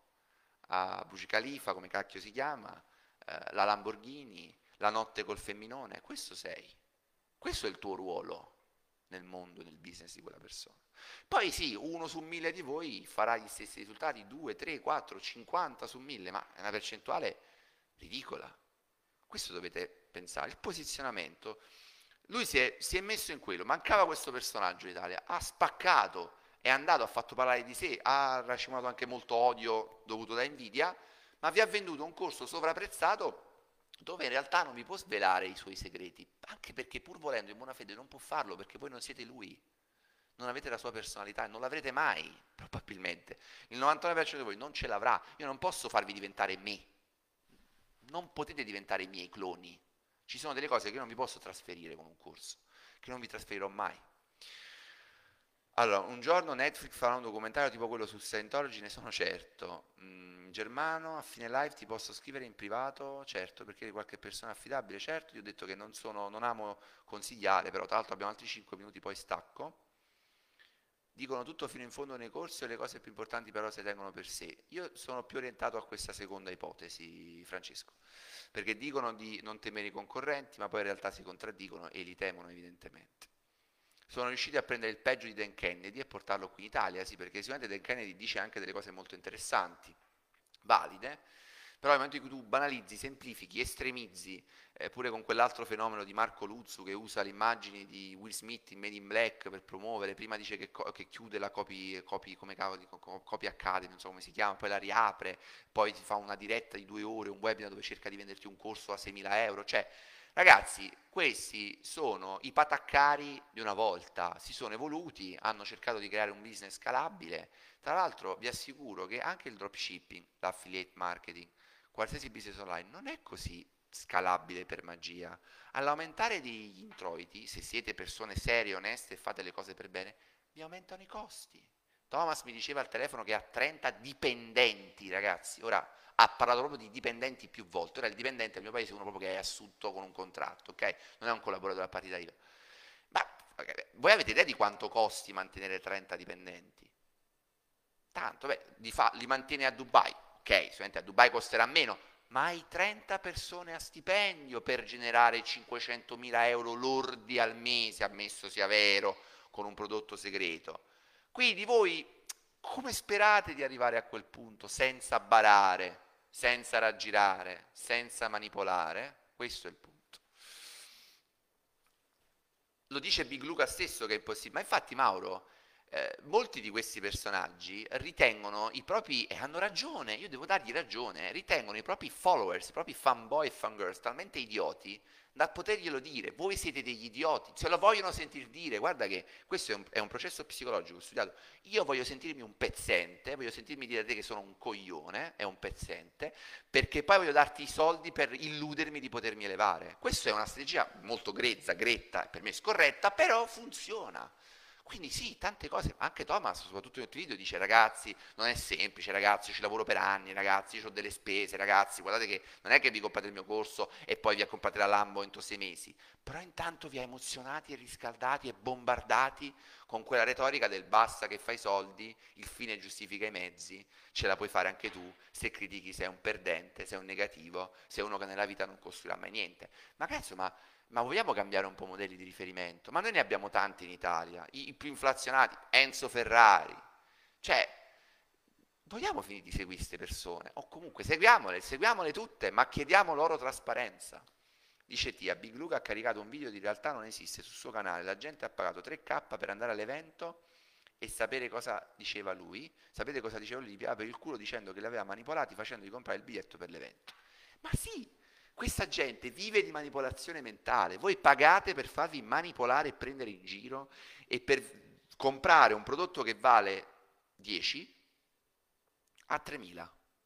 a Burj Khalifa, come cacchio si chiama, eh, la Lamborghini, la notte col femminone, questo sei. Questo è il tuo ruolo nel mondo, nel business di quella persona. Poi sì, uno su mille di voi farà gli stessi risultati, due, tre, quattro, cinquanta su mille, ma è una percentuale ridicola. Questo dovete pensare. Il posizionamento, lui si è, si è messo in quello, mancava questo personaggio in Italia, ha spaccato, è andato, ha fatto parlare di sé, ha racimolato anche molto odio dovuto da Nvidia, ma vi ha venduto un corso sovrapprezzato dove in realtà non vi può svelare i suoi segreti, anche perché pur volendo in buona fede non può farlo perché voi non siete lui, non avete la sua personalità e non l'avrete mai, probabilmente. Il novantanove per cento di voi non ce l'avrà, io non posso farvi diventare me, non potete diventare i miei cloni, ci sono delle cose che io non vi posso trasferire con un corso, che non vi trasferirò mai. Allora, un giorno Netflix farà un documentario tipo quello su Scientology, ne sono certo. Mm, Germano, a fine live ti posso scrivere in privato? Certo, perché eri qualche persona affidabile? Certo, io ho detto che non sono, non amo consigliare, però tra l'altro abbiamo altri cinque minuti, poi stacco. Dicono tutto fino in fondo nei corsi e le cose più importanti però si tengono per sé. Io sono più orientato a questa seconda ipotesi, Francesco, perché dicono di non temere i concorrenti, ma poi in realtà si contraddicono e li temono evidentemente. Sono riusciti a prendere il peggio di Dan Kennedy e portarlo qui in Italia, sì, perché sicuramente Dan Kennedy dice anche delle cose molto interessanti, valide, però nel momento in cui tu banalizzi, semplifichi, estremizzi, eh, pure con quell'altro fenomeno di Marco Luzzu che usa le immagini di Will Smith in Made in Black per promuovere, prima dice che, co- che chiude la copy, copy, come cavolo, co- copy Academy, non so come si chiama, poi la riapre, poi ti fa una diretta di due ore, un webinar dove cerca di venderti un corso a seimila euro, cioè ragazzi, questi sono i pataccari di una volta, si sono evoluti, hanno cercato di creare un business scalabile. Tra l'altro vi assicuro che anche il dropshipping, l'affiliate marketing, qualsiasi business online non è così scalabile per magia. All'aumentare degli introiti, se siete persone serie, oneste e fate le cose per bene, vi aumentano i costi. Thomas mi diceva al telefono che ha trenta dipendenti, ragazzi. Ora ha parlato proprio di dipendenti più volte. Ora il dipendente al mio paese è uno proprio che è assunto con un contratto, ok? Non è un collaboratore a partita I V A. Ma voi avete idea di quanto costi mantenere trenta dipendenti? Tanto, beh, li, fa, li mantiene a Dubai, ok, sicuramente a Dubai costerà meno, ma hai trenta persone a stipendio per generare cinquecentomila euro lordi al mese, ammesso sia vero, con un prodotto segreto. Quindi voi come sperate di arrivare a quel punto senza barare, senza raggirare, senza manipolare? Questo è il punto. Lo dice Big Luca stesso che è impossibile, ma infatti Mauro, eh, molti di questi personaggi ritengono i propri, e hanno ragione, io devo dargli ragione, ritengono i propri followers, i propri fanboy e fangirls talmente idioti da poterglielo dire. Voi siete degli idioti, se lo vogliono sentir dire. Guarda che questo è un, è un processo psicologico studiato. Io voglio sentirmi un pezzente, voglio sentirmi dire a te che sono un coglione, è un pezzente, perché poi voglio darti i soldi per illudermi di potermi elevare. Questa è una strategia molto grezza, gretta, per me scorretta, però funziona. Quindi sì, tante cose, anche Thomas, soprattutto in altri video, dice ragazzi, non è semplice, ragazzi, io ci lavoro per anni, ragazzi, io ho delle spese, ragazzi, guardate che non è che vi comprate il mio corso e poi vi comprate la Lambo entro sei mesi, però intanto vi ha emozionati e riscaldati e bombardati con quella retorica del basta che fai soldi, il fine giustifica i mezzi, ce la puoi fare anche tu, se critichi sei un perdente, sei un negativo, sei uno che nella vita non costruirà mai niente. Ma cazzo, ma ma vogliamo cambiare un po' modelli di riferimento? Ma noi ne abbiamo tanti in Italia, i, i più inflazionati, Enzo Ferrari. Cioè, vogliamo finire di seguire queste persone? O comunque seguiamole, seguiamole tutte, ma chiediamo loro trasparenza. Dice Tia, Big Luca ha caricato un video di realtà non esiste sul suo canale, la gente ha pagato tre K per andare all'evento e sapere cosa diceva lui. Sapete cosa diceva lui? Gli piava per il culo dicendo che li aveva manipolati facendogli comprare il biglietto per l'evento. Ma sì, questa gente vive di manipolazione mentale. Voi pagate per farvi manipolare e prendere in giro e per comprare un prodotto che vale dieci a tremila.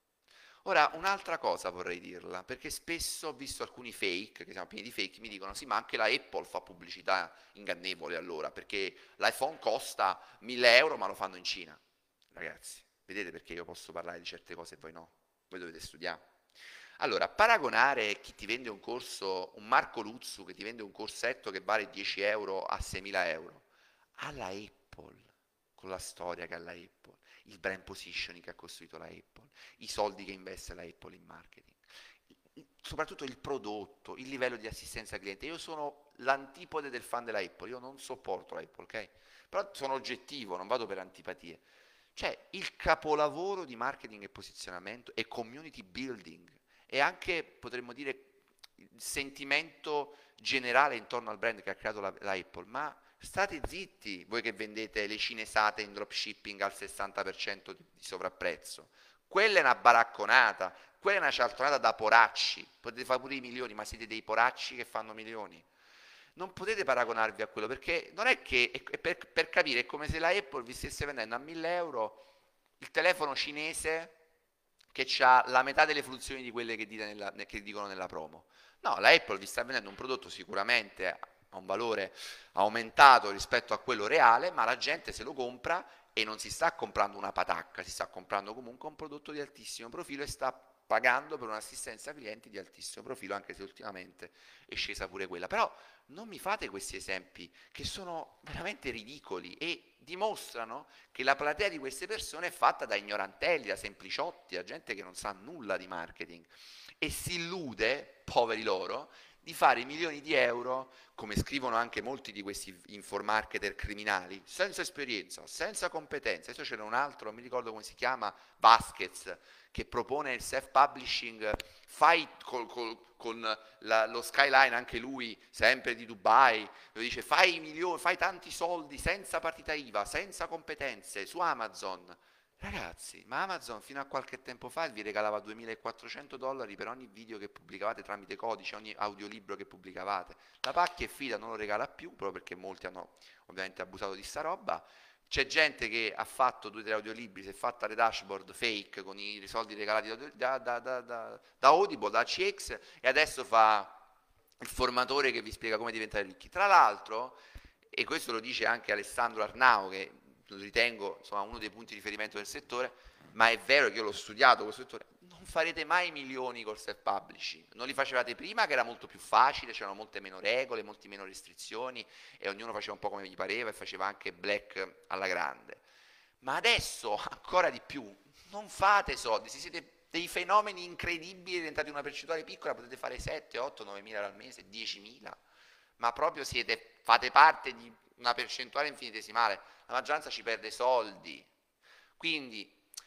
Ora, un'altra cosa vorrei dirla, perché spesso ho visto alcuni fake, che siamo pieni di fake, mi dicono sì, ma anche la Apple fa pubblicità ingannevole allora, perché l'iPhone costa mille euro ma lo fanno in Cina. Ragazzi, vedete perché io posso parlare di certe cose e voi no? Voi dovete studiare. Allora, paragonare chi ti vende un corso, un Marco Luzzu che ti vende un corsetto che vale dieci euro a seimila euro, alla Apple, con la storia che ha la Apple, il brand positioning che ha costruito la Apple, i soldi che investe la Apple in marketing, soprattutto il prodotto, il livello di assistenza cliente. Io sono l'antipode del fan della Apple, io non sopporto la Apple, ok? Però sono oggettivo, non vado per antipatie. Cioè, il capolavoro di marketing e posizionamento e community building e anche, potremmo dire, il sentimento generale intorno al brand che ha creato la, la Apple, ma state zitti voi che vendete le cinesate in dropshipping al sessanta per cento di, di sovrapprezzo. Quella è una baracconata, quella è una cialtronata da poracci, potete fare pure i milioni, ma siete dei poracci che fanno milioni. Non potete paragonarvi a quello, perché non è che, è per, per capire, è come se la Apple vi stesse vendendo a mille euro il telefono cinese che ha la metà delle funzioni di quelle che, nella, che dicono nella promo. No, la Apple vi sta vendendo un prodotto sicuramente a un valore aumentato rispetto a quello reale, ma la gente se lo compra e non si sta comprando una patacca, si sta comprando comunque un prodotto di altissimo profilo e sta pagando per un'assistenza clienti di altissimo profilo, anche se ultimamente è scesa pure quella. Però non mi fate questi esempi che sono veramente ridicoli e dimostrano che la platea di queste persone è fatta da ignorantelli, da sempliciotti, da gente che non sa nulla di marketing e si illude, poveri loro, di fare milioni di euro, come scrivono anche molti di questi informarketer criminali, senza esperienza, senza competenza. Adesso c'era un altro, non mi ricordo come si chiama, Vasquez, che propone il self-publishing, fai col, col, con la, lo skyline, anche lui, sempre di Dubai, dove dice fai, milioni, fai tanti soldi senza partita I V A, senza competenze, su Amazon. Ragazzi, ma Amazon fino a qualche tempo fa vi regalava duemilaquattrocento dollari per ogni video che pubblicavate tramite codice, ogni audiolibro che pubblicavate. La pacchia e fida non lo regala più, proprio perché molti hanno ovviamente abusato di sta roba. C'è gente che ha fatto due o tre audiolibri, si è fatta le dashboard fake con i soldi regalati da, da, da, da, da Audible, da A C X e adesso fa il formatore che vi spiega come diventare ricchi. Tra l'altro, e questo lo dice anche Alessandro Arnao, che lo ritengo insomma, uno dei punti di riferimento del settore, ma è vero che io l'ho studiato questo settore, non farete mai milioni col self-publishing, non li facevate prima che era molto più facile, c'erano molte meno regole, molte meno restrizioni e ognuno faceva un po' come gli pareva e faceva anche black alla grande, ma adesso ancora di più, non fate soldi, se siete dei fenomeni incredibili diventati una percentuale piccola potete fare sette, otto, nove mila al mese, diecimila, ma proprio siete, fate parte di una percentuale infinitesimale, la maggioranza ci perde soldi, quindi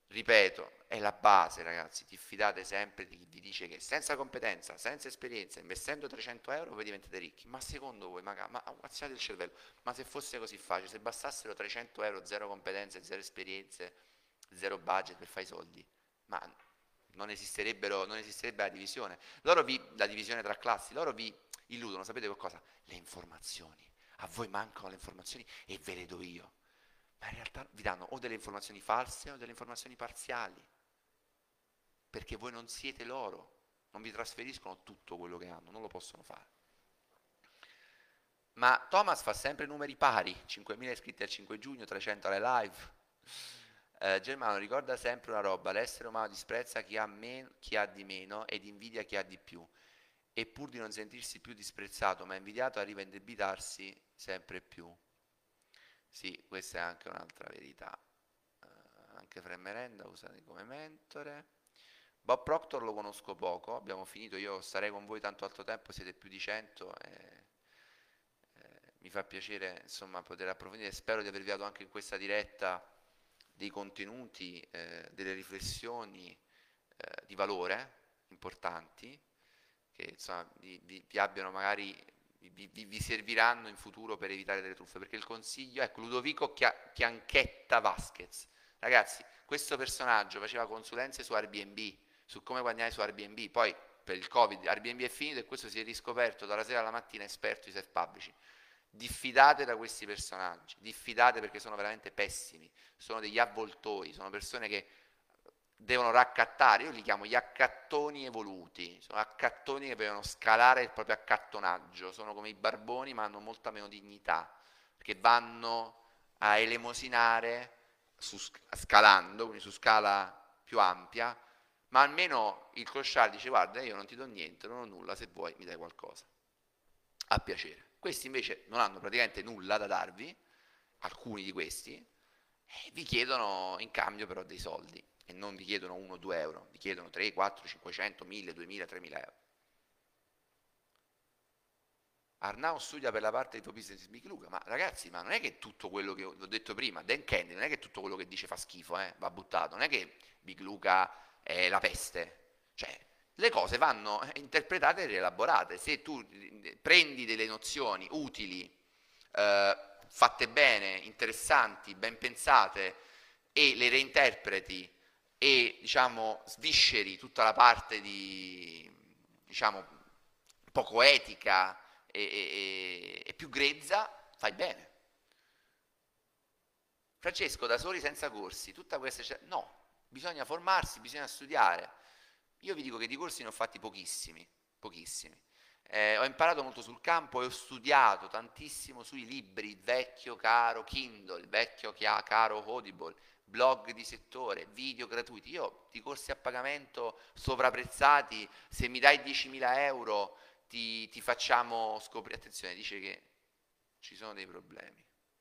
Ripeto, è la base, ragazzi. Ti fidate sempre di chi vi dice che senza competenza, senza esperienza, investendo trecento euro voi diventate ricchi. Ma secondo voi, magari, ma ammazzate il cervello, ma se fosse così facile, se bastassero trecento euro, zero competenze, zero esperienze, zero budget per fare i soldi, ma non esisterebbero, non esisterebbe la divisione. Loro vi, la divisione tra classi, loro vi illudono, sapete qualcosa? Le informazioni. A voi mancano le informazioni e ve le do io. Ma in realtà vi danno o delle informazioni false o delle informazioni parziali, perché voi non siete loro, non vi trasferiscono tutto quello che hanno, non lo possono fare. Ma Thomas fa sempre numeri pari, cinquemila iscritti al cinque giugno, trecento alle live. Eh, Germano ricorda sempre una roba, l'essere umano disprezza chi ha, men- chi ha di meno ed invidia chi ha di più. E pur di non sentirsi più disprezzato ma invidiato arriva a indebitarsi sempre più. Sì, questa è anche un'altra verità. Eh, anche Fred Merenda usati come mentore. Bob Proctor lo conosco poco, abbiamo finito, io starei con voi tanto altro tempo, siete più di cento e eh, mi fa piacere insomma poter approfondire, spero di avervi dato anche in questa diretta dei contenuti, eh, delle riflessioni eh, di valore importanti che insomma vi, vi- vi abbiano magari vi, vi- vi serviranno in futuro per evitare delle truffe. Perché il consiglio, ecco, Ludovico Chia- Chianchetta Vasquez, ragazzi, questo personaggio faceva consulenze su Airbnb, su come guadagnare su Airbnb, poi per il Covid Airbnb è finito e questo si è riscoperto dalla sera alla mattina esperto di self-publishing. Diffidate da questi personaggi, diffidate perché sono veramente pessimi, sono degli avvoltoi, sono persone che devono raccattare, io li chiamo gli accattoni evoluti, sono accattoni che devono scalare il proprio accattonaggio, sono come i barboni ma hanno molta meno dignità, perché vanno a elemosinare su, scalando, quindi su scala più ampia, ma almeno il clochard dice guarda io non ti do niente, non ho nulla, se vuoi mi dai qualcosa, a piacere. Questi invece non hanno praticamente nulla da darvi, alcuni di questi, e vi chiedono in cambio però dei soldi e non vi chiedono uno o due euro, vi chiedono tre, quattro, cinquecento, mille, duemila, tremila euro. Arnau studia per la parte di tuo business Big Luca, ma ragazzi, ma non è che tutto quello che ho detto prima, Dan Kennedy, non è che tutto quello che dice fa schifo, eh, va buttato, non è che Big Luca è la peste, cioè le cose vanno interpretate e rielaborate, se tu prendi delle nozioni utili, eh, fatte bene, interessanti, ben pensate e le reinterpreti e diciamo svisceri tutta la parte di diciamo poco etica e, e- e più grezza, fai bene. Francesco, da soli senza corsi, tutta questa... cioè, no, bisogna formarsi, bisogna studiare. Io vi dico che di corsi ne ho fatti pochissimi, pochissimi. Eh, ho imparato molto sul campo e ho studiato tantissimo sui libri, il vecchio caro Kindle, il vecchio chia- caro Audible, blog di settore, video gratuiti. Io di corsi a pagamento sovrapprezzati, se mi dai diecimila euro ti, ti facciamo scoprire. Attenzione, dice che ci sono dei problemi.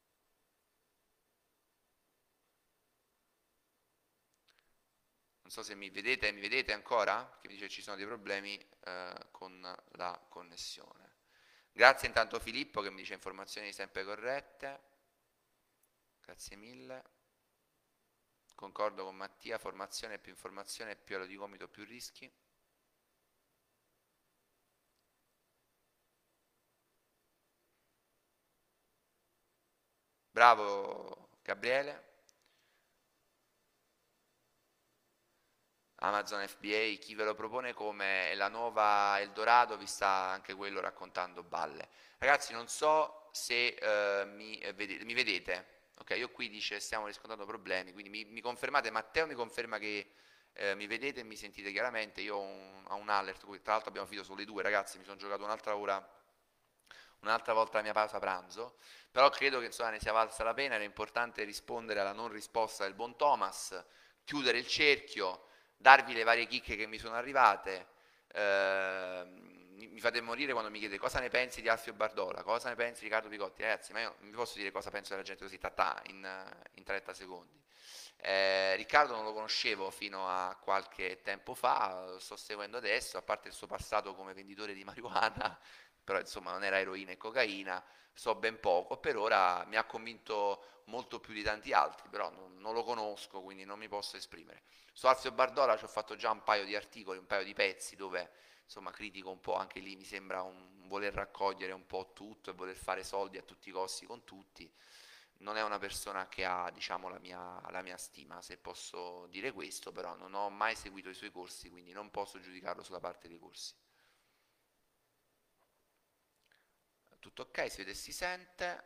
Non so se mi vedete, mi vedete ancora? Che mi dice che ci sono dei problemi eh, con la connessione. Grazie intanto Filippo che mi dice informazioni sempre corrette. Grazie mille. Concordo con Mattia, formazione più informazione più allo di gomito più rischi. Bravo Gabriele. Amazon F B A, chi ve lo propone come la nuova Eldorado vi sta anche quello raccontando balle. Ragazzi, non so se eh, mi, eh, vede- mi vedete. Ok, io qui dice stiamo riscontrando problemi, quindi mi, mi confermate, Matteo mi conferma che eh, mi vedete e mi sentite chiaramente. Io ho un, ho un alert, tra l'altro abbiamo finito solo le due, ragazzi, mi sono giocato un'altra ora, un'altra volta la mia pausa pranzo, però credo che insomma ne sia valsa la pena, era importante rispondere alla non risposta del buon Thomas, chiudere il cerchio, darvi le varie chicche che mi sono arrivate. Eh, mi fate morire quando mi chiedete cosa ne pensi di Alfio Bardola, cosa ne pensi di Riccardo Picotti, ragazzi, ma io non vi posso dire cosa penso della gente così, tatà, in, in trenta secondi. Eh, Riccardo non lo conoscevo fino a qualche tempo fa, lo sto seguendo adesso, a parte il suo passato come venditore di marijuana, però insomma non era eroina e cocaina, so ben poco, per ora mi ha convinto molto più di tanti altri, però non, non lo conosco, quindi non mi posso esprimere. Su Alzio Bardola ci ho fatto già un paio di articoli, un paio di pezzi dove insomma critico un po', anche lì mi sembra un voler raccogliere un po' tutto e voler fare soldi a tutti i costi con tutti. Non è una persona che ha, diciamo, la mia, la mia stima, se posso dire questo, però non ho mai seguito i suoi corsi, quindi non posso giudicarlo sulla parte dei corsi. Tutto ok, si vede e si sente.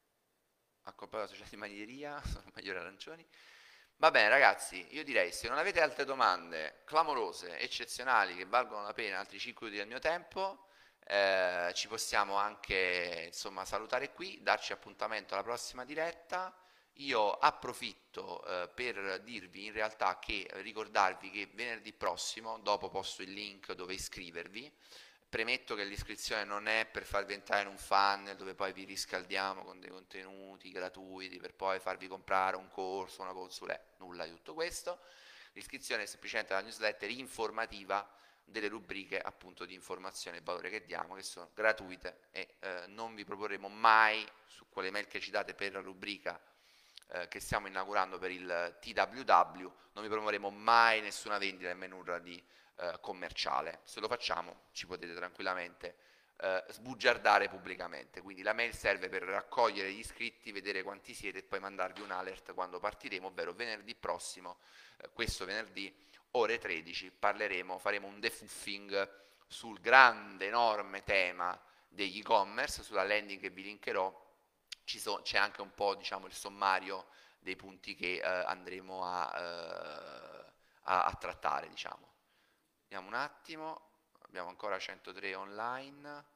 Ha comprato la società di manieria, sono migliori arancioni. Va bene ragazzi, io direi se non avete altre domande clamorose, eccezionali, che valgono la pena altri cinque minuti del mio tempo, eh, ci possiamo anche insomma salutare qui, darci appuntamento alla prossima diretta. Io approfitto eh, per dirvi in realtà che ricordarvi che venerdì prossimo, dopo posto il link dove iscrivervi. Premetto che l'iscrizione non è per farvi entrare in un funnel dove poi vi riscaldiamo con dei contenuti gratuiti per poi farvi comprare un corso, una consulenza, nulla di tutto questo. L'iscrizione è semplicemente la newsletter informativa delle rubriche appunto di informazione e valore che diamo, che sono gratuite e eh, non vi proporremo mai su quelle mail che ci date per la rubrica eh, che stiamo inaugurando per il T W W, non vi promuoveremo mai nessuna vendita e nulla di eh, commerciale. Se lo facciamo ci potete tranquillamente eh, sbugiardare pubblicamente. Quindi la mail serve per raccogliere gli iscritti, vedere quanti siete e poi mandarvi un alert quando partiremo, ovvero venerdì prossimo, eh, questo venerdì ore tredici, parleremo, faremo un defuffing sul grande, enorme tema degli e-commerce, sulla landing che vi linkerò. Ci so, c'è anche un po', diciamo, il sommario dei punti che eh, andremo a, eh, a, a trattare, diciamo. Vediamo un attimo, abbiamo ancora centotré online.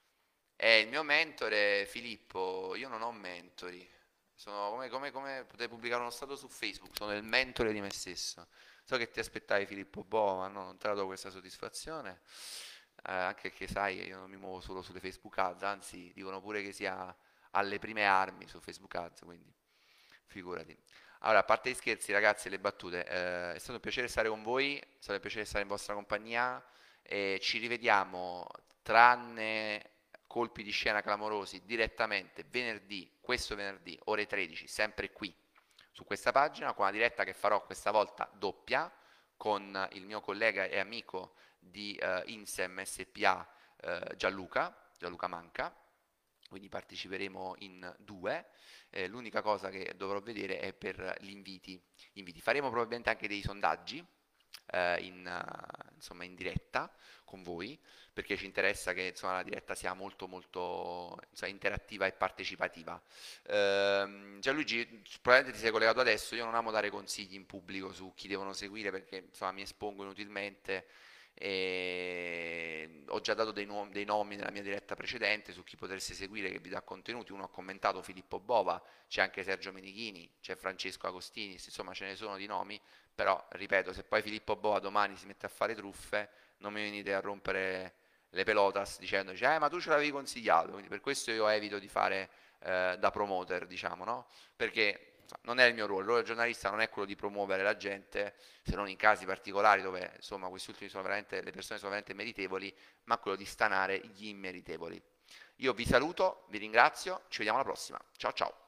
È il mio mentore Filippo, io non ho mentori. Sono come, come, come potrei pubblicare uno stato su Facebook, sono il mentore di me stesso. So che ti aspettavi Filippo Boh, ma no, non te la do questa soddisfazione. Eh, anche che sai, io non mi muovo solo sulle Facebook Ads, anzi dicono pure che sia alle prime armi su Facebook Ads, quindi figurati. Allora, a parte gli scherzi, ragazzi, e le battute, eh, è stato un piacere stare con voi, è stato un piacere stare in vostra compagnia e ci rivediamo, tranne colpi di scena clamorosi, direttamente venerdì, questo venerdì, ore tredici, sempre qui, su questa pagina, con una diretta che farò questa volta doppia, con il mio collega e amico di eh, Insem S P A, eh, Gianluca, Gianluca Manca, quindi parteciperemo in due. Eh, l'unica cosa che dovrò vedere è per gli inviti. Gli inviti. Faremo probabilmente anche dei sondaggi eh, in, eh, insomma, in diretta con voi, perché ci interessa che insomma, la diretta sia molto molto insomma, interattiva e partecipativa. Ehm, Gianluigi, probabilmente ti sei collegato adesso, io non amo dare consigli in pubblico su chi devono seguire perché insomma, mi espongo inutilmente e ho già dato dei, nuovi, dei nomi nella mia diretta precedente su chi potreste seguire che vi dà contenuti. Uno ha commentato Filippo Bova, c'è anche Sergio Menichini, c'è Francesco Agostinis, insomma ce ne sono di nomi, però ripeto, se poi Filippo Bova domani si mette a fare truffe, non mi venite a rompere le pelotas dicendoci eh ma tu ce l'avevi consigliato, quindi per questo io evito di fare eh, da promoter, diciamo, no? Perché non è il mio ruolo, il ruolo del giornalista non è quello di promuovere la gente, se non in casi particolari dove insomma questi ultimi sono veramente, le persone sono veramente meritevoli, ma quello di stanare gli immeritevoli. Io vi saluto, vi ringrazio, ci vediamo alla prossima. Ciao ciao.